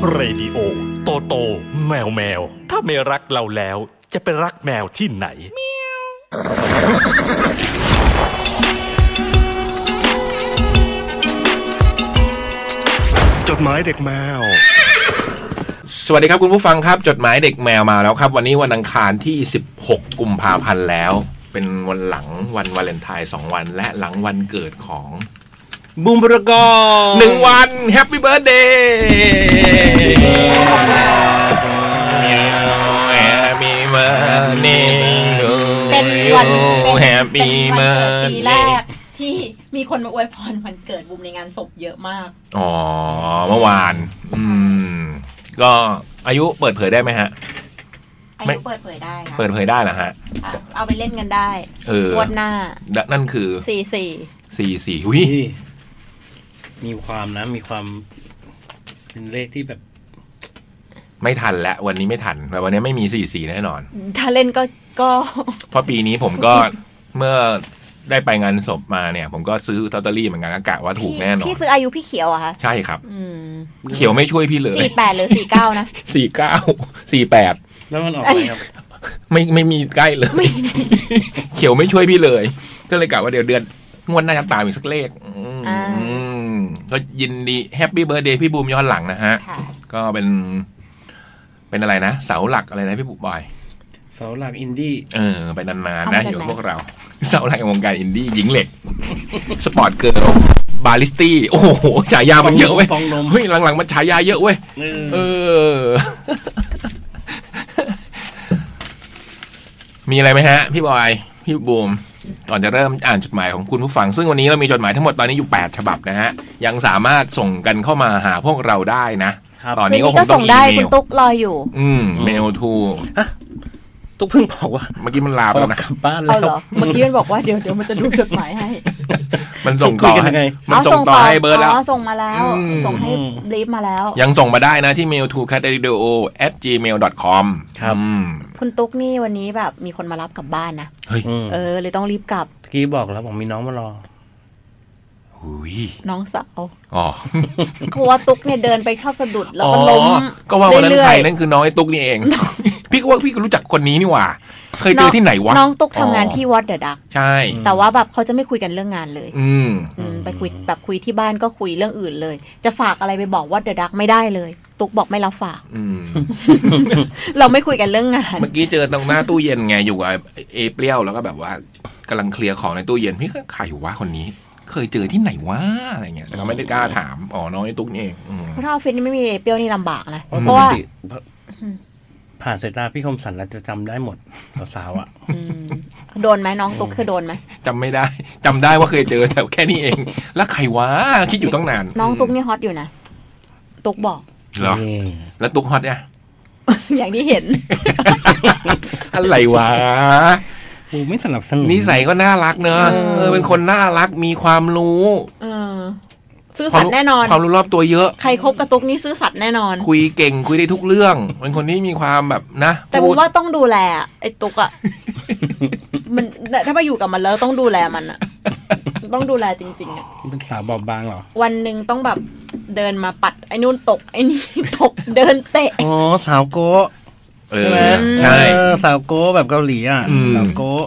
เรดิโอโตโตแมวแมวถ้าไม่รักเราแล้วจะไปรักแมวที่ไหนจดหมายเด็กแมวสวัสดีครับคุณผู้ฟังครับจดหมายเด็กแมวมาแล้วครับวันนี้วันอังคารที่16กุมภาพันธ์แล้วเป็นวันหลังวันวาเลนไทน์2วันและหลังวันเกิดของบูมบรกอ1วันแฮปปี้เบิร์ธเดย์เป็นวันแฮปปี้เบิร์ธเดย์ปีแรกที่มีคนมาอวยพรวันเกิดบูมในงานศพเยอะมากอ๋อเมื่อวานก็อายุเปิดเผยได้ไหมฮะอายุเปิดเผยได้ค่ะเปิดเผยได้เหรอฮะเอาไปเล่นกันได้งวดหน้านั่นคือ44หุ้ยมีความนะมีความเป็นเลขที่แบบไม่ทันแล้ววันนี้ไม่ทันแต่วันนี้ไม่มี44แน่นอนถ้าเล่นก็เพราะปีนี้ผมก็เมื่อได้ไปงานศพมาเนี่ยผมก็ซื้อลอตเตอรี่เหมือนกันกะว่าถูกแน่นอนพี่ซื้ออายุพี่เขียวอะคะใช่ครับเขียวไม่ช่วยพี่เลย 48หรือ49นะ 49 48 แล้วมันออกอะไรครับไม่มีใกล้เลยเขียวไม่ช่วยพี่เลยก็เลยกะว่าเดี๋ยวเดือนงวดหน้าจะตามอีกสักเลขก็ยินดีแฮปปี้เบิร์ธเดย์พี่บูมย้อนหลังนะฮะก็เป็นอะไรนะเสาหลักอะไรนะพี่บูมบอยเสาหลักอินดี้ไปนานๆนะอยู่พวกเราเสาหลักในวงการอินดี้หญิงเหล็กสปอร์ตเกิร์ลบาลิสตี้โอ้โหฉายามันเยอะเว้ยเฮ้ยหลังๆมันฉายาเยอะเว้ยมีอะไรไหมฮะพี่บอยพี่บูมก่อนจะเริ่มอ่านจดหมายของคุณผู้ฟังซึ่งวันนี้เรามีจดหมายทั้งหมดตอนนี้อยู่8ฉบับนะฮะยังสามารถส่งกันเข้ามาหาพวกเราได้นะตอนนี้ก็คงต้องอีเมลคุณตุ๊กรออยู่เมลทูตุ๊กเพิ่งบอกว่าเมื่อกี้มันลาไปแล้วนะกลับบ้านแล้วเมื่อกี้มันบอกว่าเดี๋ยวมันจะดูจดหมายให้มันส่งต่อให้มันส่งต่อให้เบิร์ดแล้วส่งมาแล้วส่งให้รีบมาแล้วยังส่งมาได้นะที่ mail2catradio@gmail.com ครับคุณตุ๊กนี่วันนี้แบบมีคนมารับกลับบ้านนะเฮ้ยเลยต้องรีบกลับเมื่อกี้บอกแล้วผมมีน้องมารอน้องสาวเพราะว่าตุ๊กเนี่ยเดินไปชอบสะดุดแล้วก็ล้มก็ว่าวันนั้นใครนั่นคือน้องไอ้ตุ๊กนี่เองพี่ก็ว่าพี่ก็รู้จักคนนี้นี่หว่าเคยเจอที่ไหนวะน้องตุ๊กทำงานที่วัดเดอะดักใช่แต่ว่าแบบเขาจะไม่คุยกันเรื่องงานเลยไปคุยแบบคุยที่บ้านก็คุยเรื่องอื่นเลยจะฝากอะไรไปบอกวัดเดอะดักไม่ได้เลยตุ๊กบอกไม่รับฝากเราไม่คุยกันเรื่องงานเมื่อกี้เจอตรงหน้าตู้เย็นไงอยู่กับเอเปรี้ยวแล้วก็แบบว่ากำลังเคลียร์ของในตู้เย็นพี่ก็ใครวะคนนี้เคยเจอที่ไหนวะอะไรเงี้ยแต่ก็ไม่ได้กล้าถามน้องไอ้ตุ๊กนี่เองเพราะถ้าออฟฟิศนี่ไม่มีเปรี้ยวนี่ลำบากนะเพราะว่าผ่านสายตาพี่คมสันแล้วจะจำได้หมดสาวอ่ะโดนไหมน้องตุ๊กเคยโดนไหมจำไม่ได้จำได้ว่าเคยเจอแต่แค่นี้เองแล้วใครวะคิดอยู่ตั้งนานน้องตุ๊กนี่ฮอตอยู่นะตุ๊กบอกเหรอแล้วตุ๊กฮอตเนี่ยอย่างที่เห็นอะไรวะไม่สนับสนุนนิสัยก็น่ารักเนอะเป็นคนน่ารักมีความรู้ซื่อสัตย์แน่นอนความรู้รอบตัวเยอะใครคบกับตุ๊กนี่ซื่อสัตย์แน่นอนคุยเก่งคุยได้ทุกเรื่องเป็นคนที่มีความแบบนะแต่ผมว่าต้องดูแลไอ้ตุ๊กอ่ะมันถ้ามาอยู่กับมันแล้วต้องดูแลมันอ่ะต้องดูแลจริงๆอ่ะเป็นสาวบอบบางเหรอวันนึงต้องแบบเดินมาปัดไอ้นู่นตกไอ้นี่ตกเดินเตะสาวโก้ใช่สาวโก้แบบเกาหลีอ่ะสาวโก้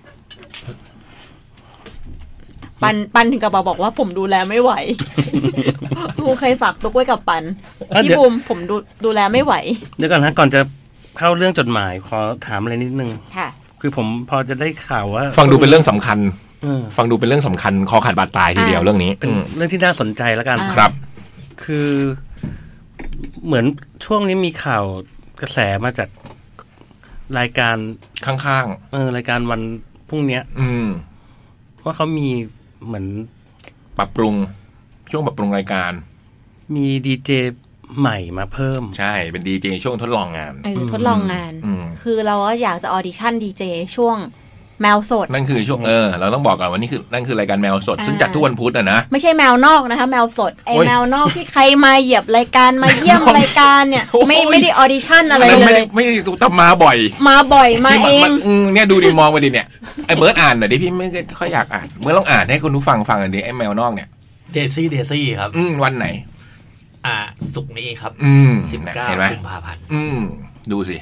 ปันถึงกับบอกว่าผมดูแลไม่ไหวบูมเคยฝากตุ๊กไว้กับปันพี่บูมผมดูแลไม่ไหวเดี๋ยวก่อนนะก่อนจะเข้าเรื่องจดหมายขอถามอะไรนิดนึงค่ะคือผมพอจะได้ข่าวว่าฟังดูเป็นเรื่องสำคัญฟังดูเป็นเรื่องสำคัญคอขาดบาดตายทีเดียวเรื่องนี้เป็นเรื่องที่น่าสนใจแล้วกันครับคือเหมือนช่วงนี้มีข่าวกระแสมาจากรายการข้างๆรายการวันพรุ่งนี้ว่าเขามีเหมือนปรับปรุงช่วงปรับปรุงรายการมีดีเจใหม่มาเพิ่มใช่เป็นดีเจช่วงทดลองงานทดลองงานคือเราก็อยากจะออดิชั่นดีเจช่วงแมวสดนั่นคือช่วงเราต้องบอกก่อนว่านี่คือนั่นคือรายการแมวสดซึ่งจัดทุกวันพุธนะไม่ใช่แมวนอกนะคะแมวสดไอแมวนอกที่ใครมาเหยียบรายการมาเยี่ยมรายการเนี่ยไม่ได้ออดิชั่นอะไรเลยไม่ได้ต้องมาบ่อยมาเองเนี่ยดูดิมองไปดิเนี่ยไอเบิร์ดอ่านหน่อยดิพี่ไม่ค่อยอยากอ่านเมื่อลองอ่านให้คุณผู้ฟังฟังหน่อยดิไอแมวนอกเนี่ยเดซี่ครับวันไหนศุกร์นี้ครับ19 กุมภาพันธ์ดูสิ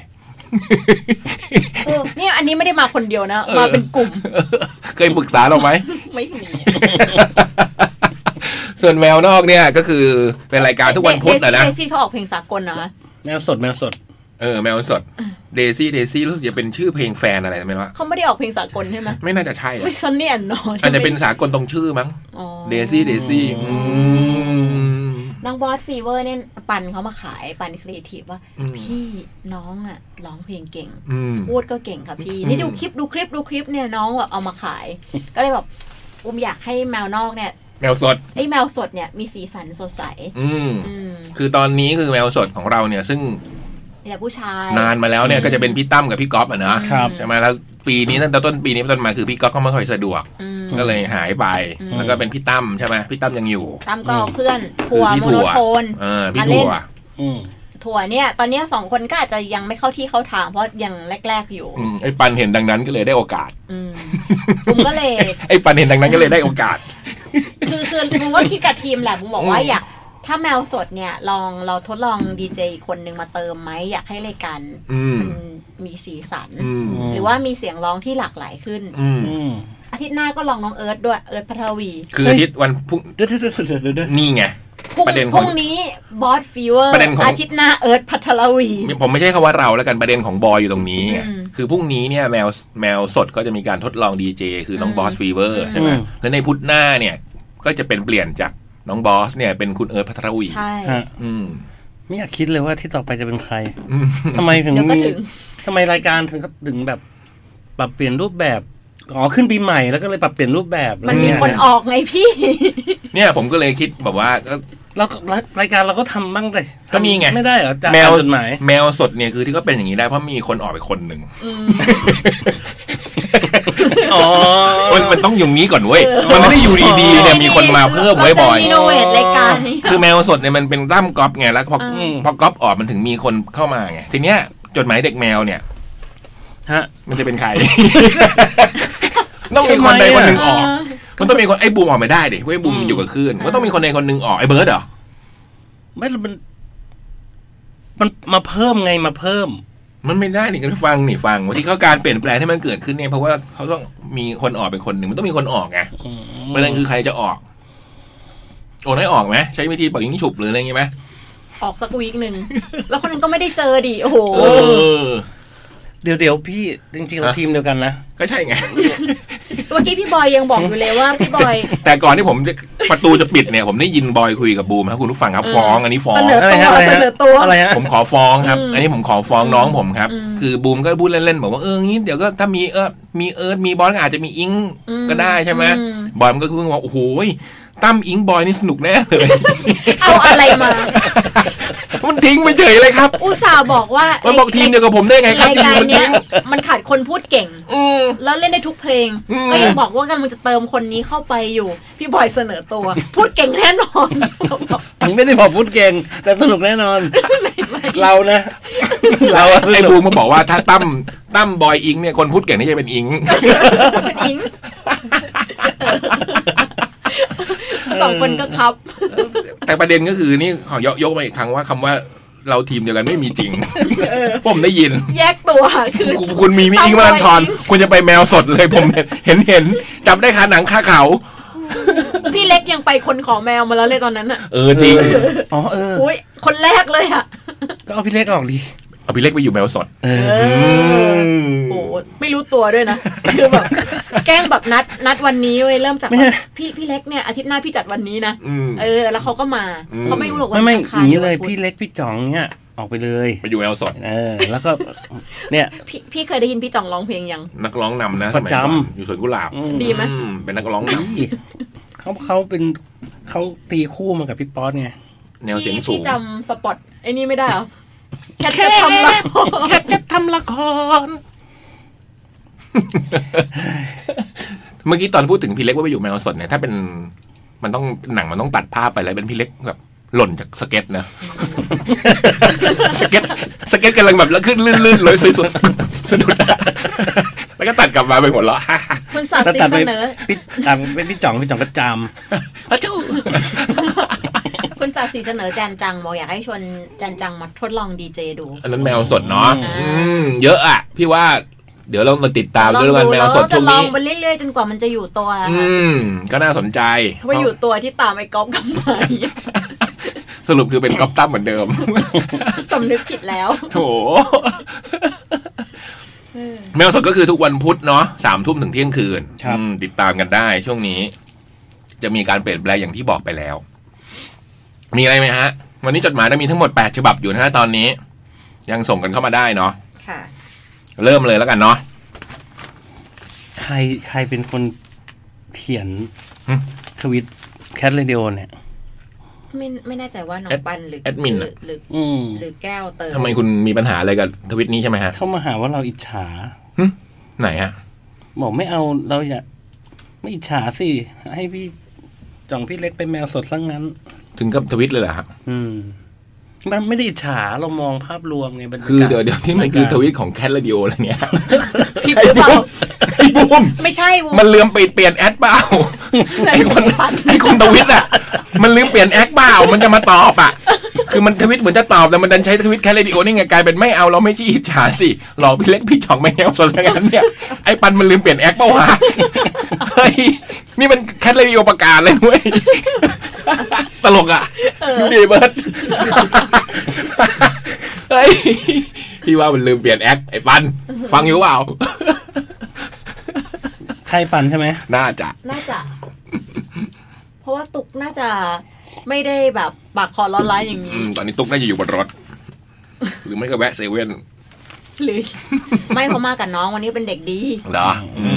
เนี่ยอันนี้ไม่ได้มาคนเดียวนะมาเป็นกลุ่มเคยปรึกษาเราไหมไม่มีส่วนแมวนอกเนี่ยก็คือเป็นรายการทุกวันพุธนะเดซี่เขาออกเพลงสากลนะแมวสดแมวสดแมวสดเดซี่รู้สึกจะเป็นชื่อเพลงแฟนอะไรไม่รู้เขาไม่ได้ออกเพลงสากลใช่ไหมไม่น่าจะใช่ไม่ซันนี่แอนนอนอาจจะเป็นสากลตรงชื่อมั้งเดซี่น้องบอสฟีเวอร์เนี่ยปันเขามาขายปันครีเอทีฟว่าพี่น้องอ่ะร้องเพลงเก่งพูดก็เก่งค่ะพี่นี่ดูคลิปเนี่ยน้องแบบเอามาขายก็เลยแบบอยากให้แมวนอกเนี่ยแมวสดแมวสดเนี่ยมีสีสันสดใสคือตอนนี้คือแมวสดของเราเนี่ยซึ่งเนี่ยผู้ชายนานมาแล้วเนี่ยก็จะเป็นพี่ตั้มกับพี่ก๊อฟอ่ะนะใช่ไหมแล้วปีนี้ตั้งแต่ต้นปีนี้ต้นมาคือพี่ก๊อฟเขาไม่ค่อยสะดวกก็เลยหายไปแล้วก็เป็นพี่ตั้มใช่ไหมพี่ตั้มยังอยู่ตั้มก็เพื่อนถั่วโมโนโทนพี่ถั่วเนี่ยตอนนี้2คนก็อาจจะยังไม่เข้าที่เข้าทางเพราะยังแรกๆอยู่ไอ้ปันเห็นดังนั้นก็เลยได้โอกาสผมก็เลยไอ้ปันเห็นดังนั้นก็เลยได้โอกาสคือมึงว่าคิดกับทีมแหละมึงบอกว่าอยากถ้าแมวสดเนี่ยเราทดลองดีเจคนนึงมาเติมไหมอยากให้รายการมันมีสีสันหรือว่ามีเสียงร้องที่หลากหลายขึ้นอาทิตย์หน้าก็ลองน้องเอิร์ธด้วยเอิร์ธพัทวีคืออาทิตย์วันพุ่งนี่ไงประเด็นพรุ่งนี้บอสฟีเวอร์อาทิตย์หน้าเอิร์ธพัทวีผมไม่ใช่คำว่าเราแล้วกันประเด็นของบอยอยู่ตรงนี้คือพรุ่งนี้เนี่ยแมวสดก็จะมีการทดลองดีเจคือน้องบอสฟีเวอร์ใช่ไหมแล้วในพุธหน้าเนี่ยก็จะเป็นเปลี่ยนจากน้องบอสเนี่ยเป็นคุณเอิร์ธพัทวีใช่ไม่อยากคิดเลยว่าที่ต่อไปจะเป็นใครทำไมถึงทำไมรายการถึงแบบปรับเปลี่ยนรูปแบบขึ้นปีใหม่แล้วก็เลยปรับเปลี่ยนรูปแบบมันมีคนออกไงพี่เนี่ยผมก็เลยคิดแบบว่าแล้วรายการเราก็ทำบ้างเลยก็มีไงไม่ได้เหรอแมวจดหมายแมวสดเนี่ยคือที่ก็เป็นอย่างนี้ได้เพราะมีคนออกไปคนหนึ่งมันต้องอย่างนี้ก่อนเว้ยมันไม่ได้อยู่ดีๆเนี่ยมีคนมาเพิ่มไว้บ่อยคือแมวสดเนี่ยมันเป็นตั้มก๊อปไงแล้วพอก๊อปออกมันถึงมีคนเข้ามาไงทีเนี้ยจดหมายเด็กแมวเนี่ยมันจะเป็นใครต้องมีคนใดคนหนึ่งออกมันต้องมีคนไอ้บูมออกไม่ได้ดิเว้ยบูมอยู่กับคลื่นมันต้องมีคนใดคนหนึ่งออกไอ้เบิร์ดเหรอไม่มันมาเพิ่มไงมาเพิ่มมันไม่ได้นี่กันฟังว่าที่เขาการเปลี่ยนแปลงที่มันเกิดขึ้นเนี่ยเพราะว่าเขาต้องมีคนออกเป็นคนหนึ่งมันต้องมีคนออกไงประเด็นคือใครจะออกได้ออกไหมใช้วิธีปักยิงฉุบหรืออะไรอย่างงี้ไหมออกสักวีคนึงแล้วคนนึงก็ไม่ได้เจอดิโอ้โหเดี๋ยวพี่จริงๆเราทีมเดียวกันนะก็ใช่ไงเมื่อกี้พี่บอยยังบอกอยู่เลยว่าพี่บอยแต่ก่อนที่ผมจะประตูจะปิดเนี่ยผมได้ยินบอยคุยกับบูมครับคุณผู้ฟังครับฟ้องอันนี้ฟ้องอะไรฮะผมขอฟ้องครับอันนี้ผมขอฟ้องน้องผมครับคือบูมก็พูดเล่นๆบอกว่างี้เดี๋ยวก็ถ้ามีเอิร์ธมีบอสอาจจะมีอิงก็ได้ใช่ไหมบอยมันก็คือว่าโอ้โหตั้มอิงบอยนี่สนุกแน่เลยเอาอะไรมามันทิ้งไปเฉยเลยครับอุตส่าห์บอกว่ามันบอกทีมเดียวกับผมได้ไงครับทีมมันทิ้งมันขาดคนพูดเก่งแล้วเล่นได้ทุกเพลงก็ยังบอกว่ากำลังจะเติมคนนี้เข้าไปอยู่พี่บอยเสนอตัวพูดเก่งแน่นอนไม่ได้บอกพูดเก่งแต่สนุกแน่นอนเรานะเราไอ้บูมมาบอกว่าถ้าตั้มบอยอิงเนี่ยคนพูดเก่งนี่จะเป็นอิงเป็นอิงสองคนก็ครับแต่ประเด็นก็คือนี่ขอยกมาอีกครั้งว่าคำว่าเราทีมเดียวกันไม่มีจริงผมได้ยินแยกตัวคือคุณมีอิงมาราธอนคุณจะไปแมวสดเลยผมเห็นจับได้คาหนังคาเขาพี่เล็กยังไปคนขอแมวมาแล้วเลยตอนนั้นอ่ะจริงอุ้ยคนแรกเลยอ่ะก็เอาพี่เล็กออกดิเอาพี่เล็กไปอยู่แมวสดโอ้ไม่รู้ตัวด้วยนะคือแบบแกล้งแบบนัดวันนี้เว้ยเริ่มจากพี่เล็กเนี่ยอาทิตย์หน้าพี่จัดวันนี้นะแล้วเขาก็มาเขาไม่รู้หรอกว่าไม่หนีเลยพี่เล็กพี่จ่องเนี่ยออกไปเลยไปอยู่แมวสดแล้วก็เนี่ยพี่เคยได้ยินพี่จ่องร้องเพลงยังนักร้องนำนะประจำอยู่สวนกุหลาบดีไหมเป็นนักร้องดีเขาเป็นเขาตีคู่มากับพี่ป๊อตไงแนวเสียงสูงพี่จำสปอตไอ้นี่ไม่ได้เหรอแค่จะทำละครเมื่อกี้ตอนพูดถึงพี่เล็กว่าไปอยู่แมวสดเนี่ยถ้าเป็นมันต้องหนังมันต้องตัดภาพไปแล้วเป็นพี่เล็กแบบหล่นจากสเก็ตนะสเก็ตกำลังแบบแล้วขึ้นลื่นๆเลยสวยๆสะดุดแล้วก็ตัดกลับมาไปหมดแล้วคุณศาสตร์เสนอเป็นพี่จ่องก็จามคุณศาสตร์สีเสนอแจนจังบอกอยากให้ชวนแจนจังมาทดลองดีเจดูอันนั้นแมวสดเนาะเยอะอ่ะพี่ว่าเดี๋ยวเรามาติดตามด้วยกันแมวสดช่วงนี้ลองไปเรื่อยๆจนกว่ามันจะอยู่ตัวก็น่าสนใจว่าอยู่ตัวที่ตามไอ้ก๊อฟกับไม้สรุปคือเป็นก๊อฟตั้มเหมือนเดิมสำนึกผิดแล้วโถแมวสดก็คือทุกวันพุธเนาะ3 ทุ่มถึงเที่ยงคืนติดตามกันได้ช่วงนี้จะมีการเปลี่ยนแปลงอย่างที่บอกไปแล้วมีอะไรไหมฮะวันนี้จดหมายมีทั้งหมด8 ฉบับอยู่นะฮะตอนนี้ยังส่งกันเข้ามาได้เนาะค่ะเริ่มเลยแล้วกันเนาะใครเป็นคนเขียนทวิตแคทเรดิโอเนี่ยไม่แน่ใจว่าน้องปันหรือแอดมินหรือแก้วเติมทำไมคุณมีปัญหาอะไรกับทวิตนี้ใช่ไหมฮะเขามาหาว่าเราอิจฉาไหนฮะบอกไม่เอาเราอย่าไม่อิจฉาสิให้พี่จ่องพี่เล็กไปแมวสดซะงั้นถึงกับทวิตเลยเหรอครับมันไม่ได้อิจฉาเรามองภาพรวมไงบรรยากาศคือเดี๋ยวที่มันคือทวิตของแคทเรดิโออะไรเงี้ยพี่หรือเปล่าไอ้บูมไม่ใช่มันลืมเปลี่ยนแอดเปล่าไอ้คนทวิตอ่ะมันลืมเปลี่ยนแอคเปล่ามันจะมาตอบอ่ะคือมันทวิตเหมือนจะตอบแต่มันดันใช้ทวิตแคทเรดิโอนี่ไงกลายเป็นไม่เอาเราไม่ขี้อิจฉาสิหลอกพี่เล็กพี่จ่องไม่แง่ส่วนงั้นเนี่ยไอ้ปันมันลืมเปลี่ยนแอคเปล่าวะเฮ้ยนี่มันแคทเรดิโอประกาศเลยเว้ยตลกอ่ะดีเบิร์ดเฮ้ยพี่ว่ามันลืมเปลี่ยนแอคไอ้ปันฟังอยู่เปล่าใช่ปันใช่ไหมน่าจะเพราะว่าตุกน่าจะไม่ได้แบบปากคอร้อนร้ายอย่างนี้ตอนนี้ตุกน่าจะอยู่บนรถหรือไม่ก็แวะเซเว่นหรือไม่เขามากับน้องวันนี้เป็นเด็กดีเหรอ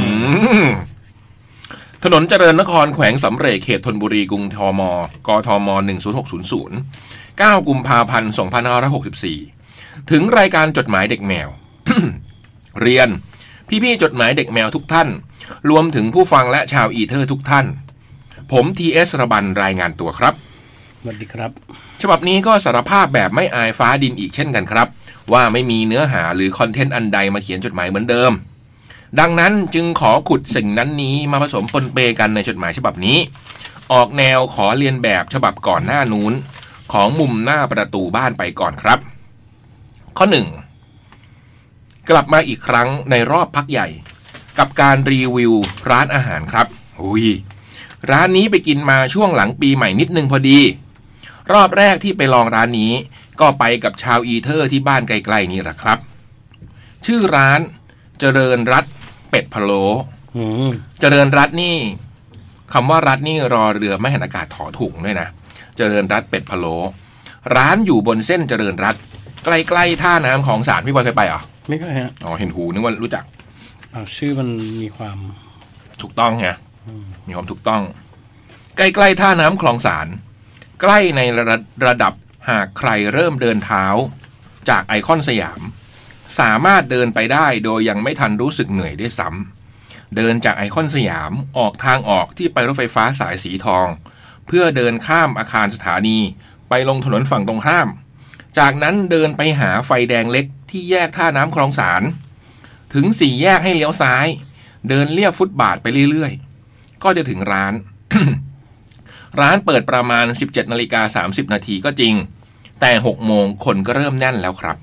ถนนเจริญนครแขวงสำเร็จเขตธนบุรีกรุงทมกทม10600 9 กุมภาพันธ์ 2564ถึงรายการจดหมายเด็กแมว เรียนพี่ๆจดหมายเด็กแมวทุกท่านรวมถึงผู้ฟังและชาวอีเทอร์ทุกท่านผมทีเอสระบันรายงานตัวครับสวัสดีครับฉบับนี้ก็สารภาพแบบไม่อายฟ้าดินอีกเช่นกันครับว่าไม่มีเนื้อหาหรือคอนเทนต์อันใดมาเขียนจดหมายเหมือนเดิมดังนั้นจึงขอขุดสิ่งนั้นนี้มาผสมปนเปกันในจดหมายฉบับนี้ออกแนวขอเรียนแบบฉบับก่อนหน้านู้นของมุมหน้าประตูบ้านไปก่อนครับข้อ 1กลับมาอีกครั้งในรอบพักใหญ่กับการรีวิวร้านอาหารครับร้านนี้ไปกินมาช่วงหลังปีใหม่นิดนึงพอดีรอบแรกที่ไปลองร้านนี้ก็ไปกับชาวอีเทอร์ที่บ้านใกล้ๆนี่แหละครับชื่อร้านเจริญรัตน์เป็ดพะโล้เจริญรัตน์นี่คำว่ารัตน์นี่รอเรือไม่หันอากาศถอถุงด้วยนะเจริญรัตน์เป็ดพะโล้ร้านอยู่บนเส้นเจริญรัตน์ใกล้ๆท่าน้ำของสารพี่บอลเคยไปเหรอไม่เคยฮะเห็นหูนึกว่ารู้จักชื่อมันมีความถูกต้องไงมีความถูกต้องใกล้ๆท่าน้ำคลองสารใกล้ในระดับหากใครเริ่มเดินเท้าจากไอคอนสยามสามารถเดินไปได้โดยยังไม่ทันรู้สึกเหนื่อยด้วยซ้ำเดินจากไอคอนสยามออกทางออกที่ไปรถไฟฟ้าสายสีทองเพื่อเดินข้ามอาคารสถานีไปลงถนนฝั่งตรงข้ามจากนั้นเดินไปหาไฟแดงเล็กที่แยกท่าน้ำคลองสารถึง4 แยกให้เลี้ยวซ้ายเดินเลียบฟุตบาทไปเรื่อยๆก็จะถึงร้าน ร้านเปิดประมาณ 17:30 นาทีก็จริงแต่6 โมงคนก็เริ่มแน่นแล้วครับ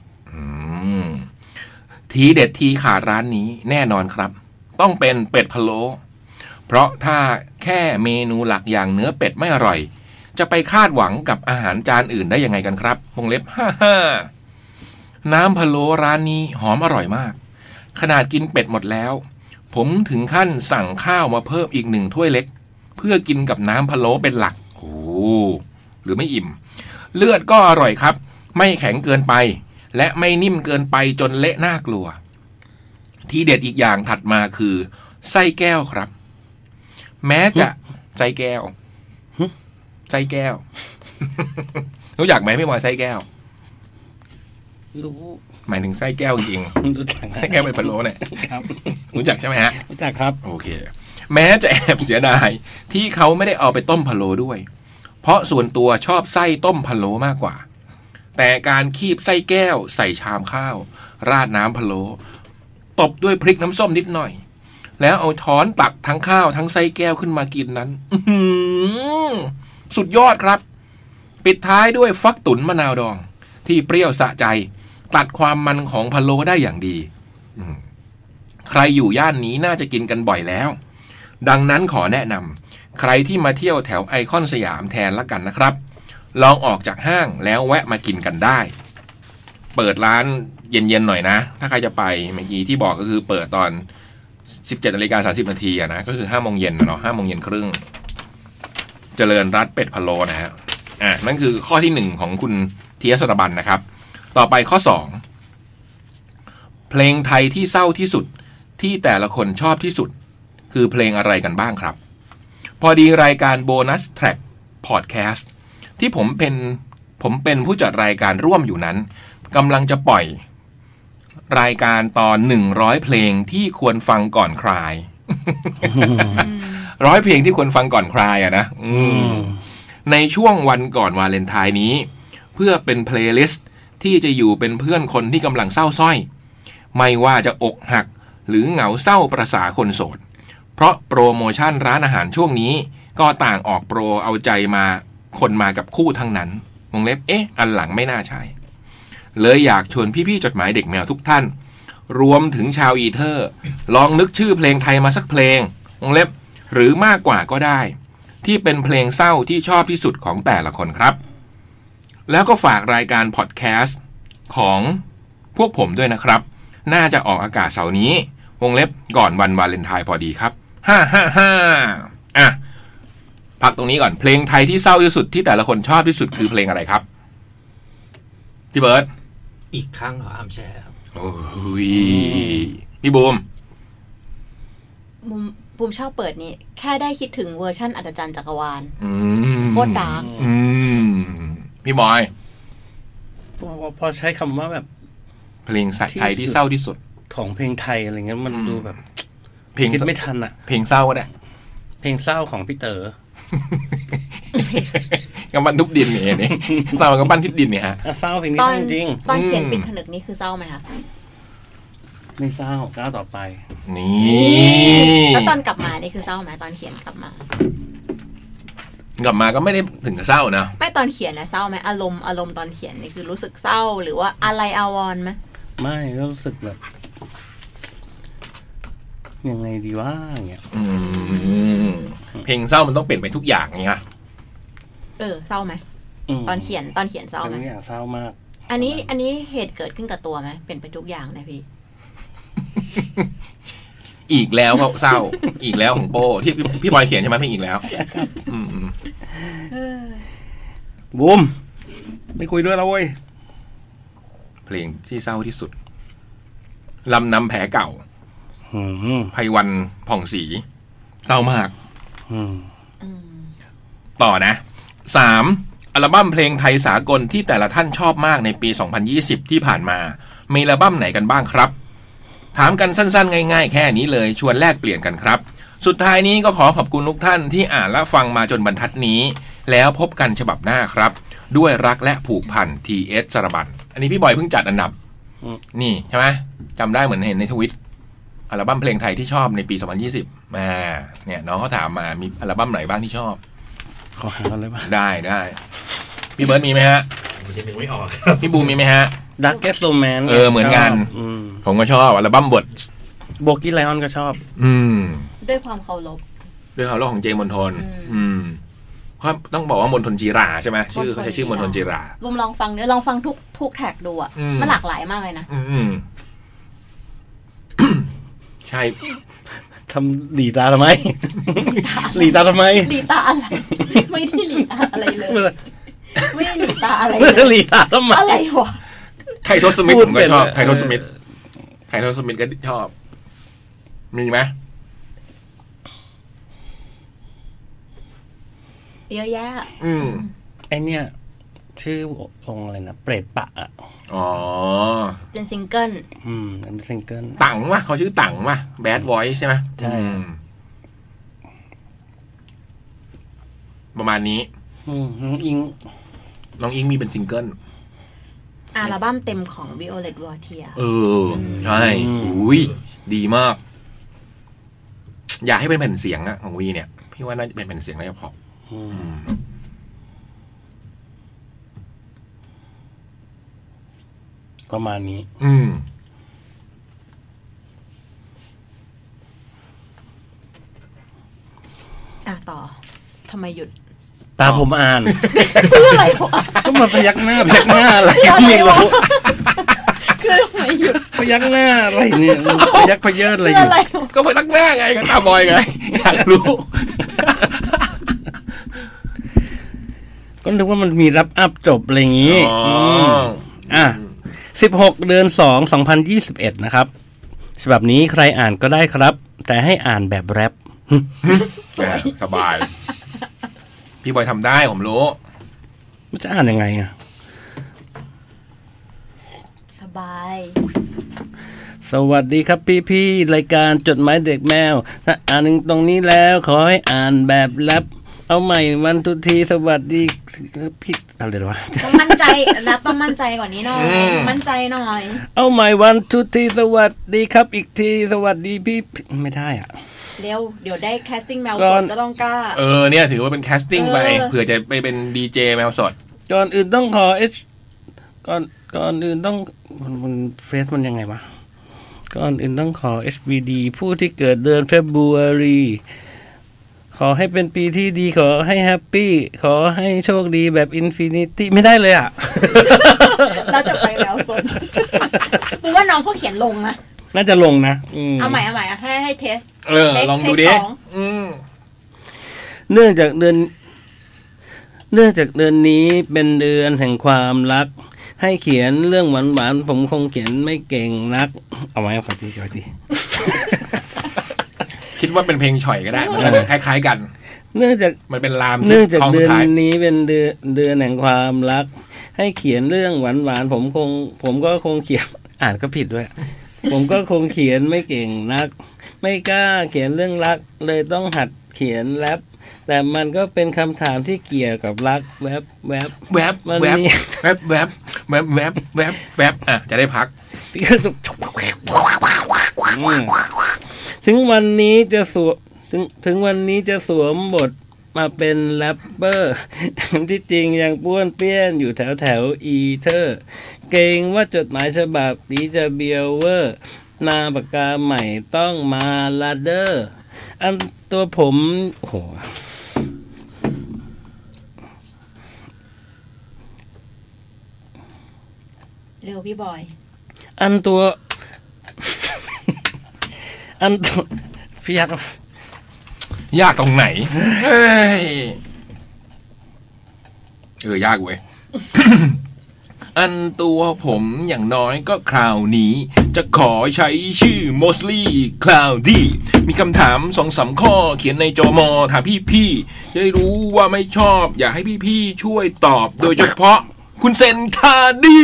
ทีเด็ดทีขาดร้านนี้แน่นอนครับต้องเป็นเป็ดพะโล้เพราะถ้าแค่เมนูหลักอย่างเนื้อเป็ดไม่อร่อยจะไปคาดหวังกับอาหารจานอื่นได้ยังไงกันครับวงเล็บน้ำพะโล้ร้านนี้หอมอร่อยมากขนาดกินเป็ดหมดแล้วผมถึงขั้นสั่งข้าวมาเพิ่มอีก1 ถ้วยเล็กเพื่อกินกับน้ำพะโล้เป็นหลักหรือไม่อิ่มเลือดก็อร่อยครับไม่แข็งเกินไปและไม่นิ่มเกินไปจนเละน่ากลัวที่เด็ดอีกอย่างถัดมาคือไส้แก้วครับแม้จะไส้แก้วรู้จักไหมพี่มอยไส้แก้วรู้หมายถึงไส้แก้วจริงรู้จักไส้แก้วเป็นพะโล้เนี่ยครับรู้จักใช่ไหมฮะรู้จักครับโอเคแม้จะแอบเสียดายที่เขาไม่ได้เอาไปต้มพะโล้ด้วยเพราะส่วนตัวชอบไส้ต้มพะโล้มากกว่าแต่การคีบไส้แก้วใส่ชามข้าวราดน้ำพะโล้ตบด้วยพริกน้ำส้มนิดหน่อยแล้วเอาช้อนตักทั้งข้าวทั้งไส้แก้วขึ้นมากินนั้นสุดยอดครับปิดท้ายด้วยฟักตุ๋นมะนาวดองที่เปรี้ยวสะใจตัดความมันของพะโล้ได้อย่างดีใครอยู่ย่านนี้น่าจะกินกันบ่อยแล้วดังนั้นขอแนะนำใครที่มาเที่ยวแถวไอคอนสยามแทนละกันนะครับลองออกจากห้างแล้วแวะมากินกันได้เปิดร้านเย็นๆหน่อยนะถ้าใครจะไปเมื่อกี้ที่บอกก็คือเปิดตอน 17:30 น.นะก็คือ 5 โมงเย็นเนาะ 5 โมงเย็นครึ่งเจริญรัตน์เป็ดพะโล้นะฮะนั่นคือข้อที่1ของคุณเทียสระบันนะครับต่อไปข้อ2เพลงไทยที่เศร้าที่สุดที่แต่ละคนชอบที่สุดคือเพลงอะไรกันบ้างครับพอดีรายการโบนัสแทร็กพอดแคสต์ที่ผมเป็นผู้จัดรายการร่วมอยู่นั้นกำลังจะปล่อยรายการตอน100เพลงที่ควรฟังก่อนคลาย 100 เพลงที่ควรฟังก่อนคลายอะนะในช่วงวันก่อนวาเลนไทน์นี้เพื่อเป็นเพลย์ลิสต์ที่จะอยู่เป็นเพื่อนคนที่กำลังเศร้าส้อยไม่ว่าจะอกหักหรือเหงาเศร้าประสาคนโสดเพราะโปรโมชั่นร้านอาหารช่วงนี้ก็ต่างออกโปรเอาใจมาคนมากับคู่ทั้งนั้นวงเล็บอันหลังไม่น่าใช่เลยอยากชวนพี่ๆจดหมายเด็กแมวทุกท่านรวมถึงชาวอีเทอร์ลองนึกชื่อเพลงไทยมาสักเพลงวงเล็บหรือมากกว่าก็ได้ที่เป็นเพลงเศร้าที่ชอบที่สุดของแต่ละคนครับแล้วก็ฝากรายการพอดแคสต์ของพวกผมด้วยนะครับน่าจะออกอากาศเสาร์นี้วงเล็บก่อนวันวาเลนไทน์พอดีครับพักตรงนี้ก่อนเพลงไทยที่เศร้าที่สุดที่แต่ละคนชอบที่สุดคือเพลงอะไรครับพี่เบิร์ดอีกครั้งของอาร์มแชร์ครับโอ้ยพี่บูมชอบเปิดนี้แค่ได้คิดถึงเวอร์ชั่นอัศจรรย์จักรวาลโคตรดาร์กพี่บอยพอใช้คำว่าแบบเพลงไทยที่เศร้าที่สุดของเพลงไทยอะไรเงี้ยมันดูแบบเพลงคิดไม่ทันอะเพลงเศร้าก็ได้เพลงเศร้าของพี่เต๋อกำปั้นทุบดินเนี่ยนี่เศร้ากำปั้นทุบดินเนี่ยฮะเศร้าเพลงนี้จริงตอนเขียนปิดผนึกนี่คือเศร้าไหมคะไม่เศร้าก้าวต่อไปนี่แล้วตอนกลับมานี่คือเศร้าไหมตอนเขียนกลับมาก็ไม่ได้ถึงกับเศร้านะไม่ตอนเขียนนะเศร้าไหมอารมณ์ตอนเขียนนี่คือรู้สึกเศร้าหรือว่าอะไรอาวรณ์ไหมไม่รู้สึกแบบยังไงดีว่าอย่างเงี้ยเพลงเศร้ามันต้องเปลี่ยนไปทุกอย่างไงเศร้าไหมตอนเขียนเศร้าไหมเป็นอย่างเศร้ามากอันนี้เหตุเกิดขึ้นกับตัวไหมเปลี่ยนไปทุกอย่างนะพี่อีกแล้วเขาเศร้าอีกแล้วของโป้ที่พี่บอยเขียนใช่ไหมเพลงอีกแล้วบูมไม่คุยด้วยแล้วเว้ยเพลงที่เศร้าที่สุดลำนำแผลเก่าไพวันผ่องศรีเศร้ามากต่อนะ3อัลบั้มเพลงไทยสากลที่แต่ละท่านชอบมากในปี2020ที่ผ่านมามีอัลบั้มไหนกันบ้างครับถามกันสั้นๆง่ายๆแค่นี้เลยชวนแลกเปลี่ยนกันครับสุดท้ายนี้ก็ขอขอบคุณทุกท่านที่อ่านและฟังมาจนบรรทัดนี้แล้วพบกันฉบับหน้าครับด้วยรักและผูกพัน TS สระบันอันนี้พี่บอยเพิ่งจัดอันดับนี่ใช่ไหมจำได้เหมือนเห็นในทวิตอัลบั้มเพลงไทยที่ชอบในปี2020เนี่ยน้องเขาถามมามีอัลบั้มไหนบ้างที่ชอบขอหาเลยบ้างได้พี่เบิร์ดมีไหมฮะยังนึกไม่ออกพี่บูมีไหมฮะ Darkest Romance เหมือนกันผมก็ชอบอัลบั้มบทโบกี้ไลออนก็ชอบด้วยความเคารพของเจมณฑลเขาต้องบอกว่ามณฑลจีราใช่ไหมชื่อเขาใช้ชื่อมณฑลจีราลุงลองฟังเนี่ยลองฟังทุกแท็กดูอ่ะมันหลากหลายมากเลยนะใช่ทำหลีตาทำไมหลีตาอะไรไม่ได้หลีตาอะไรเลยไม่ได้หลีตาอะไรเลยหลีตาทำไมอะไรวะไททอสมิธผมก็ชอบไททอสมิธก็ชอบมีไหมเยอะแยะไอเนี่ยชื่อวงอะไรนะเปรตปะอ่ะเป็นซิงเกิลเป็นซิงเกิลตังวะเขาชื่อตังวะ Bad Voice ใช่ไหมใช่ประมาณนี้น้องอิงมีเป็นซิงเกิลอัลบั้มเต็มของ Violet Voitia ใช่อุ้ยดีมากอยากให้เป็นแผ่นเสียงอะของวีเนี่ยพี่ว่าน่าจะเป็นแผ่นเสียงน่าจะพอประมาณนี้ต่อทำไมหยุดตาผมอ่านคืออะไรวะก็มาพยักหน้าอะไรคืออะไรไม่วะรู้คือทำไมหยุดพยักหน้าอะไรเนี่ยพยักพเยิดอะไรคืออยู่อะไรวะก็ไปตั้งหน้าไงก็ตาบอยไง อยากรู้ก็นึกว่ามันมีรับอัพจบอะไรอย่างงี้ 16 เดือน 2/2021 นะครับฉบับนี้ใครอ่านก็ได้ครับ แต่ให้อ่านแบบแรปสบาย พี่บอยทำได้ผมรู้มันจะอ่านยังไงอ่ะสบายสวัสดีครับพี่ๆรายการจดหมายเด็กแมวถ้าอ่านตรงนี้แล้วขอให้อ่านแบบแรปเอาใหม่วันทุกทีสวัสดีพี่อะไรวะต้องมั่นใจแล้วต้องมั่นใจกว่านี้หน่อย มั่นใจหน่อยเอาใหม่วันทุกทีสวัสดีครับอีกทีสวัสดีพี่ไม่ได้อ่ะเร็วเดี๋ยวได้แคสติ้งแมวก่สอดนก็ต้องกล้าเนี่ยถือว่าเป็นแคสติ้งไปเออเผื่อจะไปเป็นดีเจแมวสดก่อนอื่นต้องขอก่อนอื่นต้องมันเฟซมันยังไงวะก่อนอื่นต้องขอ HBD ผู้ที่เกิดเดือนเฟบรุอารีขอให้เป็นปีที่ดีขอให้แฮปปี้ขอให้โชคดีแบบอินฟินิตี้ไม่ได้เลยอ่ะเราจะไปแมวสดกูว่าน้องเขาเขียนลงนะน่าจะลงนะเอาใหม่ให้เทสลองดูดิเทคสองเนื่องจากเดือนนี้เป็นเดือนแห่งความรัก ให้เขียนเรื่องหวานๆผมคงเขียนไม่เก่งนัก เอาไว้ขอทีคิดว่าเป็นเพลงฉ่อยก็ได้ มันจะคล้ายๆกันเนื่องจากมันเป็นลามเนื่องจากคล้องเดืสุอดนท้ายนี้เป็นเดือนแห่งความรัก ให้เขียนเรื่องหวานๆผมก็คงเขียนอ่านก็ผิดด้วย ผมก็คงเขียนไม่เก่งนัก ไม่กล้าเขียนเรื่องรัก เลยต้องหัดเขียนแรปแต่มันก็เป็นคำถามที่เกี่ยวกับรักแวบแวบมันแวบมีแวบแวบแวบแวบแวบแวบจะได้พักถึงวันนี้จะถึงวันนี้จะสวมบทมาเป็นแรปเปอร์ ที่จริงยังป้วนเปี้ยนอยู่แถวอีเทอร์เกรงว่าจดหมายฉบับนี้จะเบียวเวอร์หน้าปากกาใหม่ต้องมาลาเดอร์อันตัวผมโอ้โหเร็วพี่บอยอันตัวพี่ยักษ์ยากตรงไหน เฮ้ย ยากเว้ย อันตัวผมอย่างน้อยก็คราวนี้ จะขอใช้ชื่อ mostly cloudy มีคำถาม2-3 ข้อเขียนในจอมอถามพี่ๆจะได้รู้ว่าไม่ชอบ อยากให้พี่ๆช่วยตอบโดยเฉพาะคุณเซนคาดี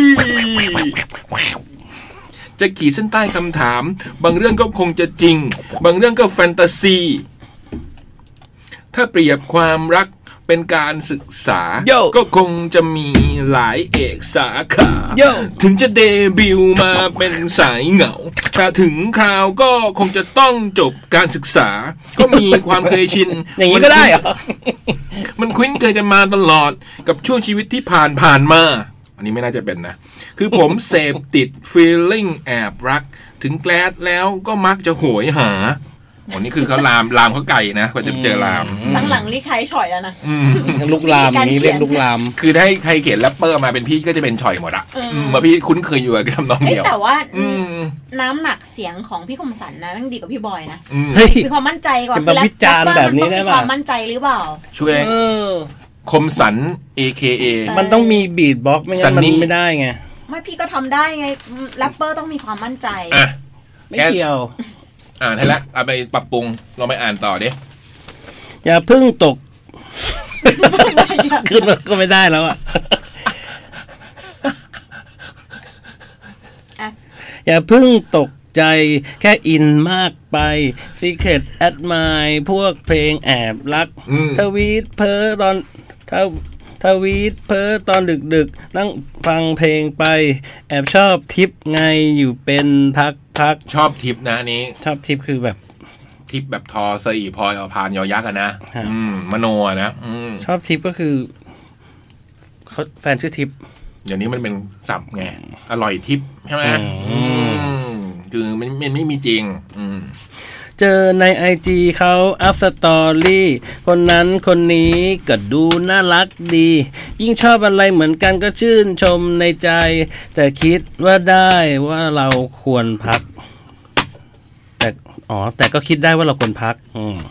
จะขีดเส้นใต้คำถาม บางเรื่องก็คงจะจริง บางเรื่องก็แฟนตาซี ถ้าเปรียบความรักเป็นการศึกษา ก็คงจะมีหลายเอกสาขาถึงจะเดบิวต์มาเป็นสายเหงาแต่ถึงคราวก็คงจะต้องจบการศึกษา ก็มีความเคยชินอย่างนี้ก็ได้เหรอมันคุ้นเคยกันมาตลอดกับช่วงชีวิตที่ผ่านมา อันนี้ไม่น่าจะเป็นนะ คือผมเสพติด feeling แอบรัก ถึงแกลดแล้วก็มักจะโหยหาโอ้นี่คือเขาลามเขาไก่นะกว่าจะเจอลามหลังๆนี่ใครฉ่อยแล้วนะลุกลามนี้เรียกลุกลามคือถ้าใครเขียนแรปเปอร์มาเป็นพี่ก็จะเป็นฉ่อยหมดอะเมื่อพี่คุ้นเคยอยู่กับทำนองเดียวแต่ว่าน้ำหนักเสียงของพี่คมสันนะมันดีกว่าพี่บอยนะเฮ้ยมีความมั่นใจกว่าจะมาวิจารณ์แบบนี้ได้ป่ะมีความมั่นใจหรือเปล่าช่วยคมสัน AKA มันต้องมีบีทบ็อกซ์ไม่งั้นมัน Sunny ไม่ได้ไงไม่พี่ก็ทำได้ไงแรปเปอร์ต้องมีความมั่นใจอ่ะไม่เกี่ยวอ่านให้ละเอาไปปรับปรุงเราไปอ่านต่อดิอย่าเพิ่งตก ขึ้นมาก็ไม่ได้แล้วอ่ะ อย่าเพิ่งตกใจแค่อินมากไป Secret Admire พวกเพลงแอบรัก ทวีตเพ้อตอนทวีตเพ้อตอนดึกๆนั่งฟังเพลงไป แอบชอบทิปไงอยู่เป็นพักชอบทิปนะอันนี้ชอบทิปคือแบบทิปแบบทอสอีพอยอพานยอยักษ์อะนะมโนอะนะชอบทิปก็คือเขาแฟนชื่อทิปเดี๋ยวนี้มันเป็นศัพท์ไงอร่อยทิพย์ใช่ไหมคือมันไม่มีจริงเจอใน IG เขาอัพสตอรี่คนนั้นคนนี้ก็ดูน่ารักดียิ่งชอบอะไรเหมือนกันก็ชื่นชมในใจแต่คิดว่าได้ว่าเราควรพักแต่ก็คิดได้ว่าเราควรพัก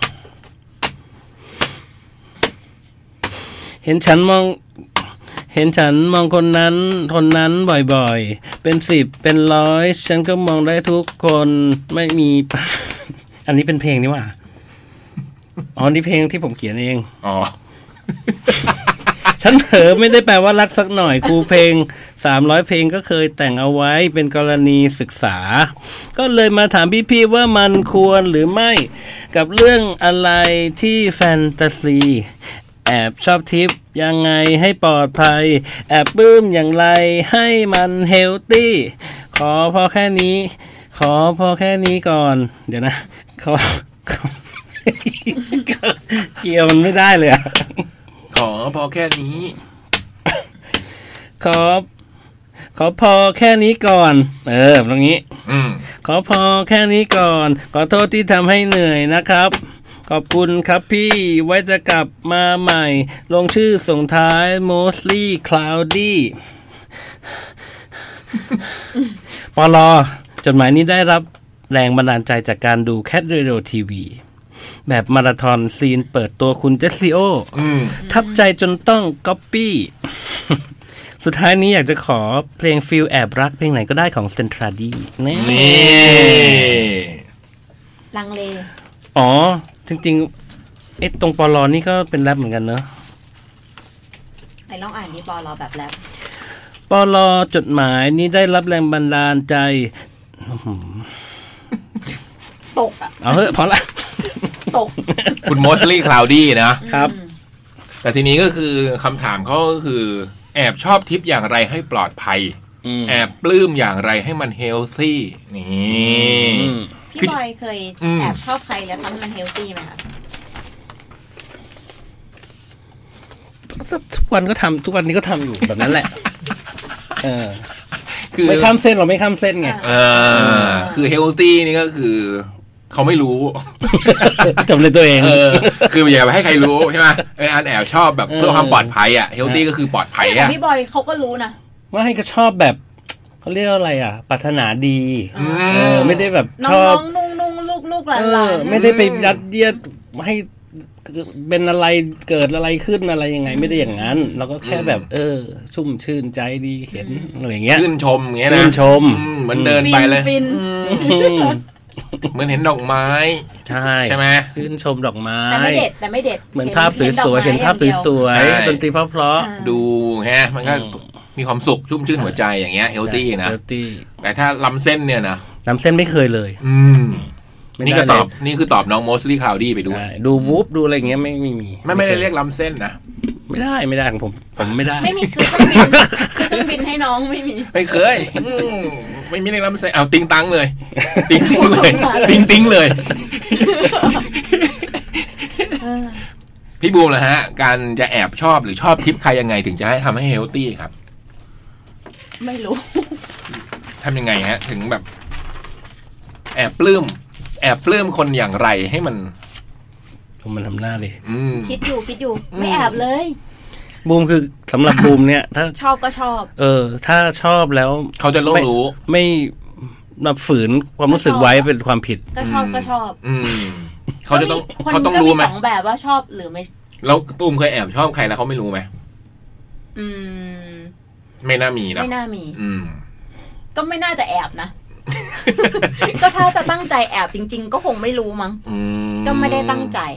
เห็นฉันมองคนนั้นบ่อยๆเป็น10เป็น100ฉันก็มองได้ทุกคนไม่มี อันนี้เป็นเพลงนี่ว่านี่เพลงที่ผมเขียนเองฉันเผลอไม่ได้แปลว่ารักสักหน่อยครูเพลง300เพลงก็เคยแต่งเอาไว้เป็นกรณีศึกษาก็เลยมาถามพี่ๆว่ามันควรหรือไม่กับเรื่องอะไรที่แฟนตาซีแอบชอบทิปยังไงให้ปลอดภัยแอบปลื้มอย่างไรให้มันเฮลตี้ขอพอแค่นี้ก่อนเดี๋ยวนะเกี่ยวมันไม่ได้เลยอ่ะขอพอแค่นี้ขอพอแค่นี้ก่อนตรงนี้ขอพอแค่นี้ก่อนขอโทษที่ทำให้เหนื่อยนะครับขอบคุณครับพี่ไว้จะกลับมาใหม่ลงชื่อส่งท้าย mostly cloudy ปลอจดหมายนี้ได้รับแรงบันดาลใจจากการดู Cat Radio TV แบบมาราธอนซีนเปิดตัวคุณเจสซิโอทับใจจนต้องก๊อปปี้ สุดท้ายนี้อยากจะขอเพลงฟิลแอบรักเพลงไหนก็ได้ของเซนทราดีนี่ลังเลจริงๆตรงปลอนี่ก็เป็นแรปเหมือนกันเนอะไหนลองอ่านดิปลอแบบแรปปลอจดหมายนี้ได้รับแรงบันดาลใจตกเอาเถอะพอละตกคุณมอสลี่คลาวดี้นะครับแต่ทีนี้ก็คือคำถามเขาก็คือแอบชอบทิปอย่างไรให้ปลอดภัยแอบปลื้มอย่างไรให้มันเฮลซี่นี่พี่บอยเคยแอบชอบใครแล้วทำให้มันเฮลตี้ไหมคะทุกวันก็ทำทุกวันนี้ก็ทำอยู่แบบนั้นแหละคือไม่ข้ามเส้นเราไม่ข้ามเส้นไงคือเฮลตี้นี่ก็คือเขาไม่รู้จำเลยตัวเองคืออย่าไปให้ใครรู้ใช่ไหมอันแอบชอบแบบเพื่อความปลอดภัยเฮลตี้ก็คือปลอดภัยพี่บอยเขาก็รู้นะว่าให้ก็ชอบแบบเขาเรียกอะไรปรารถนาดีไม่ได้แบบชอบนุ่งลูกหลานไม่ได้ไปยัดเยียดให้เป็นอะไรเกิดอะไรขึ้นอะไรยังไงไม่ได้อย่างนั้นเราก็แค่แบบชุ่มชื่นใจดีเห็นอะไรอย่างเงี้ยชื่นชมอย่างเงี้ยนะชื่นชมเหมือนเดินไปเลยเหมือนเห็นดอกไม้ใช่ไหมชื่นชมดอกไม้แต่ไม่เด็ดเหมือนภาพสวยๆเห็นภาพสวยๆดนตรีเพราะๆดูฮะมันก็มีความสุขชุ่มชื่นหัวใจอย่างเงี้ยเฮลตี้นะแต่ถ้าล้ำเส้นเนี่ยนะล้ำเส้นไม่เคยเลยนี่ก็ตอบนี่คือตอบน้อง mostly cloudy ไปด้วยดูวูฟดูอะไรอย่างเงี้ยไม่มีไม่ได้เรียกล้ำเส้นนะไม่ได้ของผมไม่ได้ไม่มีซื้อเครื่องบินให้น้องไม่เคยไม่มีเรียกล้ำเส้นเอาติงตังเลยติงเลยติงเลยพี่บูมนะฮะการจะแอบชอบหรือชอบทิปใครยังไงถึงจะให้ทำให้เฮลตี้ครับไม่รู้ทำยังไงฮะถึงแบบแอบปลื้มคนอย่างไรให้มันทำหน้าดิคิดอยู่ไม่แอบเลยบูมคือสำหรับบูมเนี่ยถ้าชอบก็ชอบถ้าชอบแล้วเขาจะรู้ไม่มาฝืนความรู้สึกไว้เป็นความผิดก็ชอบเขาต้องรู้ไหมสองแบบว่าชอบหรือไม่แล้วบูมเคยแอบชอบใครแล้วเขาไม่รู้ไหมไม่น่ามีนะไม่น่ามีก็ไม่น่าจะแอบนะก็ถ้าจะตั้งใจแอบจริงๆก็คงไม่รู้มั้งก็ไม่ได้ตั้งใจ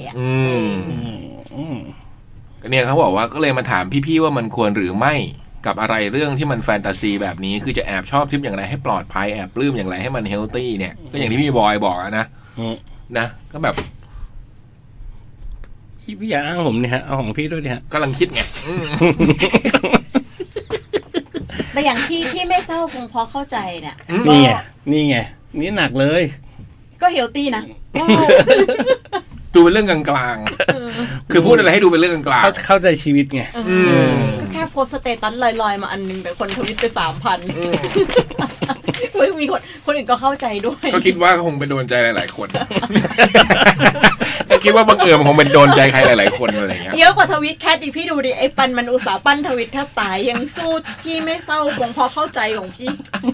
เนี่ยเขาบอกว่าก็เลยมาถามพี่ๆว่ามันควรหรือไม่กับอะไรเรื่องที่มันแฟนตาซีแบบนี้คือจะแอบชอบทิปอย่างไรให้ปลอดภัยแอบปลื้มอย่างไรให้มันเฮลตี้เนี่ยก็อย่างที่พี่บอยบอกนะก็แบบพี่อยากอ้างผมเนี่ยฮะเอาของพี่ด้วยเนี่ยกำลังคิดไงแต่อย่างที่ไม่เศร้าคงเพราะเข้าใจเนี่ยนี่ไงนี่หนักเลยก็เฮลตี้นะดูเป็นเรื่องกลางๆคือพูดอะไรให้ดูเป็นเรื่องกลางเข้าใจชีวิตไงก็แค่โพสต์สเตตัสลอยๆมาอันนึงแต่คนทวิตไป 3,000 ไม่มีคนอื่นก็เข้าใจด้วยก็คิดว่าคงเป็นโดนใจหลายๆคนก็คิดว่าบังเอิญมันคงเป็นโดนใจใครหลายๆคนอะไรอย่างเงี้ยเยอะกว่าทวิตแคทอีกพี่ดูดิไอ้ปันมันอุตส่าห์ปั้นทวิตแทบตายยังสู้ที่ไม่เศร้าคงพอเข้าใจของพี่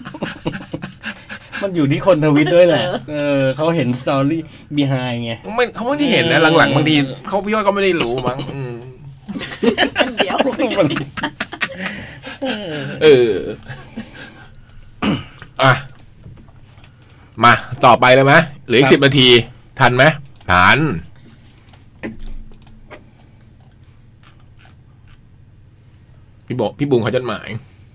มันอยู่ที่คนทวิตด้วยแหละเขาเห็นสตอรี่บีไฮไงเขาไม่ได้เห็นนะหลังๆบางทีเขาพี่ว่าก็ไม่ได้รู้มั้งเดี๋ยวอ่ะมาต่อไปเลยไหมเหลืออีก10 นาทีทันไหมทันพี่บูมเขาจดหมาย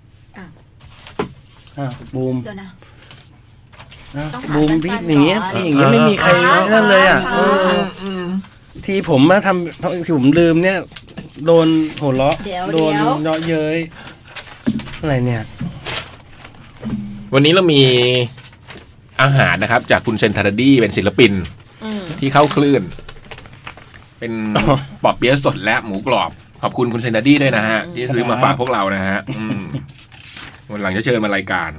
บูมเดี๋ยวนะบูมพี่อย่างเงี้ยไม่มีใครนั่นเลยอ่ะทีผมมาทำผมลืมเนี่ยโดนหัวเราะโดนเยาะเย้ยอะไรเนี่ยวันนี้เรามีอาหารนะครับจากคุณเซนทาร์ดี้เป็นศิลปินที่เข้าคลื่นเป็นปอบเปี๊ยะสดและหมูกรอบขอบคุณคุณเซนทาร์ดี้ด้วยนะฮะที่ซื้อมาฝากพวกเรานะฮะวันหลังจะเชิญมารายการ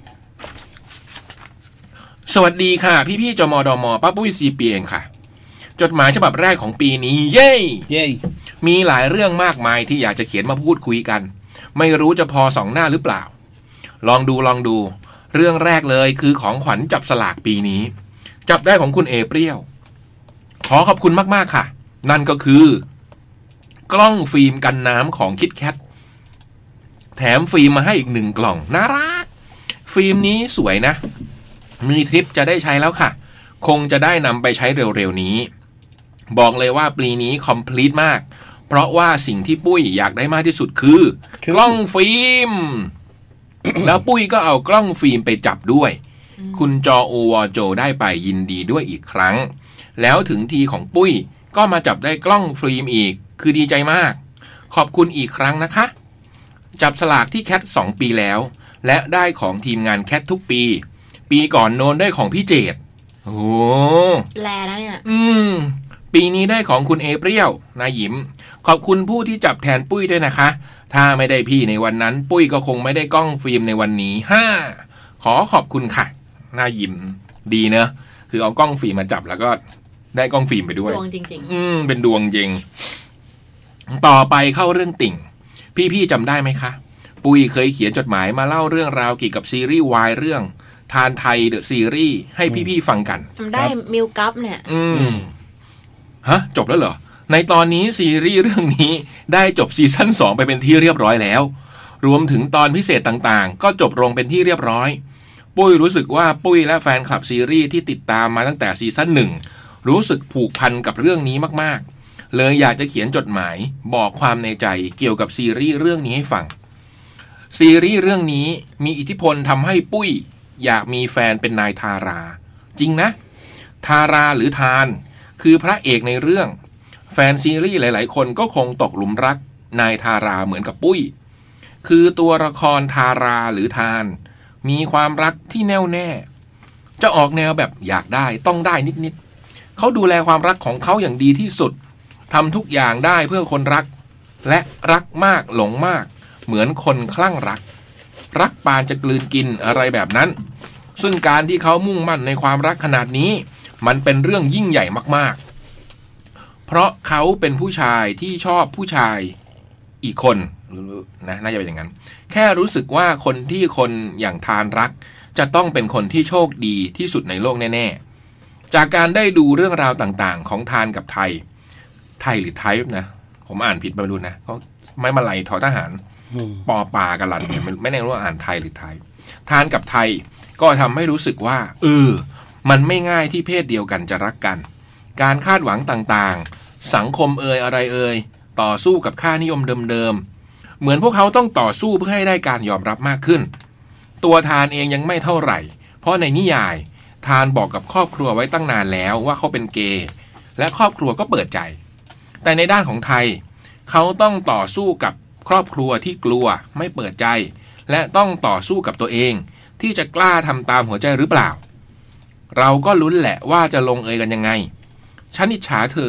สวัสดีค่ะพี่ๆจมดมป้าปุ้ยซีเปียงค่ะจดหมายฉบับแรกของปีนี้เย้มีหลายเรื่องมากมายที่อยากจะเขียนมาพูดคุยกันไม่รู้จะพอ2 หน้าหรือเปล่าลองดูเรื่องแรกเลยคือของขวัญจับสลากปีนี้จับได้ของคุณเอเปรี้ยวขอขอบคุณมากๆค่ะนั่นก็คือกล้องฟิล์มกันน้ำของคิดแคทแถมฟิล์มมาให้อีก1 กล่องน่ารักฟิล์มนี้สวยนะมีทริปจะได้ใช้แล้วค่ะคงจะได้นำไปใช้เร็วๆนี้บอกเลยว่าปีนี้คอมพลีทมากเพราะว่าสิ่งที่ปุ้ยอยากได้มากที่สุดคือกล้องฟิล์ม แล้วปุ้ยก็เอากล้องฟิล์มไปจับด้วยคุณจอโอวอโจได้ไปยินดีด้วยอีกครั้งแล้วถึงทีของปุ้ยก็มาจับได้กล้องฟิล์มอีกคือดีใจมากขอบคุณอีกครั้งนะคะจับสลากที่แคท2 ปีแล้วและได้ของทีมงานแคททุกปีก่อนโน้นได้ของพี่เจตโอ้แลนะเนี่ยปีนี้ได้ของคุณเอเปรี้ยวนายหยิมขอบคุณผู้ที่จับแทนปุ้ยด้วยนะคะถ้าไม่ได้พี่ในวันนั้นปุ้ยก็คงไม่ได้กล้องฟิล์มในวันนี้ขอขอบคุณค่ะนายหยิมดีเนอะคือเอากล้องฟิล์มมาจับแล้วก็ได้กล้องฟิล์มไปด้วยดวงจริงๆเป็นดวงจริงต่อไปเข้าเรื่องติ่งพี่ๆจำได้ไหมคะปุ้ยเคยเขียนจดหมายมาเล่าเรื่องราวเกี่ยวกับซีรีส์วายเรื่องทานไทยเดอะซีรีส์ให้พี่ๆฟังกันได้มิลกัปเนี่ยจบแล้วเหรอในตอนนี้ซีรีส์เรื่องนี้ได้จบซีซั่น2ไปเป็นที่เรียบร้อยแล้วรวมถึงตอนพิเศษต่างๆก็จบลงเป็นที่เรียบร้อยปุ้ยรู้สึกว่าปุ้ยและแฟนคลับซีรีส์ที่ติดตามมาตั้งแต่ซีซั่น1รู้สึกผูกพันกับเรื่องนี้มากๆเลยอยากจะเขียนจดหมายบอกความในใจเกี่ยวกับซีรีส์เรื่องนี้ให้ฟังซีรีส์เรื่องนี้มีอิทธิพลทำให้ปุ้ยอยากมีแฟนเป็นนายทาราจริงนะทาราหรือทานคือพระเอกในเรื่องแฟนซีรีส์หลายๆคนก็คงตกหลุมรักนายทาราเหมือนกับปุ้ยคือตัวละครทาราหรือทานมีความรักที่แน่วแน่จะออกแนวแบบอยากได้ต้องได้นิดๆเขาดูแลความรักของเขาอย่างดีที่สุดทำทุกอย่างได้เพื่อคนรักและรักมากหลงมากเหมือนคนคลั่งรักปานจะกลืนกินอะไรแบบนั้นซึ่งการที่เขามุ่งมั่นในความรักขนาดนี้มันเป็นเรื่องยิ่งใหญ่มากๆเพราะเขาเป็นผู้ชายที่ชอบผู้ชายอีกคนนะน่าจะเป็นอย่างนั้นแค่รู้สึกว่าคนที่คนอย่างทานรักจะต้องเป็นคนที่โชคดีที่สุดในโลกแน่ๆจากการได้ดูเรื่องราวต่างๆของทานกับไทยหรือไทยนะผมอ่านผิดไม่รู้นะเพราะไม่มาลัยทอทหารปอปากันลันเนี่ยไม่แน่รู้ว่าอ่านไทยหรือไทยทานกับไทยก็ทำให้รู้สึกว่ามันไม่ง่ายที่เพศเดียวกันจะรักกันการคาดหวังต่างๆสังคมอะไรต่อสู้กับค่านิยมเดิมๆเหมือนพวกเขาต้องต่อสู้เพื่อให้ได้การยอมรับมากขึ้นตัวทานเองยังไม่เท่าไหร่เพราะในนิยายทานบอกกับครอบครัวไว้ตั้งนานแล้วว่าเขาเป็นเกย์และครอบครัวก็เปิดใจแต่ในด้านของไทยเขาต้องต่อสู้กับครอบครัวที่กลัวไม่เปิดใจและต้องต่อสู้กับตัวเองที่จะกล้าทำตามหัวใจหรือเปล่าเราก็ลุ้นแหละว่าจะลงเอยกันยังไงฉันอิจฉาเธอท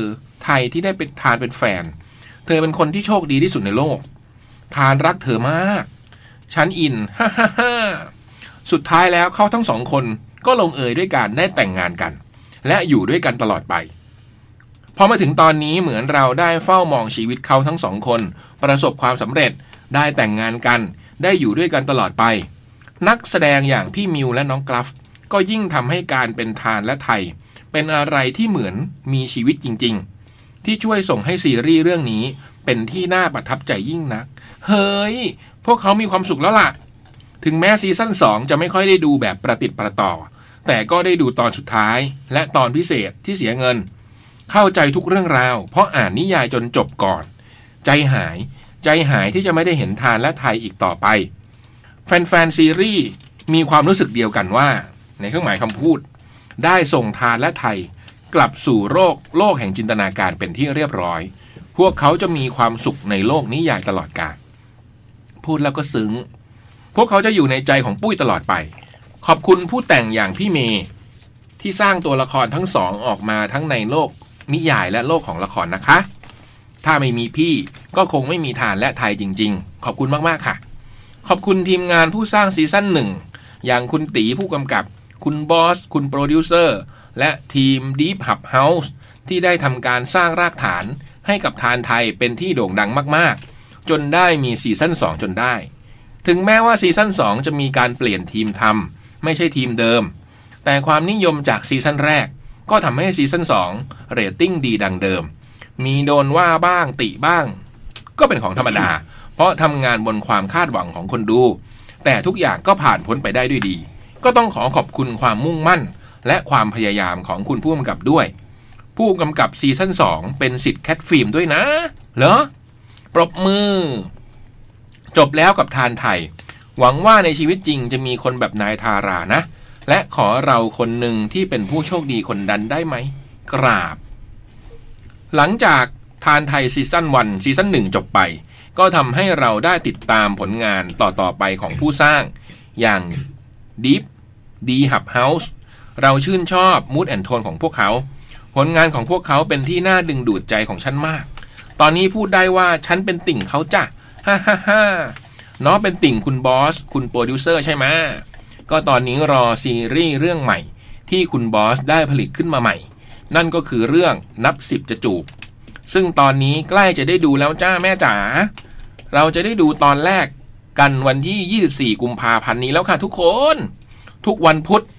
ไทยที่ได้เป็นทานเป็นแฟนเธอเป็นคนที่โชคดีที่สุดในโลกทานรักเธอมากฉันอินฮ่าฮ่าฮ่าสุดท้ายแล้วเขาทั้งสองคนก็ลงเอยด้วยการได้แต่งงานกันและอยู่ด้วยกันตลอดไปพอมาถึงตอนนี้เหมือนเราได้เฝ้ามองชีวิตเขาทั้งสองคนประสบความสำเร็จได้แต่งงานกันได้อยู่ด้วยกันตลอดไปนักแสดงอย่างพี่มิวและน้องกราฟก็ยิ่งทำให้การเป็นทานและไทยเป็นอะไรที่เหมือนมีชีวิตจริงๆที่ช่วยส่งให้ซีรีส์เรื่องนี้เป็นที่น่าประทับใจยิ่งนักเฮ้ยพวกเขามีความสุขแล้วล่ะถึงแม้ซีซั่น2จะไม่ค่อยได้ดูแบบประติดประต่อแต่ก็ได้ดูตอนสุดท้ายและตอนพิเศษที่เสียเงินเข้าใจทุกเรื่องราวเพราะอ่านนิยายจนจบก่อนใจหายที่จะไม่ได้เห็นทานและไทยอีกต่อไปแฟนๆซีรีส์มีความรู้สึกเดียวกันว่าในเครื่องหมายคำพูดได้ส่งทานและไทยกลับสู่โลกแห่งจินตนาการเป็นที่เรียบร้อยพวกเขาจะมีความสุขในโลกนิยายตลอดกาลพูดแล้วก็ซึ้งพวกเขาจะอยู่ในใจของปุ้ยตลอดไปขอบคุณผู้แต่งอย่างพี่เมย์ที่สร้างตัวละครทั้งสองออกมาทั้งในโลกนิยายและโลกของละครนะคะถ้าไม่มีพี่ก็คงไม่มีทานและไทยจริงๆขอบคุณมากๆค่ะขอบคุณทีมงานผู้สร้างซีซั่น1อย่างคุณตีผู้กำกับคุณบอสคุณโปรดิวเซอร์และทีม Deep Hub House ที่ได้ทำการสร้างรากฐานให้กับทานไทยเป็นที่โด่งดังมากๆจนได้มีซีซั่น2จนได้ถึงแม้ว่าซีซั่น2จะมีการเปลี่ยนทีมทำไม่ใช่ทีมเดิมแต่ความนิยมจากซีซั่นแรกก็ทำให้ซีซั่น2เรตติ้งดีดังเดิมมีโดนว่าบ้างติบ้างก็เป็นของธรรมดาเพราะทำงานบนความคาดหวังของคนดูแต่ทุกอย่างก็ผ่านพ้นไปได้ด้วยดีก็ต้องขอขอบคุณความมุ่งมั่นและความพยายามของคุณผู้กำกับด้วยผู้กำกับซีซั่น2เป็นศิษย์แคทฟิล์มด้วยนะเหรอปรบมือจบแล้วกับทานไทยหวังว่าในชีวิตจริงจะมีคนแบบนายทารานะและขอเราคนหนึ่งที่เป็นผู้โชคดีคนนั้นได้ไหมกราบหลังจากทานไทยซีซั่น1ซีซั่น1จบไปก็ทำให้เราได้ติดตามผลงานต่อไปของผู้สร้างอย่าง Deep Hub House เราชื่นชอบมูดแอนโทนของพวกเขาผลงานของพวกเขาเป็นที่น่าดึงดูดใจของฉันมากตอนนี้พูดได้ว่าฉันเป็นติ่งเขาจ้ะฮ่าฮ่าฮ่าเนาะเป็นติ่งคุณบอสคุณโปรดิวเซอร์ใช่ไหมก็ตอนนี้รอซีรีส์เรื่องใหม่ที่คุณบอสได้ผลิตขึ้นมาใหม่นั่นก็คือเรื่องนับ10จะจูบซึ่งตอนนี้ใกล้จะได้ดูแล้วจ้าแม่จ๋าเราจะได้ดูตอนแรกกันวันที่24กุมภาพันธ์นี้แล้วค่ะทุกคนทุกวันพุธ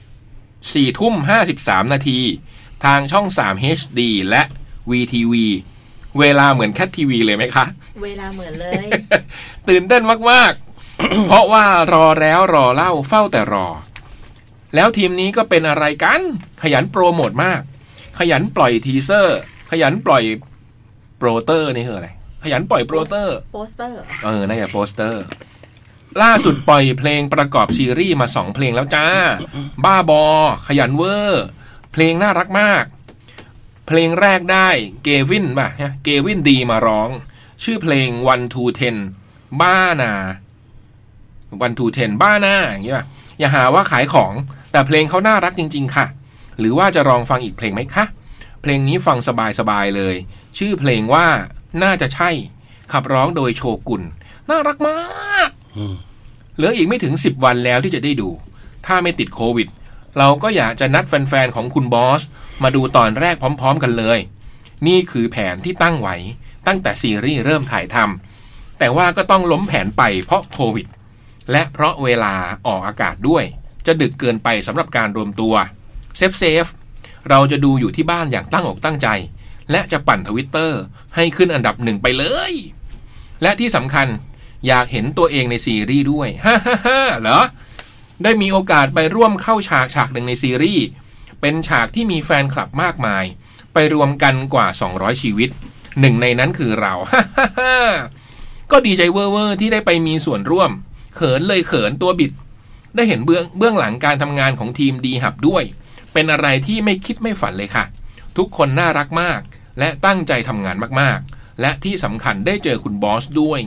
4:53 นาทีทางช่อง3 HD และ VTV เวลาเหมือนแคททีวีเลยไหมคะเวลาเหมือนเลยตื่นเต้นมากๆ เพราะว่ารอแล้วรอเล่าเฝ้าแต่รอแล้วทีมนี้ก็เป็นอะไรกันขยันโปรโมทมากขยันปล่อยทีเซอร์ขยันปล่อยโปรเตอร์นี่คืออะไรขยันปล่อยโปรเตอร์โปสเตอร์น่าจะโปสเตอร์ล่าสุดปล่อยเพลงประกอบซีรีส์มา2เพลงแล้วจ้าบ้าบอขยันเวอร์เพลงน่ารักมากเพลงแรกได้เกวินดีมาร้องชื่อเพลง1 to 10บ้านา1 to 10บ้านาอย่างเงี้ยอย่าหาว่าขายของแต่เพลงเขาน่ารักจริงๆค่ะหรือว่าจะลองฟังอีกเพลงไหมคะเพลงนี้ฟังสบายๆเลยชื่อเพลงว่าน่าจะใช่ขับร้องโดยโชกุนน่ารักมากเหลืออีกไม่ถึง10วันแล้วที่จะได้ดูถ้าไม่ติดโควิดเราก็อยากจะนัดแฟนๆของคุณบอสมาดูตอนแรกพร้อมๆกันเลยนี่คือแผนที่ตั้งไว้ตั้งแต่ซีรีส์เริ่มถ่ายทำแต่ว่าก็ต้องล้มแผนไปเพราะโควิดและเพราะเวลาออกอากาศด้วยจะดึกเกินไปสำหรับการรวมตัวเซฟเราจะดูอยู่ที่บ้านอย่างตั้งอกตั้งใจและจะปั่น Twitter ให้ขึ้นอันดับ1ไปเลยและที่สำคัญอยากเห็นตัวเองในซีรีส์ด้วยฮ่าเหรอได้มีโอกาสไปร่วมเข้าฉากหนึ่งในซีรีส์เป็นฉากที่มีแฟนคลับมากมายไปรวมกันกว่า200ชีวิตหนึ่งในนั้นคือเราก็ดีใจเวอร์ที่ได้ไปมีส่วนร่วมเขินตัวบิดได้เห็นเบื้องหลังการทำงานของทีมดีหับด้วยเป็นอะไรที่ไม่คิดไม่ฝันเลยค่ะทุกคนน่ารักมากและตั้งใจทำงานมากๆและที่สำคัญได้เจอคุณบอสด้วย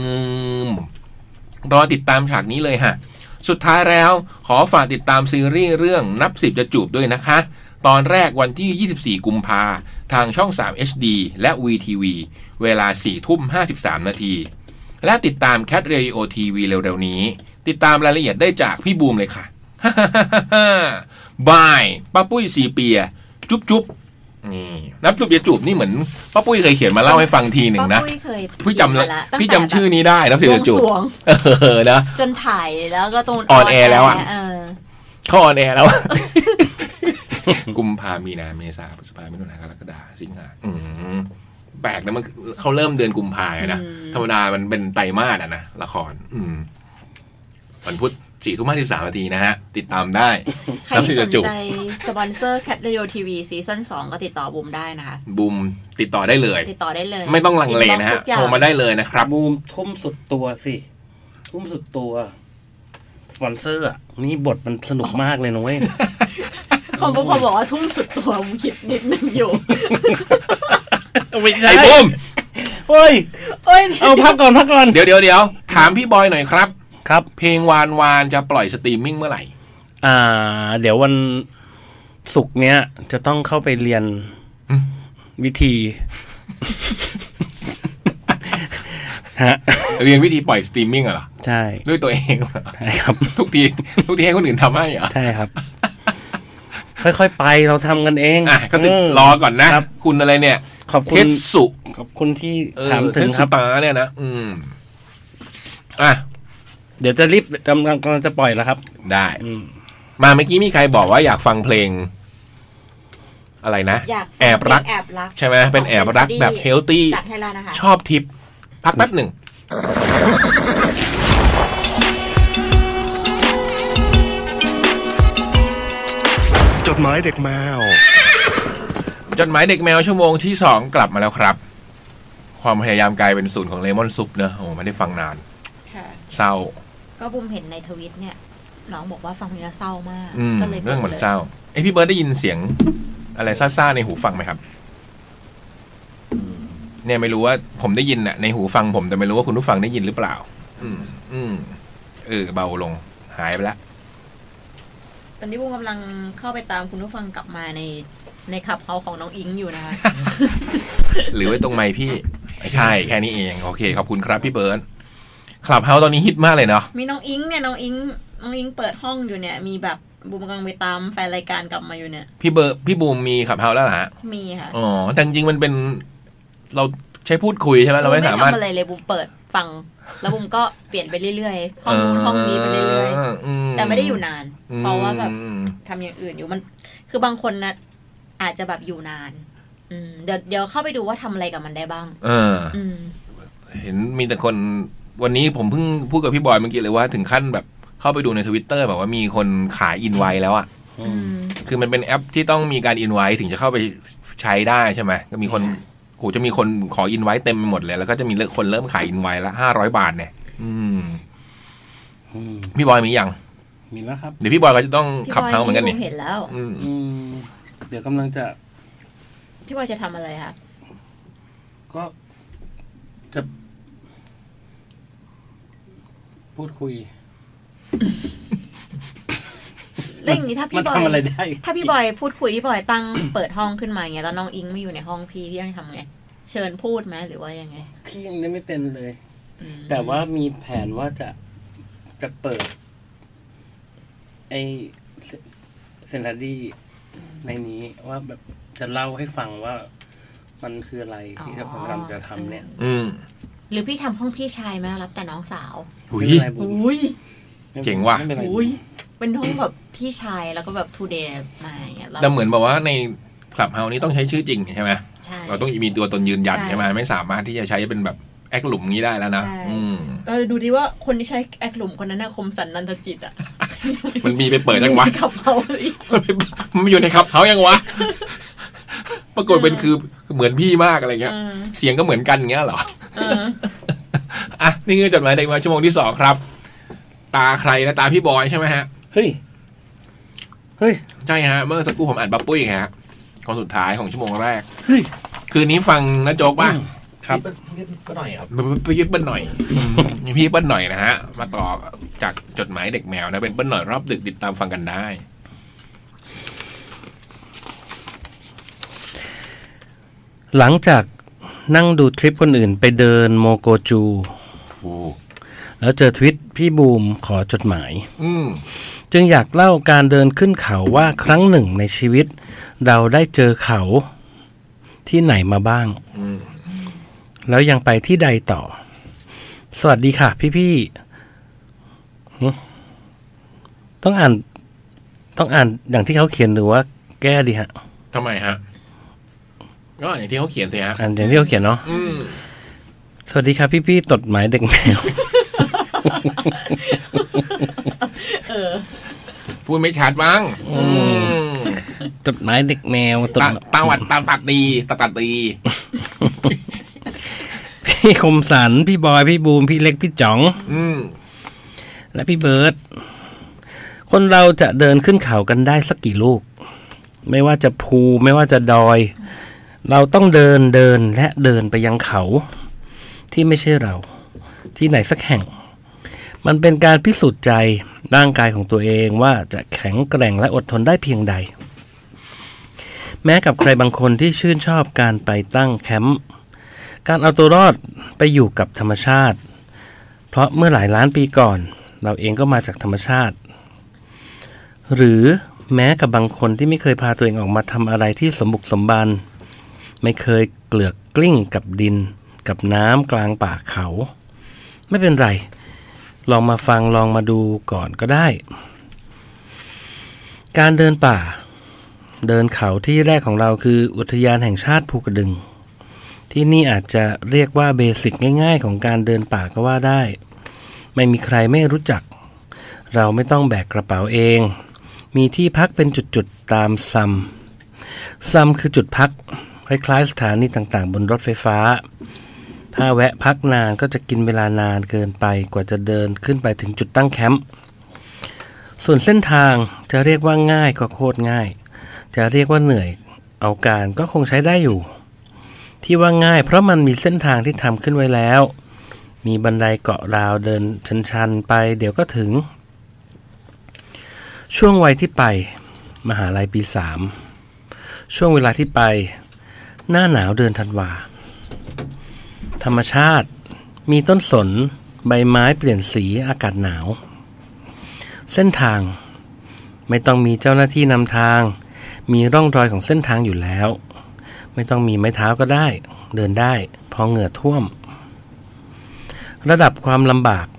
รอติดตามฉากนี้เลยฮะสุดท้ายแล้วขอฝากติดตามซีรีส์เรื่องนับ10จะจูบด้วยนะคะตอนแรกวันที่ 24 กุมภาทางช่อง 3 HD และ VTV เวลา 4:53 นาทีและติดตาม Cat Radio TV เร็วๆนี้ติดตามรายละเอียดได้จากพี่บูมเลยค่ะ บายป้าปุ้ยสีเปียจุ๊บจุ๊บนี่นับจูบอย่าจูบนี่เหมือนป้าปุ้ยเคยเขียนมาเล่าให้ฟังทีหนึ่งนะป้าปุ้ยเคยพี่จำชื่อนี้ได้นับจูบอย่าจูบวงสรวงนะจนถ่ายแล้วก็ตรงออนแอร์แล้วอะเออเขาออนแอร์แล้ว กุมภามีนาเมษาพฤษภามิถุนากรกฎาสิงหาแปลกนะมันเขาเริ่มเดือนกุมภาพันธ์นะธรรมดามันเป็นไตรมาสนะละครวันพุธ 4:53 นาทีนะฮะติดตามได้ใครที่สนใจสปอนเซอร์ Cat Radio TV ซีซั่น 2 ก็ติดต่อบูมได้นะคะบูมติดต่อได้เลยติดต่อได้เลยไม่ต้องลังเลนะฮะโทรมาได้เลยนะครับบูมทุ่มสุดตัวสิทุ่มสุดตัวสปอนเซอร์อ่ะนี่บทมันสนุกมากเลยนะเว้ยของพอบอกว่าทุ่มสุดตัวผมคิดนิดนึงอยู่ไอ้บูมเฮ้ยเอาพักก่อนเดี๋ยวถามพี่บอยหน่อยครับครับเพลงวานจะปล่อยสตรีมมิ่งเมื่อไหร่เดี๋ยววันศุกร์เนี้ยจะต้องเข้าไปเรียนวิธีเรียนวิธีปล่อยสตรีมมิ่งเหรอใช่ด้วยตัวเองใช่ครับทุกทีให้คนอื่นทำให้เหรอใช่ครับค่อยๆไปเราทำกันเองก็ติดรอก่อนนะคุณอะไรเนี่ยขอบคุณเทสุขอบคุณที่ถามถึงครับตาเนี่ยนะเดี๋ยวจะรีบกำลังจะปล่อยแล้วครับได้มาเมื่อกี้มีใครบอกว่าอยากฟังเพลงอะไรนะแอบรักใช่ไหมเป็นแอบรักแบบเฮลตี้จัดให้แล้วนะคะชอบทิปพักแป๊บหนึ่งจดหมายเด็กแมวจดหมายเด็กแมวชั่วโมงที่2กลับมาแล้วครับความพยายามกลายเป็นศูนย์ของเลมอนซุปเนอะโอ้ไม่ได้ฟังนานเศร้าก็บุมเห็นในทวิตเนี่ยน้องบอกว่าฟังเพลงแล้วเศร้ามากก็เลยเรื่องมันเศร้าพี่เบิร์ดได้ยินเสียงอะไรซ่าๆในหูฟังไหมครับเนี่ยไม่รู้ว่าผมได้ยินน่ะในหูฟังผมแต่ไม่รู้ว่าคุณผู้ฟังได้ยินหรือเปล่าเบาลงหายไปแล้วตอนนี้บุมกำลังเข้าไปตามคุณผู้ฟังกลับมาในขับเฮาของน้องอิงอยู่นะคะหรือไว้ตรงไมค์พี่ไม่ใช่แค่นี้เองโอเคขอบคุณครับพี่เบิร์ดคลับเฮาตอนนี้ฮิตมากเลยเนาะมีน้องอิงเนี่ยน้องอิงเปิดห้องอยู่เนี่ยมีแบบบูมกำลังไปตามแฟนรายการกลับมาอยู่เนี่ยพี่บูมมีคลับเฮาแล้วเหรอฮะมีค่ะอ๋อแต่จริงๆมันเป็นเราใช้พูดคุยใช่ไหมเราไม่สามารถทำอะไรเลยบูมเปิดฟังแล้วบูมก็เปลี่ยนไปเรื่อยๆห้องนี้ไปเรื่อยๆแต่ไม่ได้อยู่นานเพราะว่าแบบทำอย่างอื่นอยู่มันคือบางคนนะอาจจะแบบอยู่นานเดี๋ยวเข้าไปดูว่าทำอะไรกับมันได้บ้างเห็นมีแต่คนวันนี้ผมเพิ่งพูดกับพี่บอยเมื่อกี้เลยว่าถึงขั้นแบบเข้าไปดูใน Twitter แบบว่ามีคนขายอินไวท์แล้วอ่ะคือมันเป็นแอปที่ต้องมีการอินไวท์ถึงจะเข้าไปใช้ได้ใช่ไหมก็มีคนจะมีคนขออินไวท์เต็มไปหมดเลยแล้วก็จะมีคนเริ่มขายอินไวท์ละ500 บาทเนี่ยพี่บอยมียังมีแล้วครับเดี๋ยวพี่บอยก็จะต้องขับเฮาเหมือนกันเนี่ยเห็นแล้วเดี๋ยวกำลังจะพี่บอยจะทำอะไรคะก็จะพูดคุยเรื่องนี้ถ้าพี่บอยถ้าพี่บอยพูดคุยพี่บอยตั้งเปิดห้องขึ้นมาอย่างเงี้ยแล้วน้องอิงไม่อยู่ในห้องพี่ยังทำไงเชิญพูดไหมหรือว่ายังไงพี่ยังไม่เป็นเลยแต่ว่ามีแผนว่าจะเปิดไอเซนทารี่ในนี้ว่าแบบจะเล่าให้ฟังว่ามันคืออะไรที่ผมกำลังจะทำเนี่ยหรือพี่ทำห้องพี่ชายไหมรับแต่น้องสาวอุ้ยเจ๋งว่ะเป็นห้องแบบพี่ชายแล้วก็แบบทูเดย์มาอย่างเงี้ยแต่เหมือนแบบว่าในคลับเฮานี้ต้องใช้ชื่อจริงใช่ไหมเราต้องมีตัวตนยืนยันใช่ไหมไม่สามารถที่จะใช้เป็นแบบแอคหลุมนี้ได้แล้วนะดูดีว่าคนที่ใช้แอคหลุมคนนั้นน่ะคมสันนันทจิตอ่ะมันมีไปเปิดยังวะขับเฮามันอยู่ในขับเฮายังวะปรากฏเป็นคือเหมือนพี่มากอะไรเงี้ยเสียงก็เหมือนกันเงี้ยเหรอนี่คือจดหมายเด็กมาชั่วโมงที่2ครับตาใครนะตาพี่บอยใช่ไหมฮะเฮ้ยใช่ฮะเมื่อสักครู่ผมอ่านบับปุ้ยฮะคนสุดท้ายของชั่วโมงแรกเฮ้ยคืนนี้ฟังนะโจ๊กป่ะครับพี่เปิ้ลหน่อยครับพี่เปิ้ลหน่อยพี่เปิ้ลหน่อยนะฮะมาต่อจากจดหมายเด็กแมวนะเป็นเปิ้ลหน่อยรอบดึกติดตามฟังกันได้หลังจากนั่งดูทริปคนอื่นไปเดินโมโกจูโอ้แล้วเจอทวิตพี่บูมขอจดหมายอืมจึงอยากเล่าการเดินขึ้นเขาว่าครั้งหนึ่งในชีวิต เราได้เจอเขาที่ไหนมาบ้างอืมแล้วยังไปที่ใดต่อ สวัสดีค่ะพี่ๆต้องอ่านอย่างที่เขาเขียนหรือว่าแก้ดีฮะทำไมฮะก็อย่างที่เขาเขียนสิฮะอ่านอย่างที่เขาเขียนเนาะอืมสวัสดีค่ะพี่ๆตดหมายเด็กแมวพูดไม่ชัดบ้างอืมจดหมายเด็กแมวตดตาวัดตามตัดตีตัดตีพี่คมสันพี่บอยพี่บูมพี่เล็กพี่จ๋องอืมและพี่เบิร์ตคนเราจะเดินขึ้นเขากันได้สักกี่ลูก ไม่ว่าจะภูไม่ว่าจะดอย เราต้องเดินและเดินไปยังเขา ที่ไม่ใช่เราที่ไหนสักแห่ง มันเป็นการพิสูจน์ใจร่างกายของตัวเองว่าจะแข็งแกร่งและอดทนได้เพียงใด แม้กับใครบางคนที่ชื่นชอบการไปตั้งแคมป์การเอาตัวรอดไปอยู่กับธรรมชาติ เพราะเมื่อหลายล้านปีก่อนเราเองก็มาจากธรรมชาติ หรือแม้กับบางคนที่ไม่เคยพาตัวเองออกมาทำอะไรที่สมบุกสมบันไม่เคยเกลือกกลิ้งกับดินกับน้ำกลางป่าเขาไม่เป็นไรลองมาฟังลองมาดูก่อนก็ได้ การเดินป่าเดินเขาที่แรกของเราคืออุทยานแห่งชาติภูกระดึงที่นี่อาจจะเรียกว่าเบสิกง่ายๆของการเดินป่าก็ว่าได้ไม่มีใครไม่รู้จักเราไม่ต้องแบกกระเป๋าเองมีที่พักเป็นจุดๆตามซัมคือจุดพักคล้ายๆสถานีต่างๆบนรถไฟฟ้าถ้าแวะพักนานก็จะกินเวลานานเกินไปกว่าจะเดินขึ้นไปถึงจุดตั้งแคมป์ส่วนเส้นทางจะเรียกว่าง่ายก็โคตรง่ายจะเรียกว่าเหนื่อยเอาการก็คงใช้ได้อยู่ที่ว่าง่ายเพราะมันมีเส้นทางที่ทำขึ้นไว้แล้วมีบันไดเกาะราวเดินชันๆไปเดี๋ยวก็ถึงช่วงวัยที่ไปมหาลัยปี 3ช่วงเวลาที่ไปหน้าหนาวเดือนธันวาธรรมชาติมีต้นสนใบไม้เปลี่ยนสีอากาศหนาวเส้นทางไม่ต้องมีเจ้าหน้าที่นำทางมีร่องรอยของเส้นทางอยู่แล้วไม่ต้องมีไม้เท้าก็ได้เดินได้พอเหงื่อท่วมระดับความลำบาก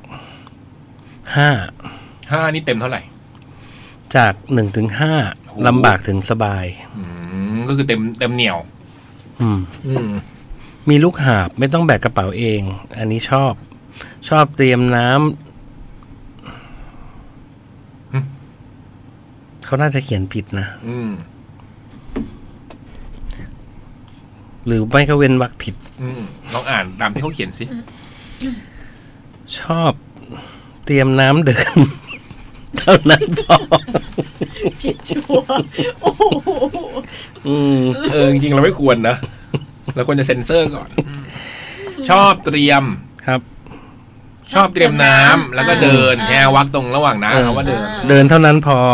5 นี่เต็มเท่าไหร่จาก1 ถึง 5ลำบากถึงสบายก็คือเต็มเหนียวมีลูกหาบไม่ต้องแบกกระเป๋าเองอันนี้ชอบเตรียมน้ำเขาน่าจะเขียนผิดนะหรือไม่ก็เว้นวรรคผิดลองอ่านตามที่เขาเขียนสิชอบเตรียมน้ำเดินเท่านั้นพอผิดชัวร์โอ้โหจริงๆเราไม่ควรนะเราควรจะเซ็นเซอร์ก่อนชอบเตรียมครับชอบเตรียมน้ำแล้วก็เดินแค่วักตรงระหว่างน้ำเขาว่าเดินเท่านั้นพอ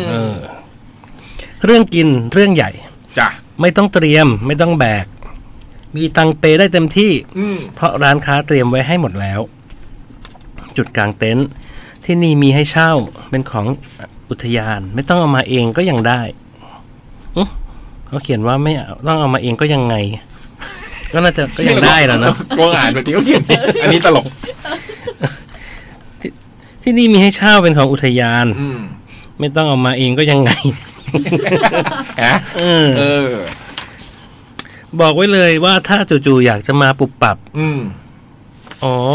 เรื่องกินเรื่องใหญ่จ้ะไม่ต้องเตรียมไม่ต้องแบกมีตังเปได้เต็มที่เพราะร้านค้าเตรียมไว้ให้หมดแล้วจุดกลางเต็นท์ที่นี่มีให้เช่าเป็นของอุทยานไม่ต้องเอามาเองก็ยังได้เขาเขียนว่าไม่ต้องเอามาเองก็ยังไงก็น่าจะก็ยังได้แล้วนะก็อ่านแบบนี้เขาเขียนอันนี้ตลกที่นี่มีให้เช่าเป็นของอุทยานไม่ต้องเอามาเองก็ยังไงบอกไว้เลยว่าถ้าจู่ๆอยากจะมาปุบปับอ๋อ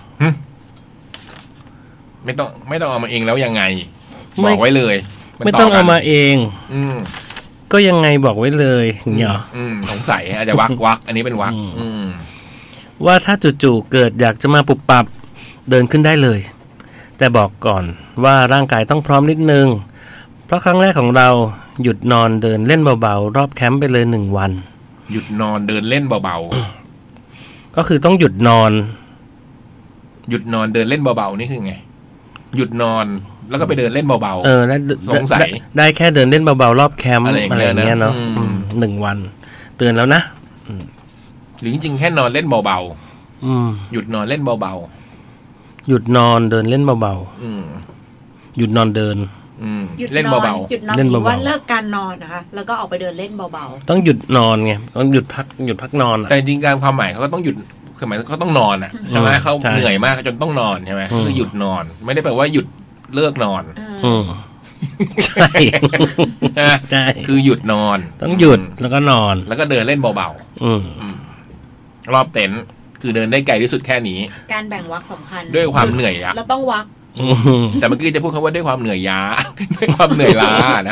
ไม่ต้องเอามาเองแล้วยังไงบอกไว้เลยไม่ต้องเอามาเองก็ยังไงบอกไว้เลยอย่างเงี้ยสงสัยอาจจะวักอันนี้เป็นวักว่าถ้าจู่ๆเกิดอยากจะมาปุบปับเดินขึ้นได้เลยแต่บอกก่อนว่าร่างกายต้องพร้อมนิดนึงเพราะครั้งแรกของเราหยุดนอนเดินเล่นเบาๆรอบแคมป์ไปเลย1 วันหยุดนอนเดินเล่นเบาๆก็คือต้องหยุดนอนเดินเล่นเบาๆนี่คือไงหยุดนอนแล้วก็ไปเดินเล่นเบาๆสงสัยได้แค่เดินเล่นเบาๆรอบแคมป์อะไรอย่างเงี้ยเนาะ1 วันเตือนแล้วนะหรือจริงๆแค่นอนเล่นเบาๆหยุดนอนเล่นเบาหยุดนอนเดินเล่นเบาๆหยุดนอนเดินหยุดเล่นนอนเบาหยุดนอนเล่นหรือเบาๆว่าเลิกการนอนนะคะ แล้วก็ออกไปเดินเล่นเบาต้องหยุดนอนไงต้องหยุดพักนอนๆแต่จริงๆการความหมายเขาก็ต้องหยุดคือหมายเขาต้องนอนอ่ะใช่ไหมเขาใช่เหนื่อยมากจนต้องนอนใช่ไหมคือหยุดนอน ไม่ได้แปลว่าหยุดเลิกนอนใช่ใช่ไหมใช่คือหยุดนอนต้องหยุดแล้วก็นอนแล้วก็เดินเล่นเบาอืมๆรอบเต็นท์คือเดินได้ไกลที่สุดแค่นี้ๆ การแบ่งวรรคสำคัญด้วยความเหนื่อยอะแล้วต้องวรรคแต่เมื่อกี้จะพูดคำว่าด้วยความเหนื่อยล้า ด้วยความเหนื่อยล้านะ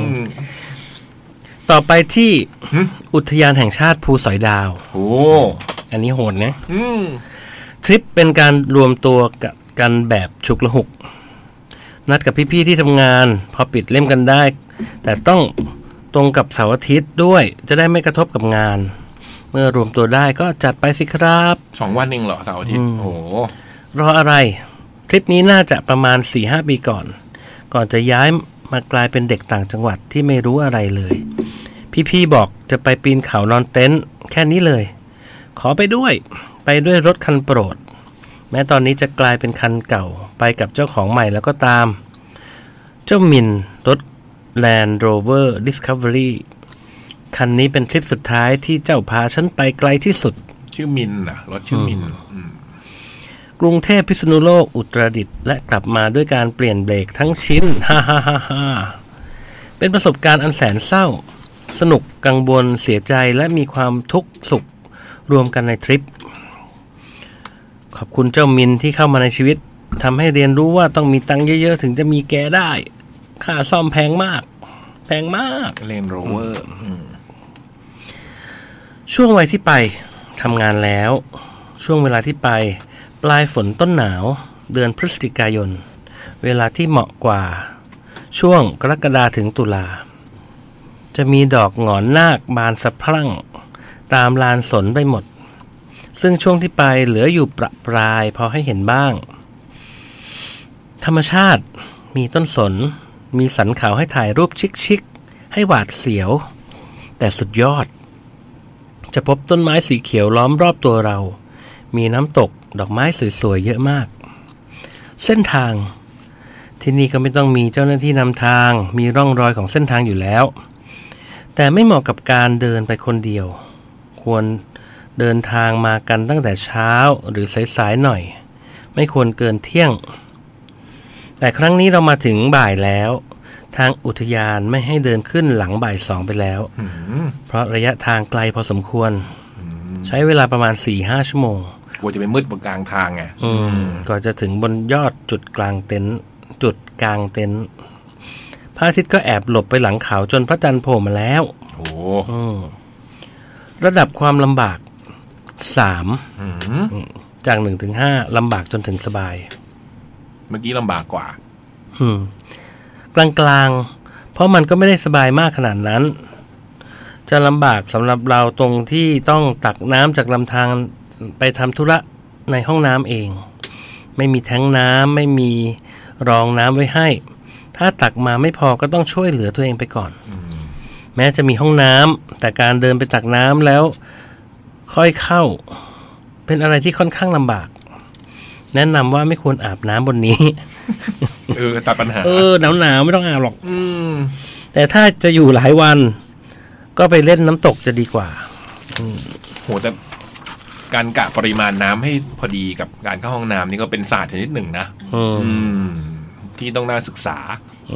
ต่อไปที่อุทยานแห่งชาติภูสอยดาวโอ้อันนี้โหดนะอืมทริปเป็นการรวมตัวกันแบบฉุกละหุก นัดกับพี่ๆที่ทำงาน พอปิดเล่มกันได้ แต่ต้องตรงกับเสาร์อาทิตย์ด้วย จะได้ไม่กระทบกับงาน เมื่อรวมตัวได้ก็จัดไปสิครับ 2 วันเองเหรอเสาร์อาทิตย์โอ้รออะไร ทริปนี้น่าจะประมาณ 4-5 ปีก่อนจะย้ายมากลายเป็นเด็กต่างจังหวัดที่ไม่รู้อะไรเลย พี่ๆบอกจะไปปีนเขานอนเต็นท์แค่นี้เลย ขอไปด้วยรถคันโปรด แม้ตอนนี้จะกลายเป็นคันเก่าไปกับเจ้าของใหม่แล้วก็ตาม เจ้ามินรถ Land Rover Discovery คันนี้เป็นทริปสุดท้ายที่เจ้าพาฉันไปไกลที่สุดชื่อมินนะรถชื่อมินกรุงเทพพิษณุโลกอุตรดิตถ์และกลับมาด้วยการเปลี่ยนเบรกทั้งชิ้น ฮ่าฮ่าฮ่าฮ่าเป็นประสบการณ์อันแสนเศร้า สนุกกังวลเสียใจและมีความทุกข์สุขรวมกันในทริป ขอบคุณเจ้ามินที่เข้ามาในชีวิตทำให้เรียนรู้ว่าต้องมีตังค์เยอะๆถึงจะมีแกได้ ค่าซ่อมแพงมากเลนโรเวอร์ช่วงวัยที่ไปทำงานแล้ว ช่วงเวลาที่ไปปลายฝนต้นหนาวเดือนพฤศจิกายน เวลาที่เหมาะกว่าช่วงกรกฎาถึงตุลาจะมีดอกหงอนนาคบานสะพรั่งตามลานสนไปหมด ซึ่งช่วงที่ไปเหลืออยู่ประปรายพอให้เห็นบ้าง ธรรมชาติมีต้นสนมีสันเขาให้ถ่ายรูปชิคๆให้หวาดเสียวแต่สุดยอดจะพบต้นไม้สีเขียวล้อมรอบตัวเรามีน้ำตกดอกไม้สวยๆเยอะมากเส้นทางที่นี่ก็ไม่ต้องมีเจ้าหน้าที่นำทางมีร่องรอยของเส้นทางอยู่แล้วแต่ไม่เหมาะกับการเดินไปคนเดียวควรเดินทางมากันตั้งแต่เช้าหรือสายๆหน่อยไม่ควรเกินเที่ยงแต่ครั้งนี้เรามาถึงบ่ายแล้วทางอุทยานไม่ให้เดินขึ้นหลังบ่าย 2ไปแล้วเพราะระยะทางไกลพอสมควรใช้เวลาประมาณ 4-5 ชั่วโมงกลัวจะไปมืดบนกลางทางไงก่อนจะถึงบนยอดจุดกลางเต็นท์พระอาทิตย์ก็แอบหลบไปหลังเขาจนพระจันทร์โผล่มาแล้วโอ้ระดับความลำบาก 3จาก 1-5 ลำบากจนถึงสบายเมื่อกี้ลำบากกว่ากลางๆเพราะมันก็ไม่ได้สบายมากขนาดนั้นจะลำบากสำหรับเราตรงที่ต้องตักน้ำจากลำธารไปทำธุระในห้องน้ำเองไม่มีแท้งน้ำไม่มีรองน้ำไว้ให้ถ้าตักมาไม่พอก็ต้องช่วยเหลือตัวเองไปก่อนแม้จะมีห้องน้ำแต่การเดินไปตักน้ำแล้วค่อยเข้าเป็นอะไรที่ค่อนข้างลำบากแนะนำว่าไม่ควรอาบน้ำบนนี้ตัดปัญหาหนาวไม่ต้องอาบหรอกแต่ถ้าจะอยู่หลายวันก็ไปเล่นน้ำตกจะดีกว่าโหแต่การกะปริมาณน้ำให้พอดีกับการเข้าห้องน้ำนี่ก็เป็นศาสตร์ชนิดหนึ่งนะที่ต้องน่าศึกษา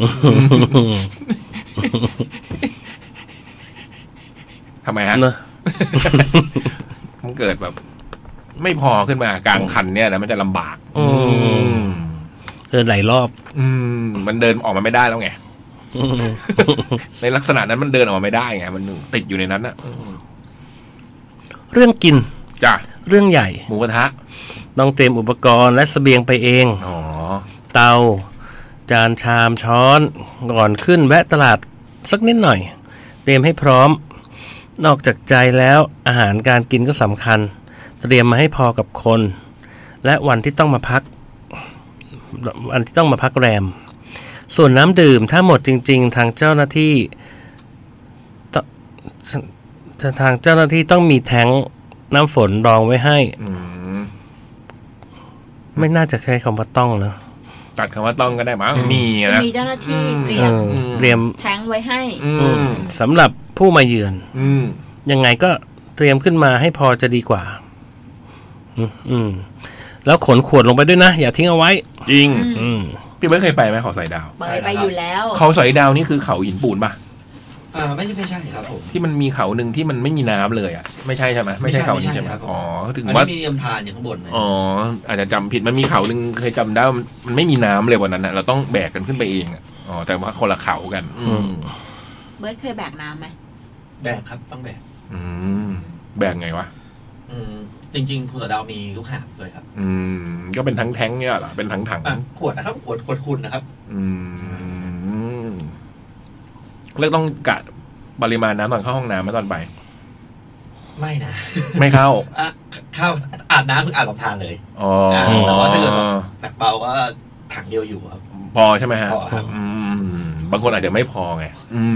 ทำไมฮะมันเกิดแบบไม่พอขึ้นมากลางคันเนี่ยนะมันจะลำบากเดินหลายรอบมันเดินออกมาไม่ได้แล้วไงในลักษณะนั้นมันเดินออกมาไม่ได้ไงมันติดอยู่ในนั้นนะเรื่องกินจ้ะเรื่องใหญ่หมูกระทะต้องเตรียมอุปกรณ์และเสบียงไปเองเตาจานชามช้อนก่อนขึ้นแวะตลาดสักนิดหน่อยเตรียมให้พร้อมนอกจากใจแล้วอาหารการกินก็สำคัญเตรียมมาให้พอกับคนและวันที่ต้องมาพักแรมส่วนน้ำดื่มถ้าหมดจริงๆทางเจ้าหน้าที่ต้องมีแท้งน้ำฝนรองไว้ให้มไม่น่าจะใช้คำว่าต้องนะตัดคำว่าต้องก็ได้มั้งมีจะนะมีเจ้าหน้าที่เตรียมเตรียมแท้งไว้ให้สำหรับผู้มาเยือนมยังไงก็เตรียมขึ้นมาให้พอจะดีกว่าแล้วขนขวดลงไปด้วยนะ อย่าทิ้งเอาไว้จริงอืมพี่ไม่เคยไปไหมเขาสอยดาวไปอยู่แล้วเขาสอยดาวนี่คือเขาหินปูนป่ะไม่ใช่ครับผมที่มันมีเขาหนึ่งที่มันไม่มีน้ำเลยอ่ะไม่ใช่ใช่ไหมไม่ใช่เขานี้ใช่ไหมครับผมอ๋อถึงอันว่านี้มีลำธารอยู่ข้างบนเลยอ๋ออาจจะจำผิดมันมีเขาหนึ่งเคยจำได้ว่ามันไม่มีน้ำเลยวันนั้นนะเราต้องแบกกันขึ้นไปเองอะอ๋อแต่ว่าคนละเขากันเบิร์ดเคยแบกน้ำไหมแบกครับต้องแบกแบกไงวะจริงๆภูสะเดาวมีลูกหาบด้วยครับก็เป็นทั้งแท้งเนี่ยเหรอเป็นทั้งถังขวดนะครับขวดคุณนะครับแล้วต้องกะปริมาณน้ำตอนเข้าห้องน้ำไหมตอนไปไม่นะไม่เข้าเข้าอาบน้ำเพิ่งอาบลำธารเลยอ๋อแต่ว่าถ้าเกิดหนักเบาก็ถังเดียวอยู่ครับพอใช่ไหมฮะพอครับบางคนอาจจะไม่พอไง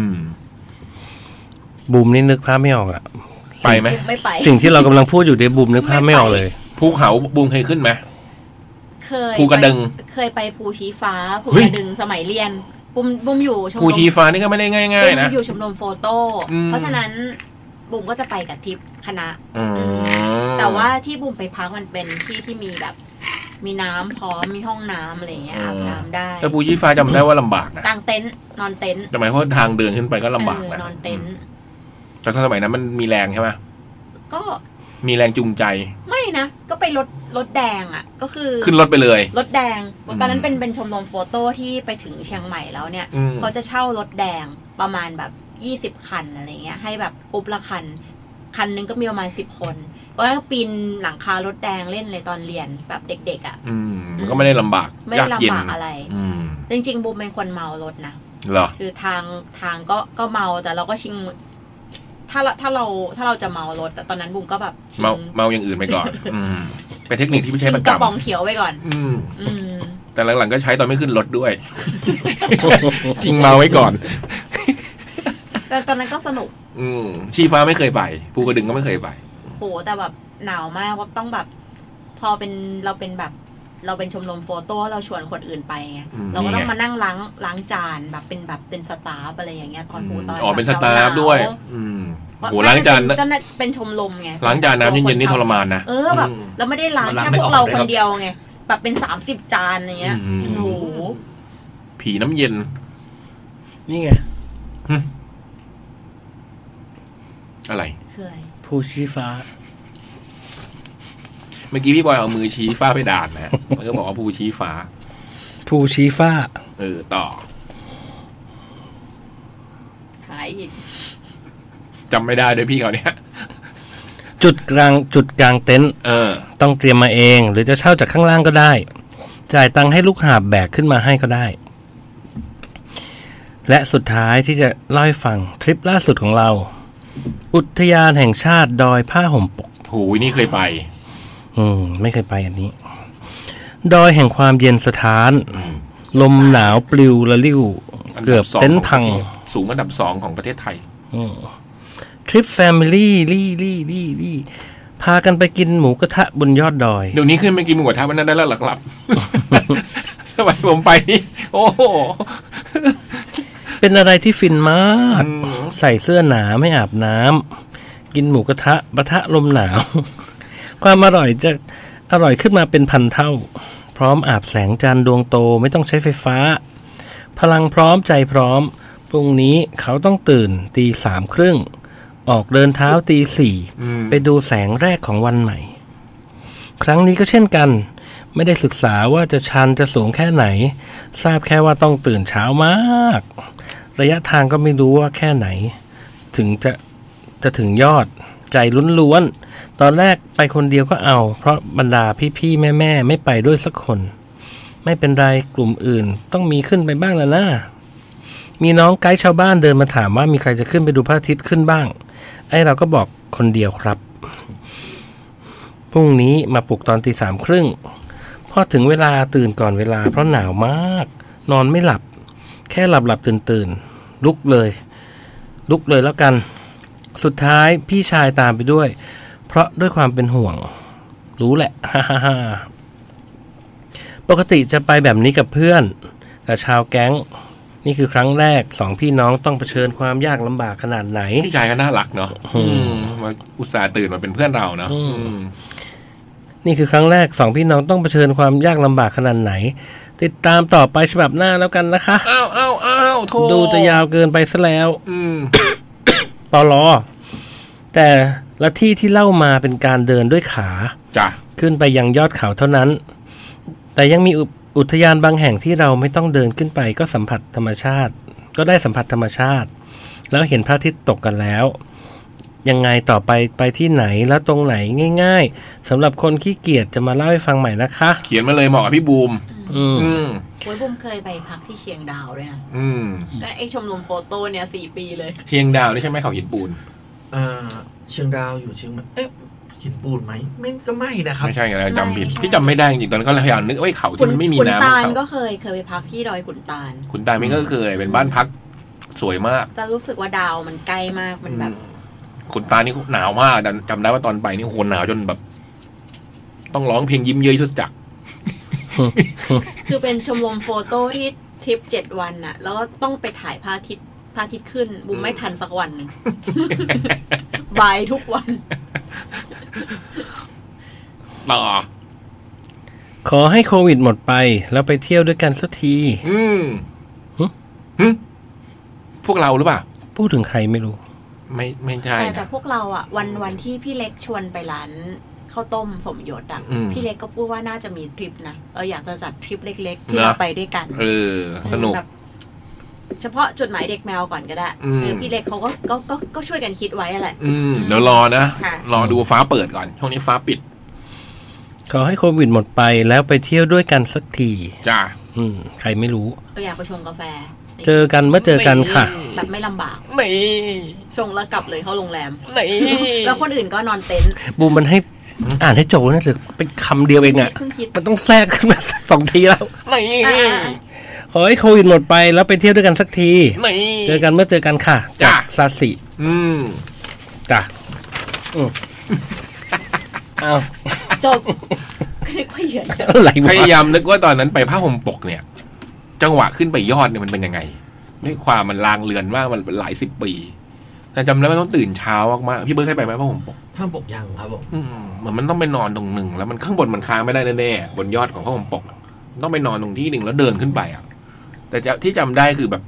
บูมนี่นึกภาพไม่ออกอะไปไหมไม่ไปสิ่งที่เรากำลังพูดอยู่ในบูมนึกภาพไม่ออกเลยภูเขาบูมเคยขึ้นไหมเคยภูกระดึงเคยไปภูชี้ฟ้าภูเฮ้ยกระดึงสมัยเรียนบุมอยู่ชมรมภูชีฟ้านี่ก็ไม่ได้ง่ายๆบุนะมอยู่ชมรมโฟโต้อืมเพราะฉะนั้นบุมก็จะไปกับทริปคณะอืมแต่ว่าที่บุมไปพักมันเป็นที่ที่มีแบบ มีน้ำพร้อมมีห้องน้ำอะไรอย่างเงี้ยอาบน้ำได้แต่ภูชีฟ้าจำได้ว่าลำบากนะกางเต็นท์นอนเต็นท์แต่หมายความว่าทางเดินขึ้นไปก็ลำบากนะนอนเต็นท์แต่สมัยนั้นมันมีแรงใช่ไหมก็มีแรงจูงใจไม่นะก็ไปรถแดงอ่ะ ก็คือขึ้นรถไปเลยรถแดงตอนนั้นเป็นชมรมโฟโต้ที่ไปถึงเชียงใหม่แล้วเนี่ย เขาจะเช่ารถแดงประมาณแบบ20คันอะไรเงี้ยให้แบบกรุ๊ปละคันนึงก็มีประมาณ10คนก็ปีนหลังคารถแดงเล่นเลยตอนเรียนแบบเด็กๆอ่ะมันก็ไม่ได้ลำบากไม่ได้ยากเย็นลำบากอะไรจริงๆบูมเป็นคนเมารถนะเหรอคือทางก็เมาแต่เราก็ชิงถ้าเราจะเมารถแต่ตอนนั้นบูมก็แบบชิงเมาอย่างอื่นไปก่อนเป็นเทคนิคที่ไม่ชิใช่งประกระจำป๋องเขียวไว้ก่อนแต่หลังๆก็ใช้ตอนไม่ขึ้นรถด้วย จริงเมาไว้ก่อนแต่ตอนนั้นก็สนุกชีฟ้าไม่เคยไปภูกระดึงก็ไม่เคยไปโหแต่แบบหนาวมากว่าต้องแบบ พอเราเป็นชมรมโฟโต้เราชวนคนอื่นไปไงเราก็ต้องมานั่งล้างจานแบบเป็นสตาฟอะไรอย่างเงี้ยตอนตอนเป็นสตาฟด้วยโหล้างจานจะเป็นชมรมไงล้างจานน้ำเย็นๆนี่ทรมานนะแบบเราไม่ได้ล้างแค่พวกเราคนเดียวไงแบบเป็น30จานอย่างเงี้ยโอ้โหผีน้ำเย็นนี่ไงอะไรคืออะไรภูชีฟ้าเมื่อกี้พี่บอยเอามือชี้ฟ้าไปด่านนะมันก็บอกว่าภูชี้ฟ้าภูชีฟ้าต่อหายอีกจำไม่ได้ด้วยพี่เขาเนี่ยจุดกลางเต็นท์ต้องเตรียมมาเอง หรือจะเช่าจากข้างล่างก็ได้ จ่ายตังค์ให้ลูกหาบแบกขึ้นมาให้ก็ได้ และสุดท้ายที่จะเล่าให้ฟังทริปล่าสุดของเรา อุทยานแห่งชาติดอยผ้าห่มปกโหนี่เคยไปไม่เคยไปอันนี้ ดอยแห่งความเย็นสถาน ลมหนาวปลิวละลิ่วเกือบเต็นท์พังสูงอันดับ2ของประเทศไทยทริปแฟมิลี่พากันไปกินหมูกระทะบนยอดดอยเดี๋ยวนี้ขึ้นไปกินหมูกระทะมันได้แล้วหลักลับ สมัยผมไปนี่โอ้โหเป็นอะไรที่ฟินมาก ใส่เสื้อหนาไม่อาบน้ำกินหมูกระทะปะทะลมหนาว ความอร่อยจะอร่อยขึ้นมาเป็นพันเท่า พร้อมอาบแสงจันทร์ดวงโตไม่ต้องใช้ไฟฟ้า พลังพร้อมใจพร้อมพรุ่งนี้เขาต้องตื่นตี 3:30ออกเดินเท้าตี 4ไปดูแสงแรกของวันใหม่ ครั้งนี้ก็เช่นกันไม่ได้ศึกษาว่าจะชันจะสูงแค่ไหนทราบแค่ว่าต้องตื่นเช้ามากระยะทางก็ไม่รู้ว่าแค่ไหนถึงจะถึงยอดใจล้วนๆตอนแรกไปคนเดียวก็เอาเพราะบรรดาพี่ๆแม่ๆไม่ไปด้วยสักคนไม่เป็นไรกลุ่มอื่นต้องมีขึ้นไปบ้างแล้วนะมีน้องไกด์ชาวบ้านเดินมาถามว่ามีใครจะขึ้นไปดูพระอาทิตย์ขึ้นบ้างไอ้เราก็บอกคนเดียวครับพรุ่งนี้มาปลุกตอนตี 3:30พอถึงเวลาตื่นก่อนเวลาเพราะหนาวมากนอนไม่หลับแค่หลับตื่นลุกเลยแล้วกันสุดท้ายพี่ชายตามไปด้วยพราะด้วยความเป็นห่วงรู้แหละ ปกติจะไปแบบนี้กับเพื่อนกับชาวแก๊งนี่คือครั้งแรกสองพี่น้องต้องเผชิญความยากลำบากขนาดไหนพี่ชายก็น่ารักเนาะมาอุตส่าห์ตื่นมาเป็นเพื่อนเราเนาะนี่คือครั้งแรกสองพี่น้องต้องเผชิญความยากลำบากขนาดไหนติดตามต่อไปฉบับหน้าแล้วกันนะคะอ้าวโทษดูจะยาวเกินไปซะแล้ว ปลอแต่ละที่ที่เล่ามาเป็นการเดินด้วยขาจ้ะขึ้นไปยังยอดเขาเท่านั้นแต่ยังมีอุทยานบางแห่งที่เราไม่ต้องเดินขึ้นไปก็ได้สัมผัสธรรมชาติแล้วเห็นพระอาทิตย์ตกกันแล้วยังไงต่อไปที่ไหนแล้วตรงไหนง่ายๆสำหรับคนขี้เกียจจะมาเล่าให้ฟังใหม่นะคะเขียนมาเลยเหมาะกับพี่บูมโอ้ยบุมเคยไปพักที่เชียงดาวด้วยนะก็ไอชมรมโฟโต้เนี่ย4 ปีเลยเชียงดาวนี่ใช่ไหมเขาหินปูนเชียงดาวอยู่เชียงใหม่หินปูนไหมไม่ก็ไม่นะครับไม่ใช่อะไรจำผิดพี่จำไม่ได้จริงๆตอนนั้นก็พยายามนึกว่าเขาที่มันไม่มีน้ำขุนตาลก็เคยไปพักที่ดอยขุนตาลนี่ก็เคยเป็นบ้านพักสวยมากแต่รู้สึกว่าดาวมันใกล้มากมันแบบขุนตาลนี่หนาวมากจำได้ว่าตอนไปนี่โหหนาวจนแบบ ต้องร้องเพลงยิ้มเย้ยทุกจักคือเป็นชมรมโฟโต้ที่ทริป7 วันน่ะแล้วก็ต้องไปถ่ายพระอาทิตย์ขึ้นบุมไม่ทันสักวันนึงบ่ายทุกวันต่อขอให้โควิดหมดไปแล้วไปเที่ยวด้วยกันสักทีพวกเราหรือเปล่าพูดถึงใครไม่รู้ไม่ใช่แต่พวกเราอ่ะวันที่พี่เล็กชวนไปร้านข้าวต้มสมยศอ่ะพี่เล็กก็พูดว่าน่าจะมีทริปนะเราอยากจะจัดทริปเล็กๆที่เราไปด้วยกันสนุกเฉพาะจุดหมายเด็กแมวก่อนก็ได้พี่เล็กเขาก็ช่วยกันคิดไว้แหละเดี๋ยวรอนะรอดูฟ้าเปิดก่อนช่วงนี้ฟ้าปิดขอให้โควิดหมดไปแล้วไปเที่ยวด้วยกันสักทีจ้าใครไม่รู้อยากไปชงกาแฟเจอกันเมื่อเจอกันค่ะแบบไม่ลำบากนี่ชงแล้วกลับเลยเข้าโรงแรมนี่แล้วคนอื่นก็นอนเต็นท์บูมมันให้อ่านให้จบนะหรือเป็นคำเดียวเองอ่ะมันต้องแทรกขึ้นมา2 ทีแล้วนี่ขอให้โควิดหมดไปแล้วไปเที่ยวด้วยกันสักทีเจอกันเมื่อเจอกันค่ะจากซาสิจ้ะอ้าวจบนึกว่าเหยื่อพยายามนึกว่าตอนนั้นไปผ้าห่มปกเนี่ยจังหวะขึ้นไปยอดเนี่ยมันเป็นยังไงด้วยความมันลางเลือนมากมันหลาย10 ปีแต่จำได้ว่าต้องตื่นเช้ามากๆพี่เบิร์ดเคยไปไหมผ้าห่มปกยังครับผมเหมือนมันต้องไปนอนตรงหนึ่งแล้วมันข้างบนมันค้างไม่ได้แน่ๆบนยอดของผ้าห่มปกต้องไปนอนตรงที่หนึ่งแล้วเดินขึ้นไปอ่ะแต่ที่จำได้คือแบบ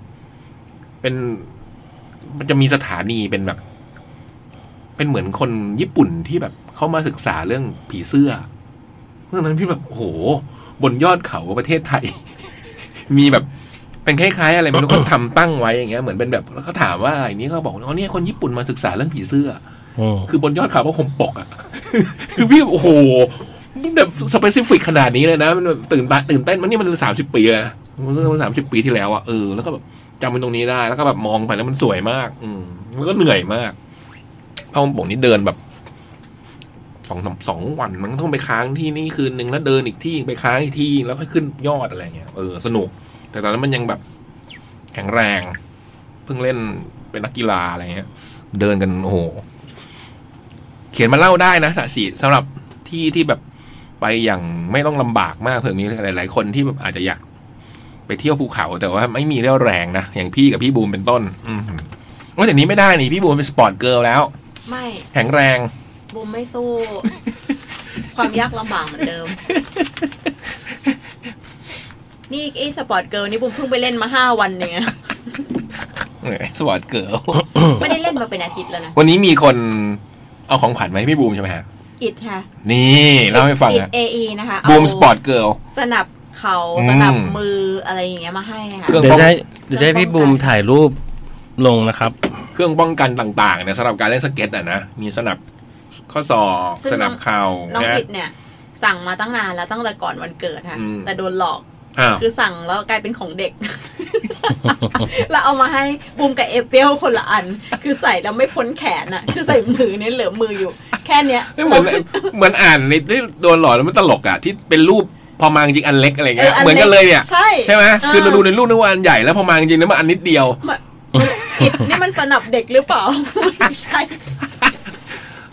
มันจะมีสถานีเป็นแบบเป็นเหมือนคนญี่ปุ่นที่แบบเข้ามาศึกษาเรื่องผีเสื้อเพราะฉะนั้นพี่แบบโหบนยอดเขาประเทศไทยมีแบบเป็นคล้ายๆอะไรไม่รู้เขาทำตั้งไว้อย่างเงี้ยเหมือนเป็นแบบแล้วเขาถามว่าอะไรนี้เขาบอกว่าเนี่ยคนญี่ปุ่นมาศึกษาเรื่องผีเสื้อคือบนยอดเขาผ้าห่มปกอ่ะคือพี่โอ้โหแบบสเปซิฟิกขนาดนี้เลยนะมันตื่นเต้นมันนี่มัน30 ปีเลยนะมัน30 ปีที่แล้วอ่ะแล้วก็แบบจำเป็นตรงนี้ได้แล้วก็แบบมองไปแล้วมันสวยมากแล้วก็เหนื่อยมากผ้าห่มปกนี้เดินแบบ2 วันมันต้องไปค้างที่นี่คืนนึงแล้วเดินอีกที่ไปค้างอีกที่แล้วค่อยขึ้นยอดอะไรเงี้ยสนุกแต่ตอนนั้นมันยังแบบแข็งแรงเพิ่งเล่นเป็นนักกีฬาอะไรเงี้ยเดินกันโอ้โหเขียนมาเล่าได้นะสะสีสำหรับที่แบบไปอย่างไม่ต้องลำบากมากเผื่อมีหลายๆคนที่แบบอาจจะอยากไปเที่ยวภูเขาแต่ว่าไม่มีเรี่ยวแรงนะอย่างพี่กับพี่บูมเป็นต้นว่าแต่นี้ไม่ได้นี่พี่บูมเป็นสปอร์ตเกิร์ลแล้วไม่แข็งแรงบูมไม่สู้ความยากลำบากเหมือนเดิมนี่ไอ้สปอร์ตเกิร์ลนี่บูมเพิ่งไปเล่นมา5 วันเองสปอร์ตเกิร์ลไม่ได้เล่นมาเป็นอาทิตย์แล้วนะวันนี้มีคนเอาของขวัญมาให้พี่บูมใช่ไหมฮะอิดค่ะนี่เล่าให้ฟังนะ AE นะคะบูมสปอร์ตเกิร์ลสนับเข่าสนับมืออะไรอย่างเงี้ยมาให้ค่ะเดี๋ยวได้พี่บูมถ่ายรูปลงนะครับเครื่องป้องกันต่างๆเนี่ยสำหรับการเล่นสเก็ตนะมีสนับข้อศอกสนับเข่าน้องอิดเนี่ยสั่งมาตั้งนานแล้วตั้งแต่ก่อนวันเกิดค่ะแต่โดนหลอกคือสั่งแล้วกลายเป็นของเด็กแล้วเอามาให้บูมกับเอเปียวคนละอันคือใส่แล้วไม่พ้นแขนอ่ะคือใส่มือเนี่ยเหลือมืออยู่แค่เนี้ยเหมือนอ่านในที่โดนหลอกแล้วมันตลกอ่ะที่เป็นรูปพอมาจริงอันเล็กอะไรเงี้ยเหมือนกันเลยเนี่ยใช่ไหมคือเราดูในรูปนึกว่าอันใหญ่แล้วพอมาจริงแล้วมันอันนิดเดียวนี่มันสนับเด็กหรือเปล่าไม่ใช่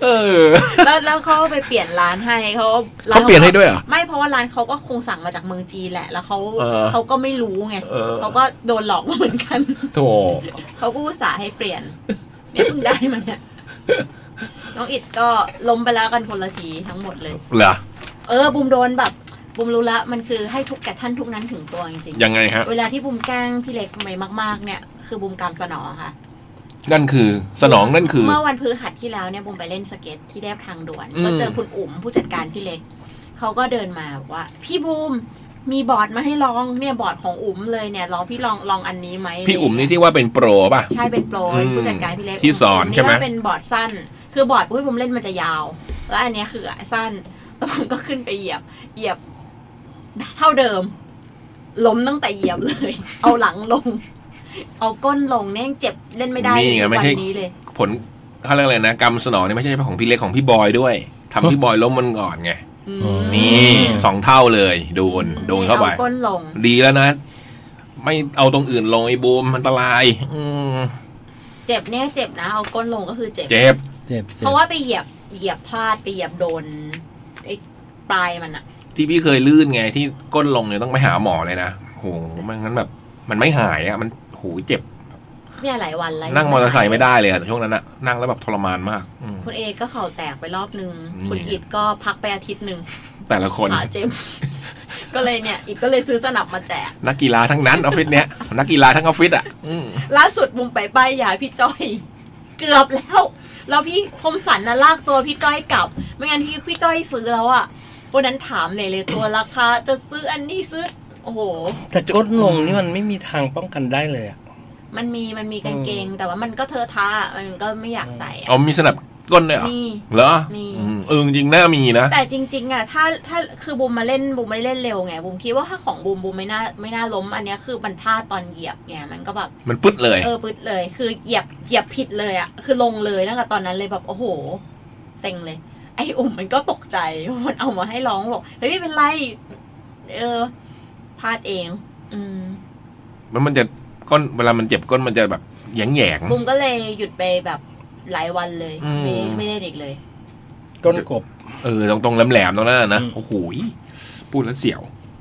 แล้วเขาไปเปลี่ยนร้านให้เขาเปลี่ยนให้ด้วยเหรอไม่เพราะว่าร้านเขาก็คงสั่งมาจากเมืองจีนแหละแล้วเขาก็ไม่รู้ไงเขาก็โดนหลอกมาเหมือนกันโธ่เขาก็อุตส่าห์ให้เปลี่ยนเนี่ยเพิ่งได้มาเนี่ยน้องอิดก็ล้มไปแล้วกันคนละทีทั้งหมดเลยเหรอบูมโดนแบบบูมรู้ละมันคือให้ทุกแก่ท่านทุกนั้นถึงตัวจริงๆยังไงฮะเวลาที่บูมแกล้งพี่เล็กไปมากๆเนี่ยคือบูมกำสนองค่ะนั่นคือสนองนั่นคือเมื่อวันพฤหัสที่แล้วเนี่ยบูมไปเล่นสเก็ตที่เรียบทางด่วนก็เจอคุณอุ๋มผู้จัดการพี่เล็กเขาก็เดินมาว่าพี่บูมมีบอร์ดมาให้ลองเนี่ยบอร์ดของอุ๋มเลยเนี่ยพี่ลองอันนี้ไหมพี่อุ๋มนี่ที่ว่าเป็นโปรป่ะใช่เป็นโปรผู้จัดการพี่เล็กที่สอนใช่ไหมเป็นบอร์ดสั้นคือบอร์ดที่บูมเล่นมันจะยาวแล้วอันนี้คือสั้นแล้วผมก็ขึ้นไปเหยียบเท่าเดิมล้มตั้งแต่เหยียบเลยเอาหลังลงเอาก้นลงเนี่ยเจ็บเล่นไม่ได้วันนี้เลยผลเขาเรียกอะไรนะกรรมสนองนี่ไม่ใช่ของพี่เล็กของพี่บอยด้วยทำพี่บอยล้มมันก่อนไงนี่2 เท่าเลยโดนเข้าไปก้นลงดีแล้วนะไม่เอาตรงอื่นลงไอ้บูมอันตรายเจ็บเนี่ยเจ็บนะเอาก้นลงก็คือเจ็บเพราะว่าไปเหยียบพลาดไปเหยียบโดนไอ้ปลายมันอะที่พี่เคยลื่นไงที่ก้นลงเนี่ยต้องไปหาหมอเลยนะโหมันงั้นแบบมันไม่หายอะมันโหเจ็บเนี่ยหลายวันแล้วนั่งมอเตอร์ไซค์ไม่ได้เลยช่วงนั้นอะนั่งแล้วแบบทรมานมากคุณเอก็เข่าแตกไปรอบนึงคุณอิดก็พักไปอาทิตย์นึงแต่ละคนขาเจ็บก็เลยเนี่ยอิดก็เลยซื้อสนับมาแจกนักกีฬาทั้งนั้นออฟฟิศเนี้ยนักกีฬาทั้งออฟฟิศอะล่าสุดมุมไปป้ายยาพี่จ้อยเกือบแล้วพี่คมสันน่ะลากตัวพี่จ้อยกลับไม่งั้นพี่จ้อยซื้อแล้วอะวันนั้นถามเลยตัวราคาจะซื้ออันนี้ซื้อโอ้โหแต่ก้นลงนี่มันไม่มีทางป้องกันได้เลยอ่ะมันมีกางเกงแต่ว่ามันก็เทอะทะมันก็ไม่อยากใส่มีสนับก้นเลยเหรอมีจริงน่ามีนะแต่จริงๆอ่ะถ้าคือบูมมาเล่นบูมไม่ได้เล่นเร็วไงบูมคิดว่าถ้าของบูมไม่น่าล้มอันนี้คือมันพลาดตอนเหยียบไงมันก็แบบมันปึ๊ดเลยปึ๊ดเลยคือเหยียบผิดเลยอ่ะคือลงเลยตั้งแต่ตอนนั้นเลยแบบโอ้โหเซ็งเลยไอ้อุ่มมันก็ตกใจมันเอามาให้ร้องบอกเฮ้ยไม่เป็นไรพลาดเองมันจะก้นเวลามันเจ็บก้นมันจะแบบแหย่งบุ้มก็เลยหยุดไปแบบหลายวันเลยไม่ได้เด็กเลยก้นกบตรงแหลมๆตรงนั้นนะโอ้โหพูดแล้วเสียว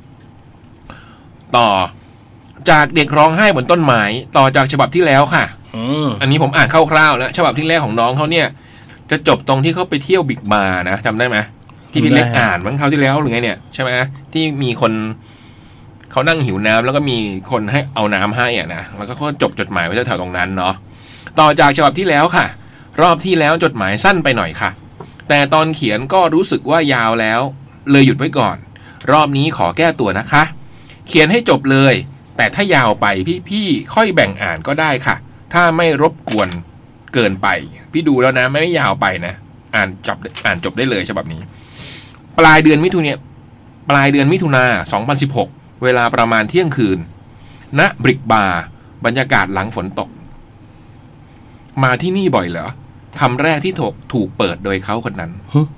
ต่อจากเด็กร้องไห้บนต้นไม้ต่อจากฉบับที่แล้วค่ะอันนี้ผมอ่านคร่าวๆแล้วฉบับที่แรกของน้องเขาเนี่ยจะจบตรงที่เขาไปเที่ยวบิ๊กบาร์นะจำได้ไหมที่พี่เล็กอ่านมั้งเขาที่แล้วหรือไงเนี่ยใช่ไหมที่มีคนเขานั่งหิวน้ำแล้วก็มีคนให้เอาน้ำให้อ่ะนะแล้วก็จบจดหมายไว้แถวๆตรงนั้นเนาะต่อจากฉบับที่แล้วค่ะรอบที่แล้วจดหมายสั้นไปหน่อยค่ะแต่ตอนเขียนก็รู้สึกว่ายาวแล้วเลยหยุดไว้ก่อนรอบนี้ขอแก้ตัวนะคะเขียนให้จบเลยแต่ถ้ายาวไปพี่ค่อยแบ่งอ่านก็ได้ค่ะถ้าไม่รบกวนเกินไปพี่ดูแล้วนะไม่ยาวไปนะอ่านจบได้เลยฉบับนี้ปลายเดือนมิถุนา2016เวลาประมาณเที่ยงคืนณบริกบาร์บรรยากาศหลังฝนตกมาที่นี่บ่อยเหรอคำแรกที่ถูกเปิดโดยเขาคนนั้น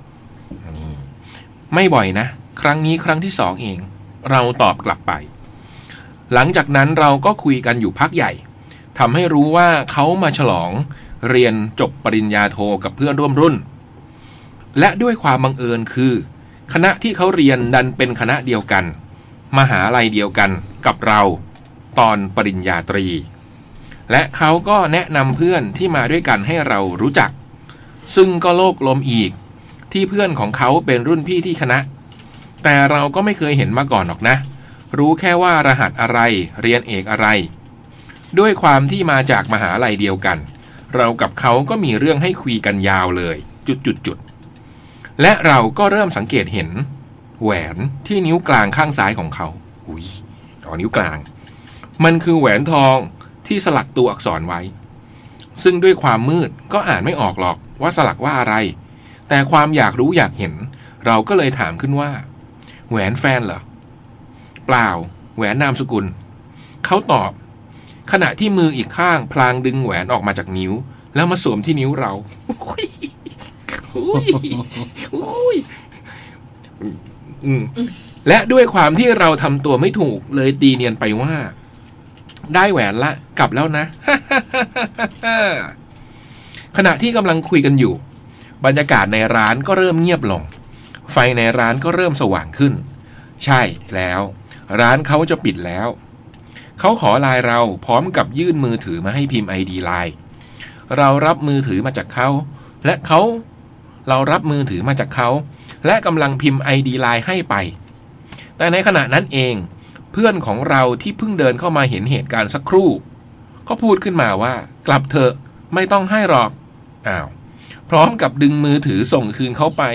ไม่บ่อยนะครั้งนี้ครั้งที่2เองเราตอบกลับไปหลังจากนั้นเราก็คุยกันอยู่พักใหญ่ทำให้รู้ว่าเขามาฉลองเรียนจบปริญญาโทกับเพื่อนร่วมรุ่นและด้วยความบังเอิญคือคณะที่เขาเรียนดันเป็นคณะเดียวกันมหาลัยเดียวกันกับเราตอนปริญญาตรีและเขาก็แนะนำเพื่อนที่มาด้วยกันให้เรารู้จักซึ่งก็โลกลมอีกที่เพื่อนของเขาเป็นรุ่นพี่ที่คณะแต่เราก็ไม่เคยเห็นมาก่อนหรอกนะรู้แค่ว่ารหัสอะไรเรียนเอกอะไรด้วยความที่มาจากมหาลัยเดียวกันเรากับเขาก็มีเรื่องให้คุยกันยาวเลยจุดและเราก็เริ่มสังเกตเห็นแหวนที่นิ้วกลางข้างซ้ายของเขานิ้วกลางมันคือแหวนทองที่สลักตัวอักษรไว้ซึ่งด้วยความมืดก็อ่านไม่ออกหรอกว่าสลักว่าอะไรแต่ความอยากรู้อยากเห็นเราก็เลยถามขึ้นว่าแหวนแฟนเหรอเปล่าแหวนนามสกุลเขาตอบขณะที่มืออีกข้างพลางดึงแหวนออกมาจากนิ้วแล้วมาสวมที่นิ้วเราและด้วยความที่เราทำตัวไม่ถูกเลยตีเนียนไปว่าได้แหวนละกลับแล้วนะ ขณะที่กำลังคุยกันอยู่บรรยากาศในร้านก็เริ่มเงียบลงไฟในร้านก็เริ่มสว่างขึ้นใช่แล้วร้านเขาจะปิดแล้วเขาขอไลน์เราพร้อมกับยื่นมือถือมาให้พิมพ์ ID ไลน์เรารับมือถือมาจากเขาเรารับมือถือมาจากเขาและกำลังพิมพ์ ID ไลน์ให้ไปแต่ในขณะนั้นเองเพื่อนของเราที่เพิ่งเดินเข้ามาเห็นเหตุการณ์สักครู่ก็พูดขึ้นมาว่ากลับเถอะไม่ต้องให้หรอกอ้าวพร้อมกับดึงมือถือส่งคืนเขาไป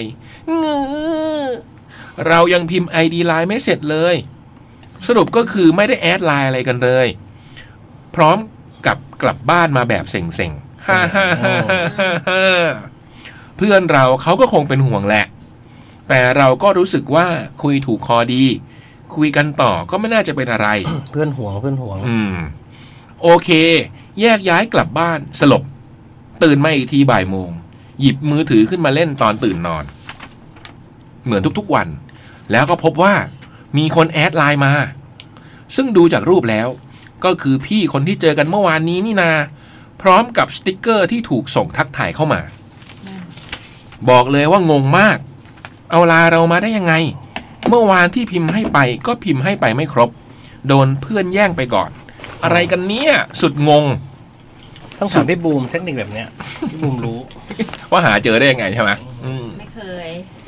เรายังพิมพ์ ID ไลน์ไม่เสร็จเลยสรุปก็คือไม่ได้แอดไลน์อะไรกันเลยพร้อมกับกลับบ้านมาแบบเซ็งๆฮ่าฮ่าฮ่าฮ่าฮ่าเพื่อนเราเขาก็คงเป็นห่วงแหละแต่เราก็รู้สึกว่าคุยถูกคอดีคุยกันต่อก็ไม่น่าจะเป็นอะไรเพื่อนห่วงโอเคแยกย้ายกลับบ้านสลบตื่นมาอีกทีบ่ายโมงหยิบมือถือขึ้นมาเล่นตอนตื่นนอนเหมือนทุกๆวันแล้วก็พบว่ามีคนแอดไลน์มาซึ่งดูจากรูปแล้วก็คือพี่คนที่เจอกันเมื่อวานนี้นี่นาพร้อมกับสติ๊กเกอร์ที่ถูกส่งทักทายเข้ามาบอกเลยว่างงมากเอาไลน์เรามาได้ยังไงเมื่อวานที่พิมพ์ให้ไปก็พิมพ์ให้ไปไม่ครบโดนเพื่อนแย่งไปก่อนอะไรกันเนี่ยสุดงงต้องถามพี่บูมเทคนิคแบบเนี้ยพี่บูมรู้ว่าหาเจอได้ยังไงใช่ไหมไม่เคย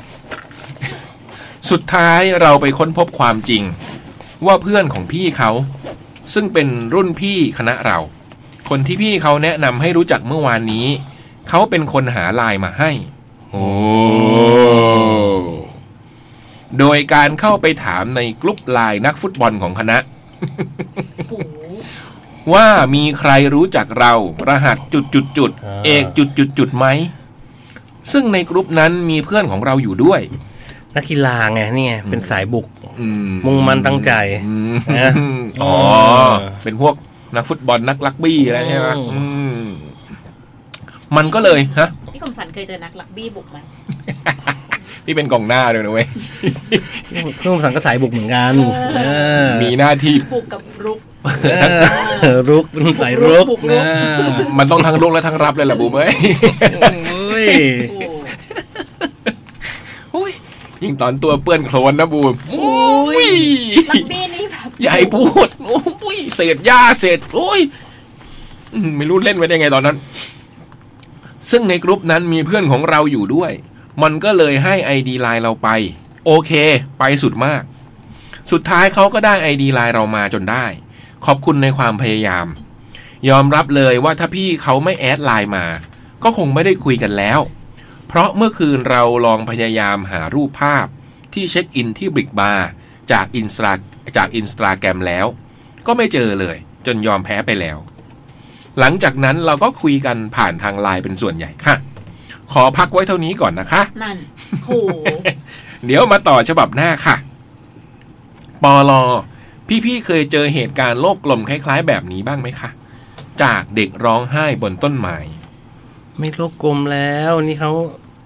สุดท้ายเราไปค้นพบความจริงว่าเพื่อนของพี่เขาซึ่งเป็นรุ่นพี่คณะเราคนที่พี่เขาแนะนำให้รู้จักเมื่อวานนี้เขาเป็นคนหาไลน์มาให้โอ้โดยการเข้าไปถามในกลุ่มไลน์นักฟุตบอลของคณะ ว่ามีใครรู้จักเรารหัสจุดเอกจุดไหมซึ่งในกลุ่มนั้นมีเพื่อนของเราอยู่ด้วยนักกีฬาไงนี่ไงเป็นสายบุกมุ่งมั่นตั้งใจอ๋อเป็นพวกนักฟุตบอลนักรักบี้อะไรใช่ไหมมันก็เลยฮะพี่คมสันเคยเจอนักรักบี้บุกไหมพี่เป็นกองหน้าเลยนะเว้ยพี่คมสันก็สายบุกเหมือนกันมีหน้าที่บุกกับรุกรุกเป็นสายรุกมันต้องทั้งรุกและทั้งรับเลยแหละบูมเอ้ยยิ่งตอนตัวเปื้อนโคลนนะบูมลักบี้นี่แบบใหญ่พูดเศษหญ้าเศษไม่รู้เล่นไว้ได้ไงตอนนั้นซึ่งในกลุ่มนั้นมีเพื่อนของเราอยู่ด้วยมันก็เลยให้ ID ไลน์เราไปโอเคไปสุดมากสุดท้ายเขาก็ได้ ID ไลน์เรามาจนได้ขอบคุณในความพยายามยอมรับเลยว่าถ้าพี่เขาไม่แอดไลน์มาก็คงไม่ได้คุยกันแล้วเพราะเมื่อคืนเราลองพยายามหารูปภาพที่เช็คอินที่บริกบาร์จากอินสตาแกรมแล้วก็ไม่เจอเลยจนยอมแพ้ไปแล้วหลังจากนั้นเราก็คุยกันผ่านทางไลน์เป็นส่วนใหญ่ค่ะขอพักไว้เท่านี้ก่อนนะคะนั่นโหเดี๋ยวมาต่อฉบับหน้าค่ะปลพี่เคยเจอเหตุการณ์โลกกลมคล้ายๆแบบนี้บ้างไหมคะจากเด็กร้องไห้บนต้นไม้ไม่โลกกลมแล้วนี่เขา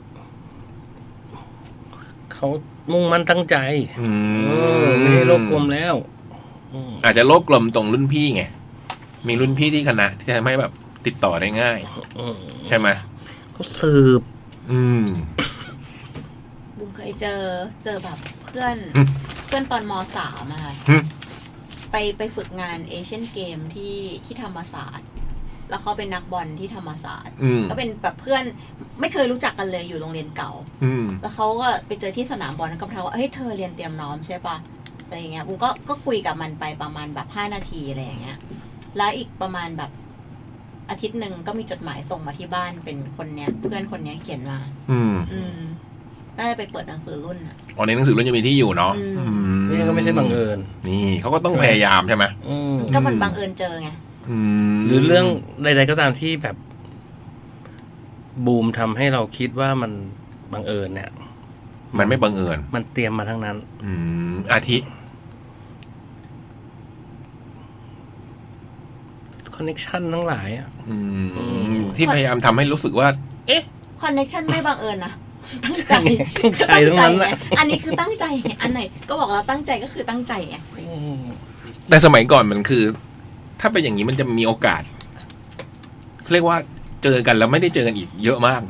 มุ่งมั่นตั้งใจไม่โลกกลมแล้วอาจจะโลกกลมตรงรุ่นพี่ไงมีรุ่นพี่ที่คณะที่ทำให้แบบติดต่อได้ง่ายใช่ไหมเขาสืบบุ้มเคยเจอแบบเพื่อนตอนม.3 อะค่ะไปฝึกงานเอเชียนเกมที่ธรรมศาสตร์แล้วเขาเป็นนักบอลที่ธรรมศาสตร์ก็เป็นแบบเพื่อนไม่เคยรู้จักกันเลยอยู่โรงเรียนเก่าแล้วเขาก็ไปเจอที่สนามบอลแล้วก็ถามว่าเฮ้ยเธอเรียนเตรียมน้อมใช่ปะอะไรอย่างเงี้ยบุ้มก็คุยกับมันไปประมาณแบบ5 นาทีอะไรอย่างเงี้ยแล้วอีกประมาณแบบอาทิตย์หนึ่งก็มีจดหมายส่งมาที่บ้านเป็นคนเนี้ยเพื่อนคนเนี้ยเขียนมาน่าจะไปเปิดหนังสือรุ่นอ่ะในหนังสือรุ่นจะมีที่อยู่เนาะนี่ก็ไม่ใช่บังเอิญนี่เขาก็ต้องพยายามใช่ไหมก็มันบังเอิญเจอไงหรือเรื่องใดๆก็ตามที่แบบบูมทำให้เราคิดว่ามันบังเอิญเนี่ยมันไม่บังเอิญมันเตรียมมาทั้งนั้นอาทิคอนเนคชั่นทั้งหลายที่พยายามทำให้รู้สึกว่าคอนเนคชั่นไม่บังเอิญนะตั้งใจทั้งนั้นแหละอันนี้คือตั้งใจอันไหนก็บอกเราตั้งใจก็คือตั้งใจไงแต่สมัยก่อนมันคือถ้าเป็นอย่างนี้มันจะมีโอกาสเรียกว่าเจอกันแล้วไม่ได้เจอกันอีกเยอะมากนะ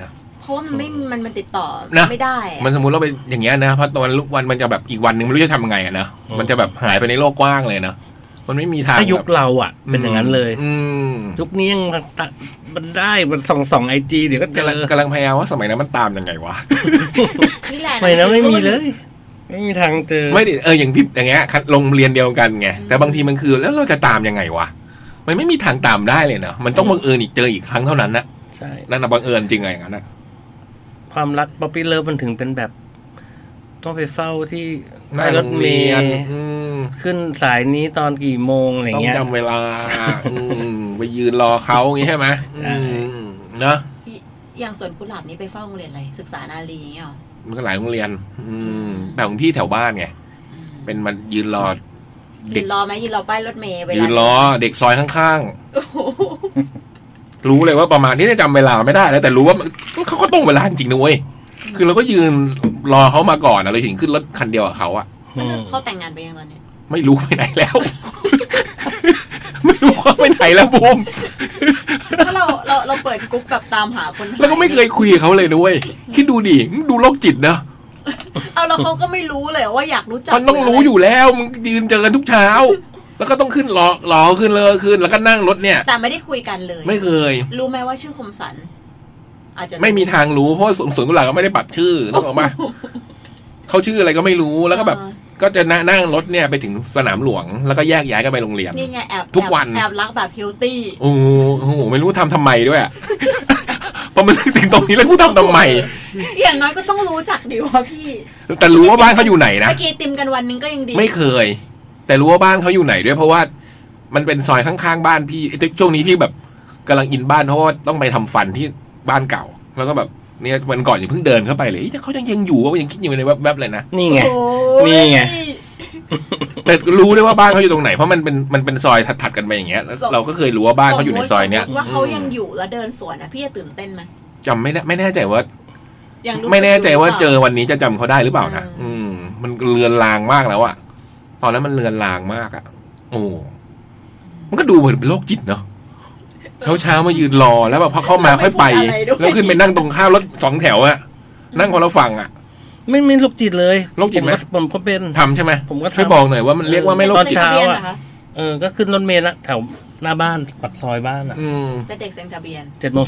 ราะว่ามันติดต่อนะไม่ได้อะมันสมมติเราไปอย่างเงี้ยนะเพราะตอนวันมันจะแบบอีกวันหนึ่งไม่รู้จะทำยังไงอะนะมันจะแบบหายไปในโลกกว้างเลยนะมันไม่มีทางถ้ายุคแบบเราอ่ะ เป็นอย่างนั้นเลย ยุคนี้ยังมันได้มันส่องไอจีเดี๋ยวก็เจอกำลังพยายามว่าสมัยนั้นมันตามยังไงวะนี่แหละไม่นะไม่มีเลย ไม่มีทางเจอไม่ดิอย่างพี่อย่างเงี้ยโรงเรียนเดียวกันไงแต่บางทีมันคือแล้วเราจะตามยังไงวะมันไม่มีทางตามได้เลยนะมันต้องบังเอิญอีกเจออีกครั้งเท่านั้นนะใช่นั่นนะบังเอิญจริงอะไรอย่างนั้นนะความรักป๊อปปี้เลิฟมันถึงเป็นแบบ ต้องไปเฝ้าที่หน้าป้ายรโรถงเมเรียนล์ขึ้นสายนี้ตอนกี่โมงอะไรต้องเงี้ยจำเวลาไปยืนรอเขาอย่างงี้ใช่ไหมใช่เนอะอย่างสวนกุหลาบนี้ไปเฝ้าโรงเรียนอะไรศึกษานารีอย่างเงี้ยหรอมันก็หลายโรงเรียนแต่ของพี่แถวบ้านไงเป็นมันยืนรอยืนรอไหมยืนรอป้ายรถเมล์เวลายืนรอเด็กซอยข้างๆรู้เลยว่าประมาณนี้จำเวลาไม่ได้แล้วแต่รู้ว่าเขาก็ต้องเวลาจริงๆนะเว้ยคือเราก็ยืนรอเขามาก่อนอะไรถึงขึ้นรถคันเดียวกับเขาอะเขาแต่งงานไปยังตอนนี้ไม่รู้ไปไหนแล้ว ไม่รู้เขาไปไหนแล้วบูมถ้าเราเปิดกรุ๊ปแบบตามหาคนหายแล้วก็ไม่เคยคุยกับเขาเลยด้วยคิดดูดิดูโรคจิตนะเอาแล้วเขาก็ไม่รู้เลยว่าอยากรู้จักมันต้องรู้อยู่แล้วมึงยืนเจอกันทุกเช้า แล้วก็ต้องขึ้นรอขึ้นเลยขึ้นแล้วก็นั่งรถเนี่ยแต่ไม่ได้คุยกันเลยไม่เคยรู้ไหมว่าชื่อคมสันอาจจะไม่มีทางรู้เพราะว่าสวนกุหลาบก็ไม่ได้ปักชื่อนึกออกปะเขาชื่ออะไรก็ไม่รู้แล้วก็แบบ ก็จะนั่งรถเนี่ยไปถึงสนามหลวงแล้วก็แยกย้ายกันไปโรงเรียนนี่ไงแอบทุกวันแอบรักแบบเฮลตี้โอ้โหไม่รู้ทำไมด้วยอะพอมันถึงตรงนี้แล้วกูทำไมอย่างน้อยก็ต้องรู้จักดิว่าพี่แต่รู้ว่าบ้านเขาอยู่ไหนนะเมื่อกี้ติมกันวันนึงก็ยังดีไม่เคย แต่รู้ว่าบ้านเขาอยู่ไหนด้วยเพราะว่ามันเป็นซอยข้างๆบ้านพี่ช่วงนี้พี่แบบกำลังอินบ้านเพราะว่าต้องไปทำฟันที่บ้านเก่า แล้วก็แบบเนี่ยวันก่อนยังเพิ่งเดินเข้าไปเลยเขายังอยู่ว่ายังคิดอยู่ในแวบๆเลยนะนี่ไงโอ้ยนี่ไงแต่รู้ด้วยว่าบ้านเขาอยู่ตรงไหนเพราะมันเป็นซอยถัดๆกันไปอย่างเงี้ยแล้วเราก็เคยรู้ว่าบ้านเขาอยู่ในซอยเนี้ยสมมุติว่าเขายังอยู่แล้วเดินสวนนะพี่จะตื่นเต้นไหมจำไม่แน่ใจว่ายังรู้สึกไม่แน่ใจว่าเจอหรืปล่วันนี้จะจำเขาได้หรือเปล่านะมันเลือนลางมากแล้วอะตอนนั้นมันเลือนลางมากอะโอ้มันก็ดูเหมือนเป็นโรคจิตเนาะเช้ามายืนรอแล้วแบบพอเข้ามาค่อยไป แล้วขึ้นไปนั่งตรงข้าวรถสองแถวอะนั่งคนละฝั่งอะไม่โรคจิตเลยโรคจิตไหมผมก็เป็นทำใช่ไหมผมก็ทำช่วยบอกหน่อยว่ามันเรียกว่าไม่โรคตอนจิตเช้าทะบียนอะเหรคะก็ขึ้นรถเมล์ละแถวหน้าบ้านปักซอยบ้านอ่ะเป็นเด็กเซ็นทะเบียน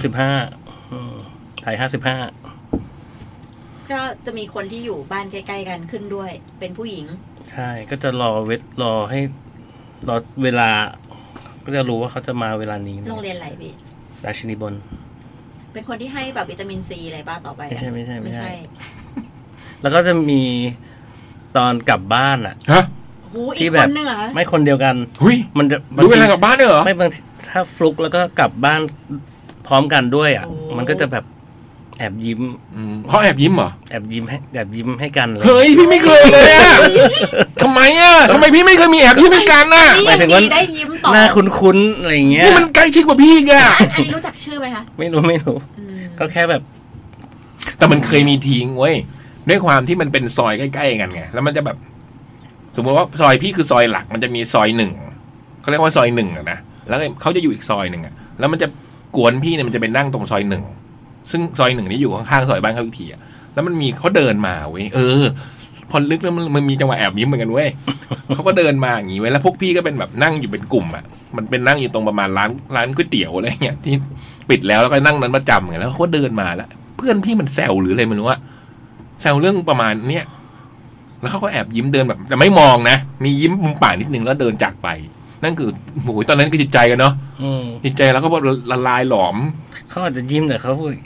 7:15ถ่าย55 ก็จะมีคนที่อยู่บ้านใกล้ๆกันขึ้นด้วย เป็นผู้หญิงใช่ก็จะรอให้รอเวลา ก็จะรู้ว่าเขาจะมาเวลานี้โรงเรียนไหนพี่ราชินีบนเป็นคนที่ให้แบบวิตามินซีอะไรบ้างต่อไปไม่ใช่ไม่ใช่แล้วก็จะมีตอนกลับบ้านอ่ะฮะหูที่อีกแบคบนนึงเหรอคะไม่คนเดียวกันหุยมันจะดูเวลากลับบ้านด้วยเหรอไม่บางทีถ้าฟลุกแล้วก็กลับบ้านพร้อมกันด้วยอ่ะ มันก็จะแบบแอบยิ้มเขาแอบยิ้มเหรอแอบยิ้มให้กันเลยเฮ้ยพี่ไม่เคยเลยอะทำไมอะทำไมพี่ไม่เคยมีแอบยิ้มให้กันน่ะนี่หมายถึงว่าได้ยิ้มต่อหน้าคุ้นๆอะไรอย่างเงี้ยนี่มันใกล้ชิดกว่าพี่อีกอะอันนี้รู้จักชื่อไหมคะไม่รู้อืมก็แค่แบบแต่มันเคยมีทิ้งเว้ยด้วยความที่มันเป็นซอยใกล้ๆกันไงแล้วมันจะแบบ สมมติว่าซอยพี่คือซอยหลัก มันจะมีซอย1เขาเรียกว่าซอย1อะนะแล้วเขาจะอยู่อีกซอย1อะแล้วมันจะกวนพี่เนี่ยมันจะเป็นนั่งตรงซอย1ซึ่งซอย1นี่อยู่ข้างๆซอยบ้านเขาอีกทีอะแล้วมันมีเขาเดินมาเว้ยพอลึกแล้วมันมีจังหวะแอบยิ้มเหมือนกันเว้ย เขาก็เดินมาอย่างงี้เว้ยแล้วพวกพี่ก็เป็นแบบนั่งอยู่เป็นกลุ่มอ่ะมันเป็นนั่งอยู่ตรงประมาณร้านก๋วยเตี๋ยวอะไรเงี้ยที่ปิดแล้วก็นั่งนั้นประจำไงแล้วเขาเดินมาแล้วเพื่อนพี่มันแซวหรืออะไรไม่รู้ว่าแซวเรื่องประมาณเนี้ยแล้วเขาก็แอบยิ้มเดินแบบแต่ไม่มองนะมียิ้มมุมปากนิดนึงแล้วเดินจากไป นั่นคือโอ้ยตอนนั้นคือจิตใจกันเนาะจิตใจแล้วก็แบบละลายหลอมเขาอาจจะยิ้มแต่เขาพูด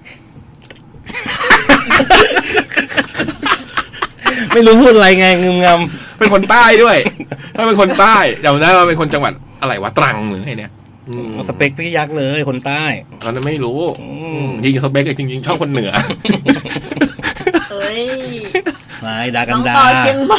ไม่รู้พูดอะไรไงงึมงำเป็นคนใต้ด้วยถ้าเป็นคนใต้จำได้ว่าเป็นคนจังหวัดอะไรวะตรังหรือไงเนี่ยสเปคพี่ยักษ์เลยคนใต้ตอนนั้นไม่รู้จริงๆสเปคจริงๆชอบคนเหนือเอ้ยไม่ดากัน้นองดาต่อเชียงใหม่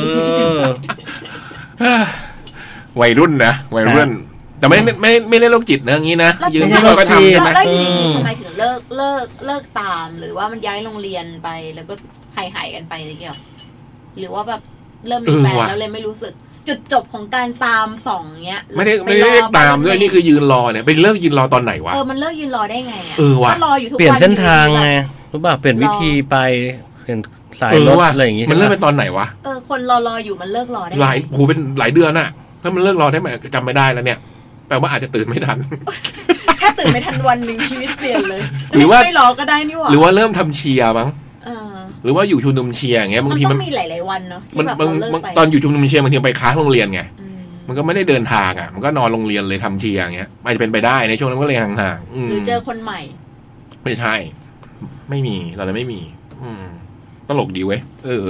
วัยรุ่นนะวัยรุ่นแต่ไม่ได้โรคจิตนะอย่างนี้นะแล้วยืนที่เราก็ทำใช่ไหมแล้วอยู่ดีๆทำไมถึงเลิกตามหรือว่ามันย้ายโรงเรียนไปแล้วก็หายกันไปอะไรเงี้ยหรือว่าแบบเริ่มมีแฟนแล้วเลยไม่รู้สึก จุดจบของการตามส่องเงี้ยไม่ได้เรียกตามด้วยนี่คือยืนรอเนี่ยไปเลิกยืนรอตอนไหนวะมันเลิกยืนรอได้ไงอ่ะว่ะก็รออยู่ทุกวันเปลี่ยนเส้นทางไงรู้ป่ะเป็นวิธีไปเป็นสายรถอะไรอย่างงี้มันเลิกไปตอนไหนวะคนรออยู่มันเลิกรอได้เป็นหลายเดือนน่ะแล้วมันเลิกรอได้ไหมจำไม่ได้แล้วเนี่ยแปลว่าอาจจะตื่นไม่ทันถ้าตื่นไม่ทันวันหนึ่งชีวิตเปลี่ยนเลยหรือว่าไม่รอก็ได้นี่หว่าหรือว่าเริ่มทำเชียร์มั้งหรือว่าอยู่ชุมนุมเชียร์อย่างเงี้ยบางทีมันมีหลายๆวันเนาะมันตอนอยู่ชุมนุมเชียร์บางทีไปค้างโรงเรียนไงมันก็ไม่ได้เดินทางอ่ะมันก็นอนโรงเรียนเลยทำเชียร์อย่างเงี้ยอาจจะเป็นไปได้ในช่วงนั้นก็เลยห่างๆหรือเจอคนใหม่ไม่ใช่ไม่มีตอนนั้นไม่มีตลกดีเว้ย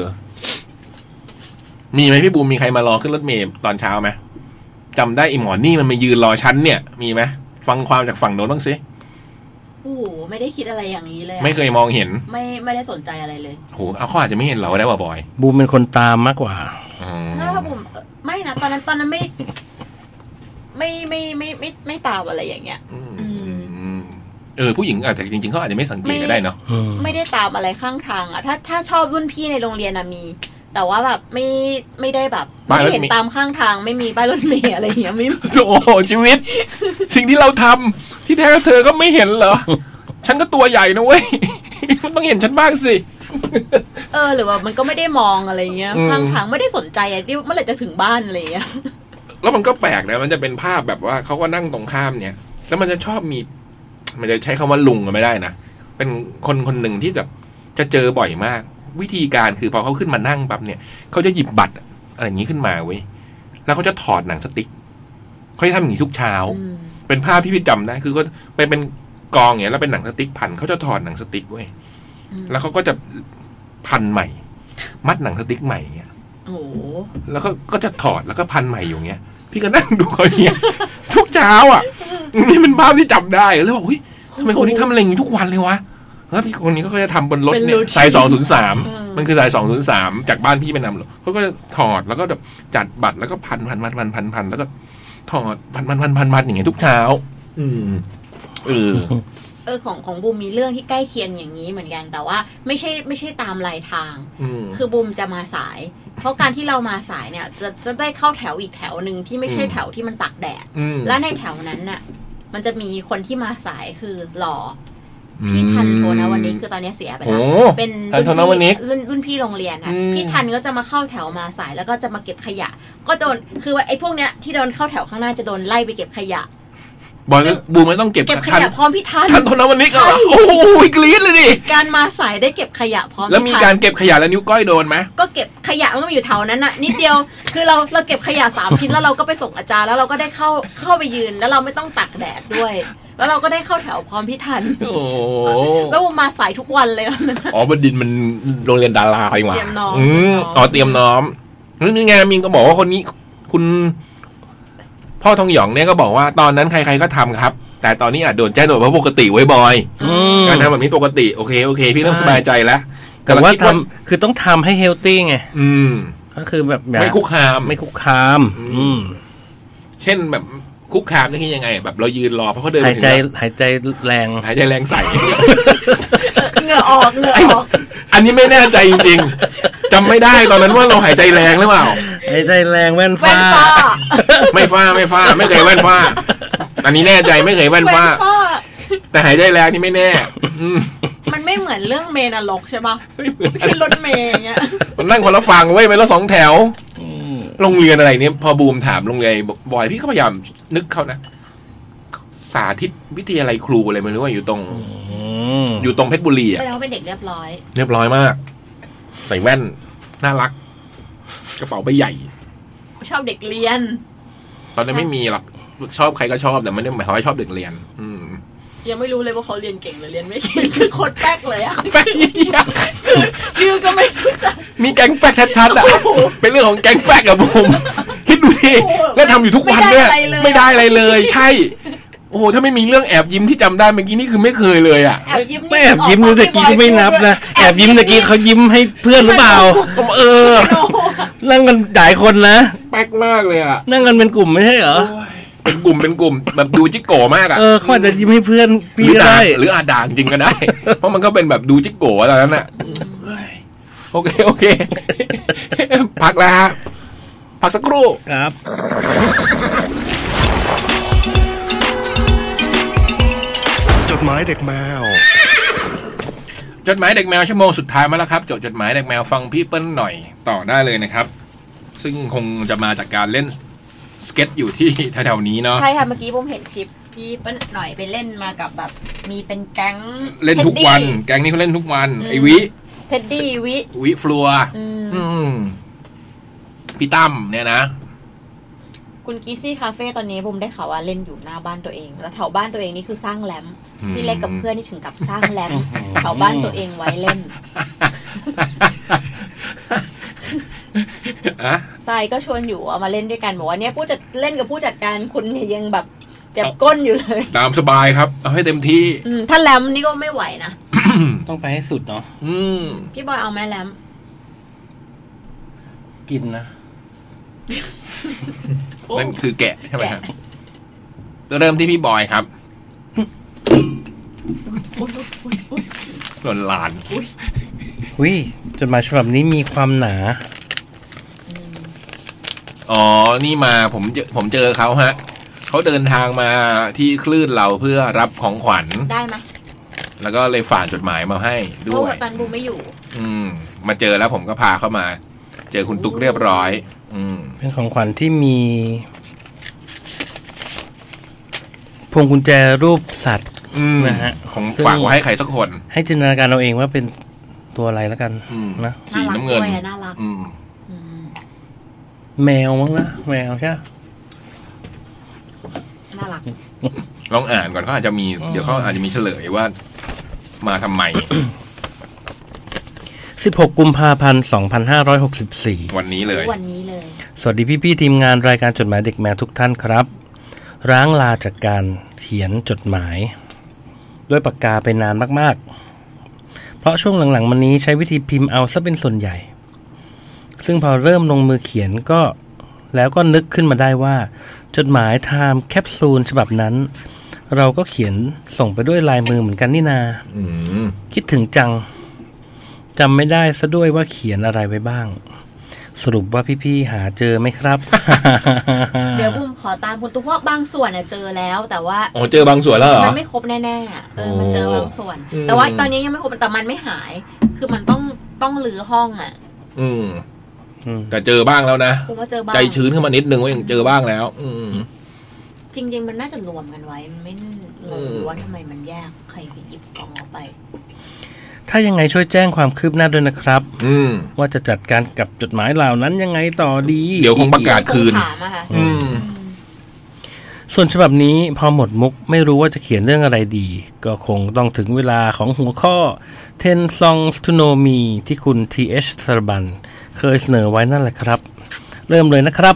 มีไหมพี่บูมมีใครมารอขึ้นรถเมล์ตอนเช้าไหมจำได้อีหมอนี่มันมายืนรอชั้นเนี่ยมีไหมฟังความจากฝั่งโน้นบ้างสิโอ้ไม่ได้คิดอะไรอย่างนี้เลยไม่เคยมองเห็นไม่ได้สนใจอะไรเลยโหเขาอาจจะไม่เห็นเราได้ว่าบอยบูมเป็นคนตามมากกว่าถ้าบูมไม่นะตอนนั้นไม่ตามอะไรอย่างเงี้ยผู้หญิงอาจจะจริงๆเขาอาจจะไม่สังเกตก็ได้เนาะไม่ได้ตามอะไรข้างทางอ่ะถ้าชอบรุ่นพี่ในโรงเรียนมีแต่ว่าแบบไม่ได้แบบไม่เห็นตามข้างทางไม่มีป้ายรถเมล์อะไรอย่างเงี้ยไม่โอ้ชีวิตสิ่งที่เราทำที่แท้เธอก็ไม่เห็นเหรอฉันก็ตัวใหญ่นะเว้ยมันต้องเห็นฉันบ้างสิหรือว่ามันก็ไม่ได้มองอะไรเงี้ยข้างทางไม่ได้สนใจที่เมื่อไหร่จะถึงบ้านอะไรเงี้ยแล้วมันก็แปลกนะมันจะเป็นภาพแบบว่าเขาก็นั่งตรงข้ามเนี่ยแล้วมันจะชอบมีมันจะใช้คำว่าลุงก็ไม่ได้นะเป็นคนหนึ่งที่แบบจะเจอบ่อยมากวิธีการคือพอเขาขึ้นมานั่งปั๊บเนี่ยเขาจะหยิบบัตรอะไรอย่างนี้ขึ้นมาเว้ยแล้วเขาจะถอดหนังสติ๊กเขาจะทำอย่างนี้ทุกเช้าเป็นภาพที่พี่จำได้คือเขาเป็นกองอย่างนี้แล้วเป็นหนังสติ๊กพันเขาจะถอดหนังสติ๊กเว้ยแล้วเขาก็จะพันใหม่มัดหนังสติ๊กใหม่เงี้ยแล้วก็จะถอดแล้วก็พันใหม่อยู่เงี้ยพี่ก็นั่งดูเขาเงี้ยทุกเช้าอ่ะนี่เป็นภาพที่จำได้แล้วบอกเฮ้ยทำไมคนนี้ทำอะไรอย่างนี้ทุกวันเลยวะแล้วพี่คนนี้ก็จะทำบนรถเนี่ยสาย203มันคือสาย203จากบ้านพี่ไปนำเขาก็ถอดแล้วก็แบบจัดบัตรแล้วก็พันแล้วก็ถอดพันอย่างเงี้ยทุกเช้าของบูมมีเรื่องที่ใกล้เคียงอย่างนี้เหมือนกันแต่ว่าไม่ใช่ตามลายทางคือบูมจะมาสายเพราะการที่เรามาสายเนี่ยจะได้เข้าแถวอีกแถวนึงที่ไม่ใช่แถวที่มันตากแดดและในแถวนั้นน่ะมันจะมีคนที่มาสายคือหล่อพี่ทันโทนะวันนี้คือตอนนี้เสียไปแล้วเป็นรุ่นพี่โรงเรียนค่ะพี่ทันก็จะมาเข้าแถวมาสายแล้วก็จะมาเก็บขยะก็โดนคือไอ้พวกเนี้ยที่โดนเข้าแถวข้างหน้าจะโดนไล่ไปเก็บขยะบอยบูมไม่ต้องเก็บขยะพร้อมพี่ทันโทนะวันนี้ก็โอ้โหกรี๊ดเลยดิการมาสายได้เก็บขยะพร้อมแล้วมีการเก็บขยะแล้วนิ้วก้อยโดนไหมก็เก็บขยะมันก็อยู่แถวนั้นน่ะนิดเดียวคือเราเก็บขยะ3 ชิ้นแล้วเราก็ไปส่งอาจารย์แล้วเราก็ได้เข้าไปยืนแล้วเราไม่ต้องตากแดดด้วยแล้วเราก็ได้เข้าแถวพร้อมพี่ทันโอ้แล้วมาสายทุกวันเลยบดินมันโรงเรียนดาราไปหว่าเตรียมน้อมเตรียมน้อมนี่ไงมินก็บอกว่าคนนี้คุณพ่อทองหยองเนี่ยก็บอกว่าตอนนั้นใครๆก็ทำครับแต่ตอนนี้อาจโดนแจ้งตัวเพราะปกติไว้บอยการทำแบบนี้ปกติโอเคพี่เริ่มสบายใจแล้วแต่ว่าทำคือต้องทำให้เฮลตี้ไงก็คือแบบไม่คุกคามเช่นแบบคุกคามนี่คือยังไงแบบเรายืนรอเพราะเขาเดินหายใจแรงใส่เหงื่อออกอันนี้ไม่แน่ใจจริงๆจำไม่ได้ตอนนั้นว่าเราหายใจแรงหรือเปล่าหายใจแรงแว่นฟ้าไม่ฟ้าไม่เคยแว่นฟ้าอันนี้แน่ใจไม่เคยแว่นฟ้าแต่หายใจแรงนี่ไม่แน่มันไม่เหมือนเรื่องเมนรกใช่ปะขึ้นรถเมย์เงี้ยมันนั่งคนละฝั่งเว้ยไปแล้ว2 แถวโรงเรียนอะไรเนี่ยพอบูมถามโรงเรียนบอยพี่ก็พยายามนึกเขานะสาธิตวิทยาลัยครูอะไรไม่รู้ว่าอยู่ตรงเพชรบุรีอ่ะแสดงว่าเป็นเด็กเรียบร้อยมากใส่แว่นน่ารักกระเป๋าใบใหญ่ชอบเด็กเรียนตอนนั้นไม่มีหรอกชอบใครก็ชอบแต่ไม่ได้หมายความว่าชอบเด็กเรียนยังไม่รู้เลยว่าเขาเรียนเก่งหรือเรียนไม่เก่งคือโคตรแป๊กเลยอะแป๊กชื่อก็ไม่รู้จักมีแก๊งแป๊กชัดๆอ่ะเป็นเรื่องของแก๊งแป๊กกับผมคิดดูดิแล้วทำอยู่ทุกวันเนี่ยไม่ได้อะไรเลยใช่โอ้โหถ้าไม่มีเรื่องแอบยิ้มที่จำได้เมื่อกี้นี่คือไม่เคยเลยอ่ะไม่แอบยิ้มเมื่อกี้ก็ไม่นับนะแอบยิ้มเมื่อกี้เขายิ้มให้เพื่อนหรือเปล่านั่งกันหลายคนนะแป๊กมากเลยอ่ะนั่งกันเป็นกลุ่มไม่ใช่เหรอเป็นกลุ่มแบบดูจิกโก้มากอ่ะเขาอาจจะยิ้มให้เพื่อนพี่ได้หรืออาด่างจริงก็ได้เพราะมันก็เป็นแบบดูจิกโก้อะไรนั้นน่ะโอเคพักแล้วฮะพักสักครู่ครับจดหมายเด็กแมวจดหมายเด็กแมวชั่วโมงสุดท้ายมาแล้วครับจดหมายเด็กแมวฟังพี่เปิ้ลหน่อยต่อได้เลยนะครับซึ่งคงจะมาจากการเล่นสเก็ตอยู่ที่แถวๆนี้เนาะใช่ค่ะเมื่อกี้ผมเห็นคลิปพี่เปิ้ลหน่อยไปเล่นมากับแบบมีเป็นแก๊งเล่นทุกวันแก๊งนี้เขาเล่นทุกวันไอวิเท็ดดี้วิฟลัวพี่ตั้มเนี่ยนะคุณกีซี่คาเฟ่ตอนนี้ผมได้ข่าวว่าเล่นอยู่หน้าบ้านตัวเองแล้วแถวบ้านตัวเองนี่คือสร้างแรมพี่เล็กกับเพื่อนนี่ถึงกับสร้างแรมแถวบ้านตัวเองไว้เล่นทรายก็ชวนอยู่เอามาเล่นด้วยกันบอกว่าเนี่ยผู้จัดเล่นกับผู้จัดการคุณเนี่ยยังแบบเจ็บก้นอยู่เลยตามสบายครับเอาให้เต็มที่ถ้าแรมนี่ก็ไม่ไหวนะต้องไปให้สุดเนาะพี่บอยเอาไหมแรมกินนะนั่นคือแกะใช่ไหมครับเริ่มที่พี่บอยครับหล่นลานจดหมายฉบับนี้มีความหนาอ๋อนี่มาผมเจอเขาฮะเขาเดินทางมาที่คลื่นเราเพื่อรับของขวัญได้ไหมแล้วก็เลยฝากจดหมายมาให้ด้วยตอนบูไม่อยู่มาเจอแล้วผมก็พาเข้ามาเจอคุณตุ๊กเรียบร้อยเป็นของขวัญที่มีพวงกุญแจรูปสัตว์นะฮะของฝากไว้ให้ใครสักคนให้จินตนาการเราเองว่าเป็นตัวอะไรแล้วกันนะสีน้ำเงินน่ารักแมวมั้งนะแมวใช่น่ารักลองอ่านก่อนเขาอาจจะมีเดี๋ยวเขาอาจจะมีเฉลยว่ามาทำไม 16 กุมภาพันธ์ 2564 วันนี้เลยสวัสดีพี่ๆทีมงานรายการจดหมายเด็กแมวทุกท่านครับร้างลาจากการเขียนจดหมายด้วยปากกาไปนานมากๆเพราะช่วงหลังๆมานี้ใช้วิธีพิมพ์เอาซะเป็นส่วนใหญ่ซึ่งพอเริ่มลงมือเขียนก็นึกขึ้นมาได้ว่าจดหมายไทม์แคปซูลฉบับนั้นเราก็เขียนส่งไปด้วยลายมือเหมือนกันนี่นาคิดถึงจังจำไม่ได้ซะด้วยว่าเขียนอะไรไว้บ้างสรุปว่าพี่ๆหาเจอไหมครับเดี๋ยวผมขอตามคุณตุ๊กเพราะบางส่วนเจอแล้วแต่ว่าเจอบางส่วนแล้วเหรอมันไม่ครบแน่ๆมันเจอบางส่วนแต่ว่าตอนนี้ยังไม่ครบแต่มันไม่หายคือมันต้องรื้อห้องแต่เจอบ้างแล้วนะผมว่าเจอบ้างใจชื้นขึ้นมานิดนึงว่ายังเจอบ้างแล้วจริงๆมันน่าจะรวมกันไว้มันไม่รู้ว่าทำไมมันแยกใครไปหยิบกล่องออกไปถ้ายังไงช่วยแจ้งความคืบหน้าด้วยนะครับว่าจะจัดการกับจดหมายเหล่านั้นยังไงต่อดีเดี๋ยวคงประกาศคืนส่วนฉบับนี้พอหมดมุกไม่รู้ว่าจะเขียนเรื่องอะไรดีก็คงต้องถึงเวลาของหัวข้อ 10 Songs to Know Me ที่คุณ T.H. สรบันเคยเสนอไว้นั่นแหละครับเริ่มเลยนะครับ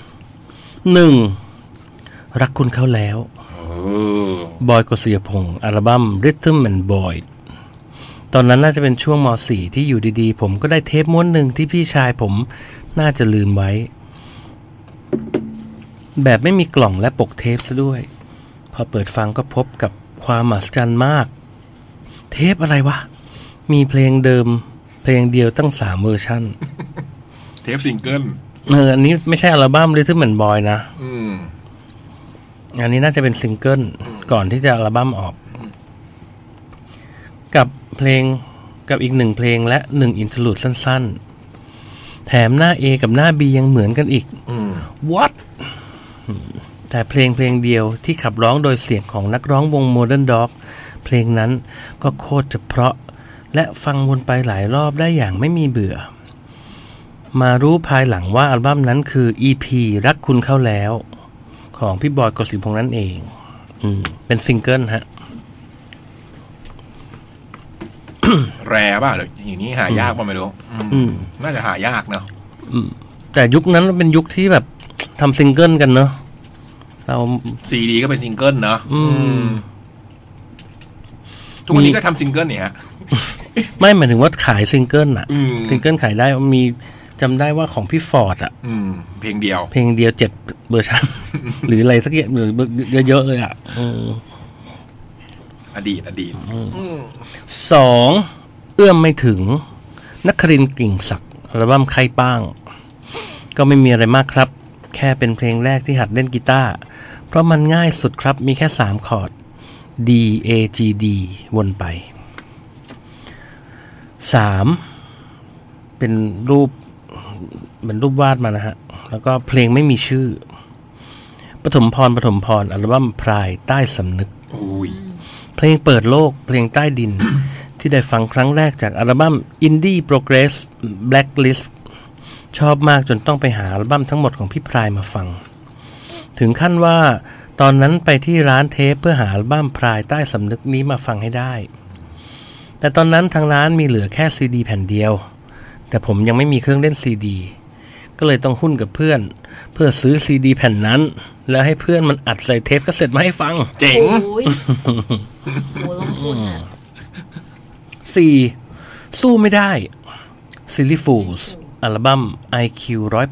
1. รักคุณเขาแล้วบอยกฤษยพงศ์อัลบั้ม Rhythm and Boyตอนนั้นน่าจะเป็นช่วงม.4 ที่อยู่ดีๆผมก็ได้เทปม้วนหนึ่งที่พี่ชายผมน่าจะลืมไว้แบบไม่มีกล่องและปกเทปซะด้วยพอเปิดฟังก็พบกับความมหัศจรรย์มากเทปอะไรวะมีเพลงเดิมเพลงเดียวตั้ง3เวอร์ชันเทปซิงเกิลอันนี้ไม่ใช่อัลบั้ม Rhythm and Boy นะอันนี้น่าจะเป็นซิงเกิลก่อนที่จะอัลบั้มออกกับเพลงกับอีก1เพลงและ1อินเทอร์ลูดสั้นๆแถมหน้า A กับหน้า B ยังเหมือนกันอีกWhat แต่เพลงเดียวที่ขับร้องโดยเสียงของนักร้องวง Modern Dog เพลงนั้นก็โคตรจะเพราะและฟังวนไปหลายรอบได้อย่างไม่มีเบื่อมารู้ภายหลังว่าอัลบั้มนั้นคือ EP รักคุณเข้าแล้วของพี่บอยกฤษณพงษ์นั่นเองเป็นซิงเกิลฮะแรป่ะเดี๋ยวอย่างนี้หายากป่ะไม่รู้น่าจะหายากเนาะแต่ยุคนั้นเป็นยุคที่แบบทำซิงเกิลกันเนาะเราซีดีก็เป็นซิงเกิลเนาะทุกวันนี้ก็ทำซิงเกิลเนี่ยไม่หมายถึงว่าขายซิงเกิลอ่ะซิงเกิลขายได้มีจำได้ว่าของพี่ฟอร์ดอ่ะเพลงเดียว 7เวอร์ชันหรืออะไรสักอย่างหรือเยอะๆเลยอ่ะอดีต 2. เอื้อมไม่ถึงนครินทร์กิ่งศักดิ์อัลบั้มไข่ป้างก็ไม่มีอะไรมากครับแค่เป็นเพลงแรกที่หัดเล่นกีตาร์เพราะมันง่ายสุดครับมีแค่3คอร์ด D A G D วนไป 3เป็นรูปวาดมานะฮะแล้วก็เพลงไม่มีชื่อปฐมพรอัลบั้มพรายใต้สำนึกเพลงเปิดโลกเพลงใต้ดิน ที่ได้ฟังครั้งแรกจากอัลบั้ม Indie Progress Blacklist ชอบมากจนต้องไปหาอัลบั้มทั้งหมดของพี่พรายมาฟังถึงขั้นว่าตอนนั้นไปที่ร้านเทปเพื่อหาอัลบั้มพรายใต้สำนึกนี้มาฟังให้ได้แต่ตอนนั้นทางร้านมีเหลือแค่ซีดีแผ่นเดียวแต่ผมยังไม่มีเครื่องเล่นซีดีก็เลยต้องหุ้นกับเพื่อนเพื่อซื้อซีดีแผ่นนั้นแล้วให้เพื่อนมันอัดใส่เทปคาสเซ็ตมาให้ฟังเจ๋งโอ้ลงทุนอ่ะ 4. สู้ไม่ได้ Silly Fools อัลบั้ม IQ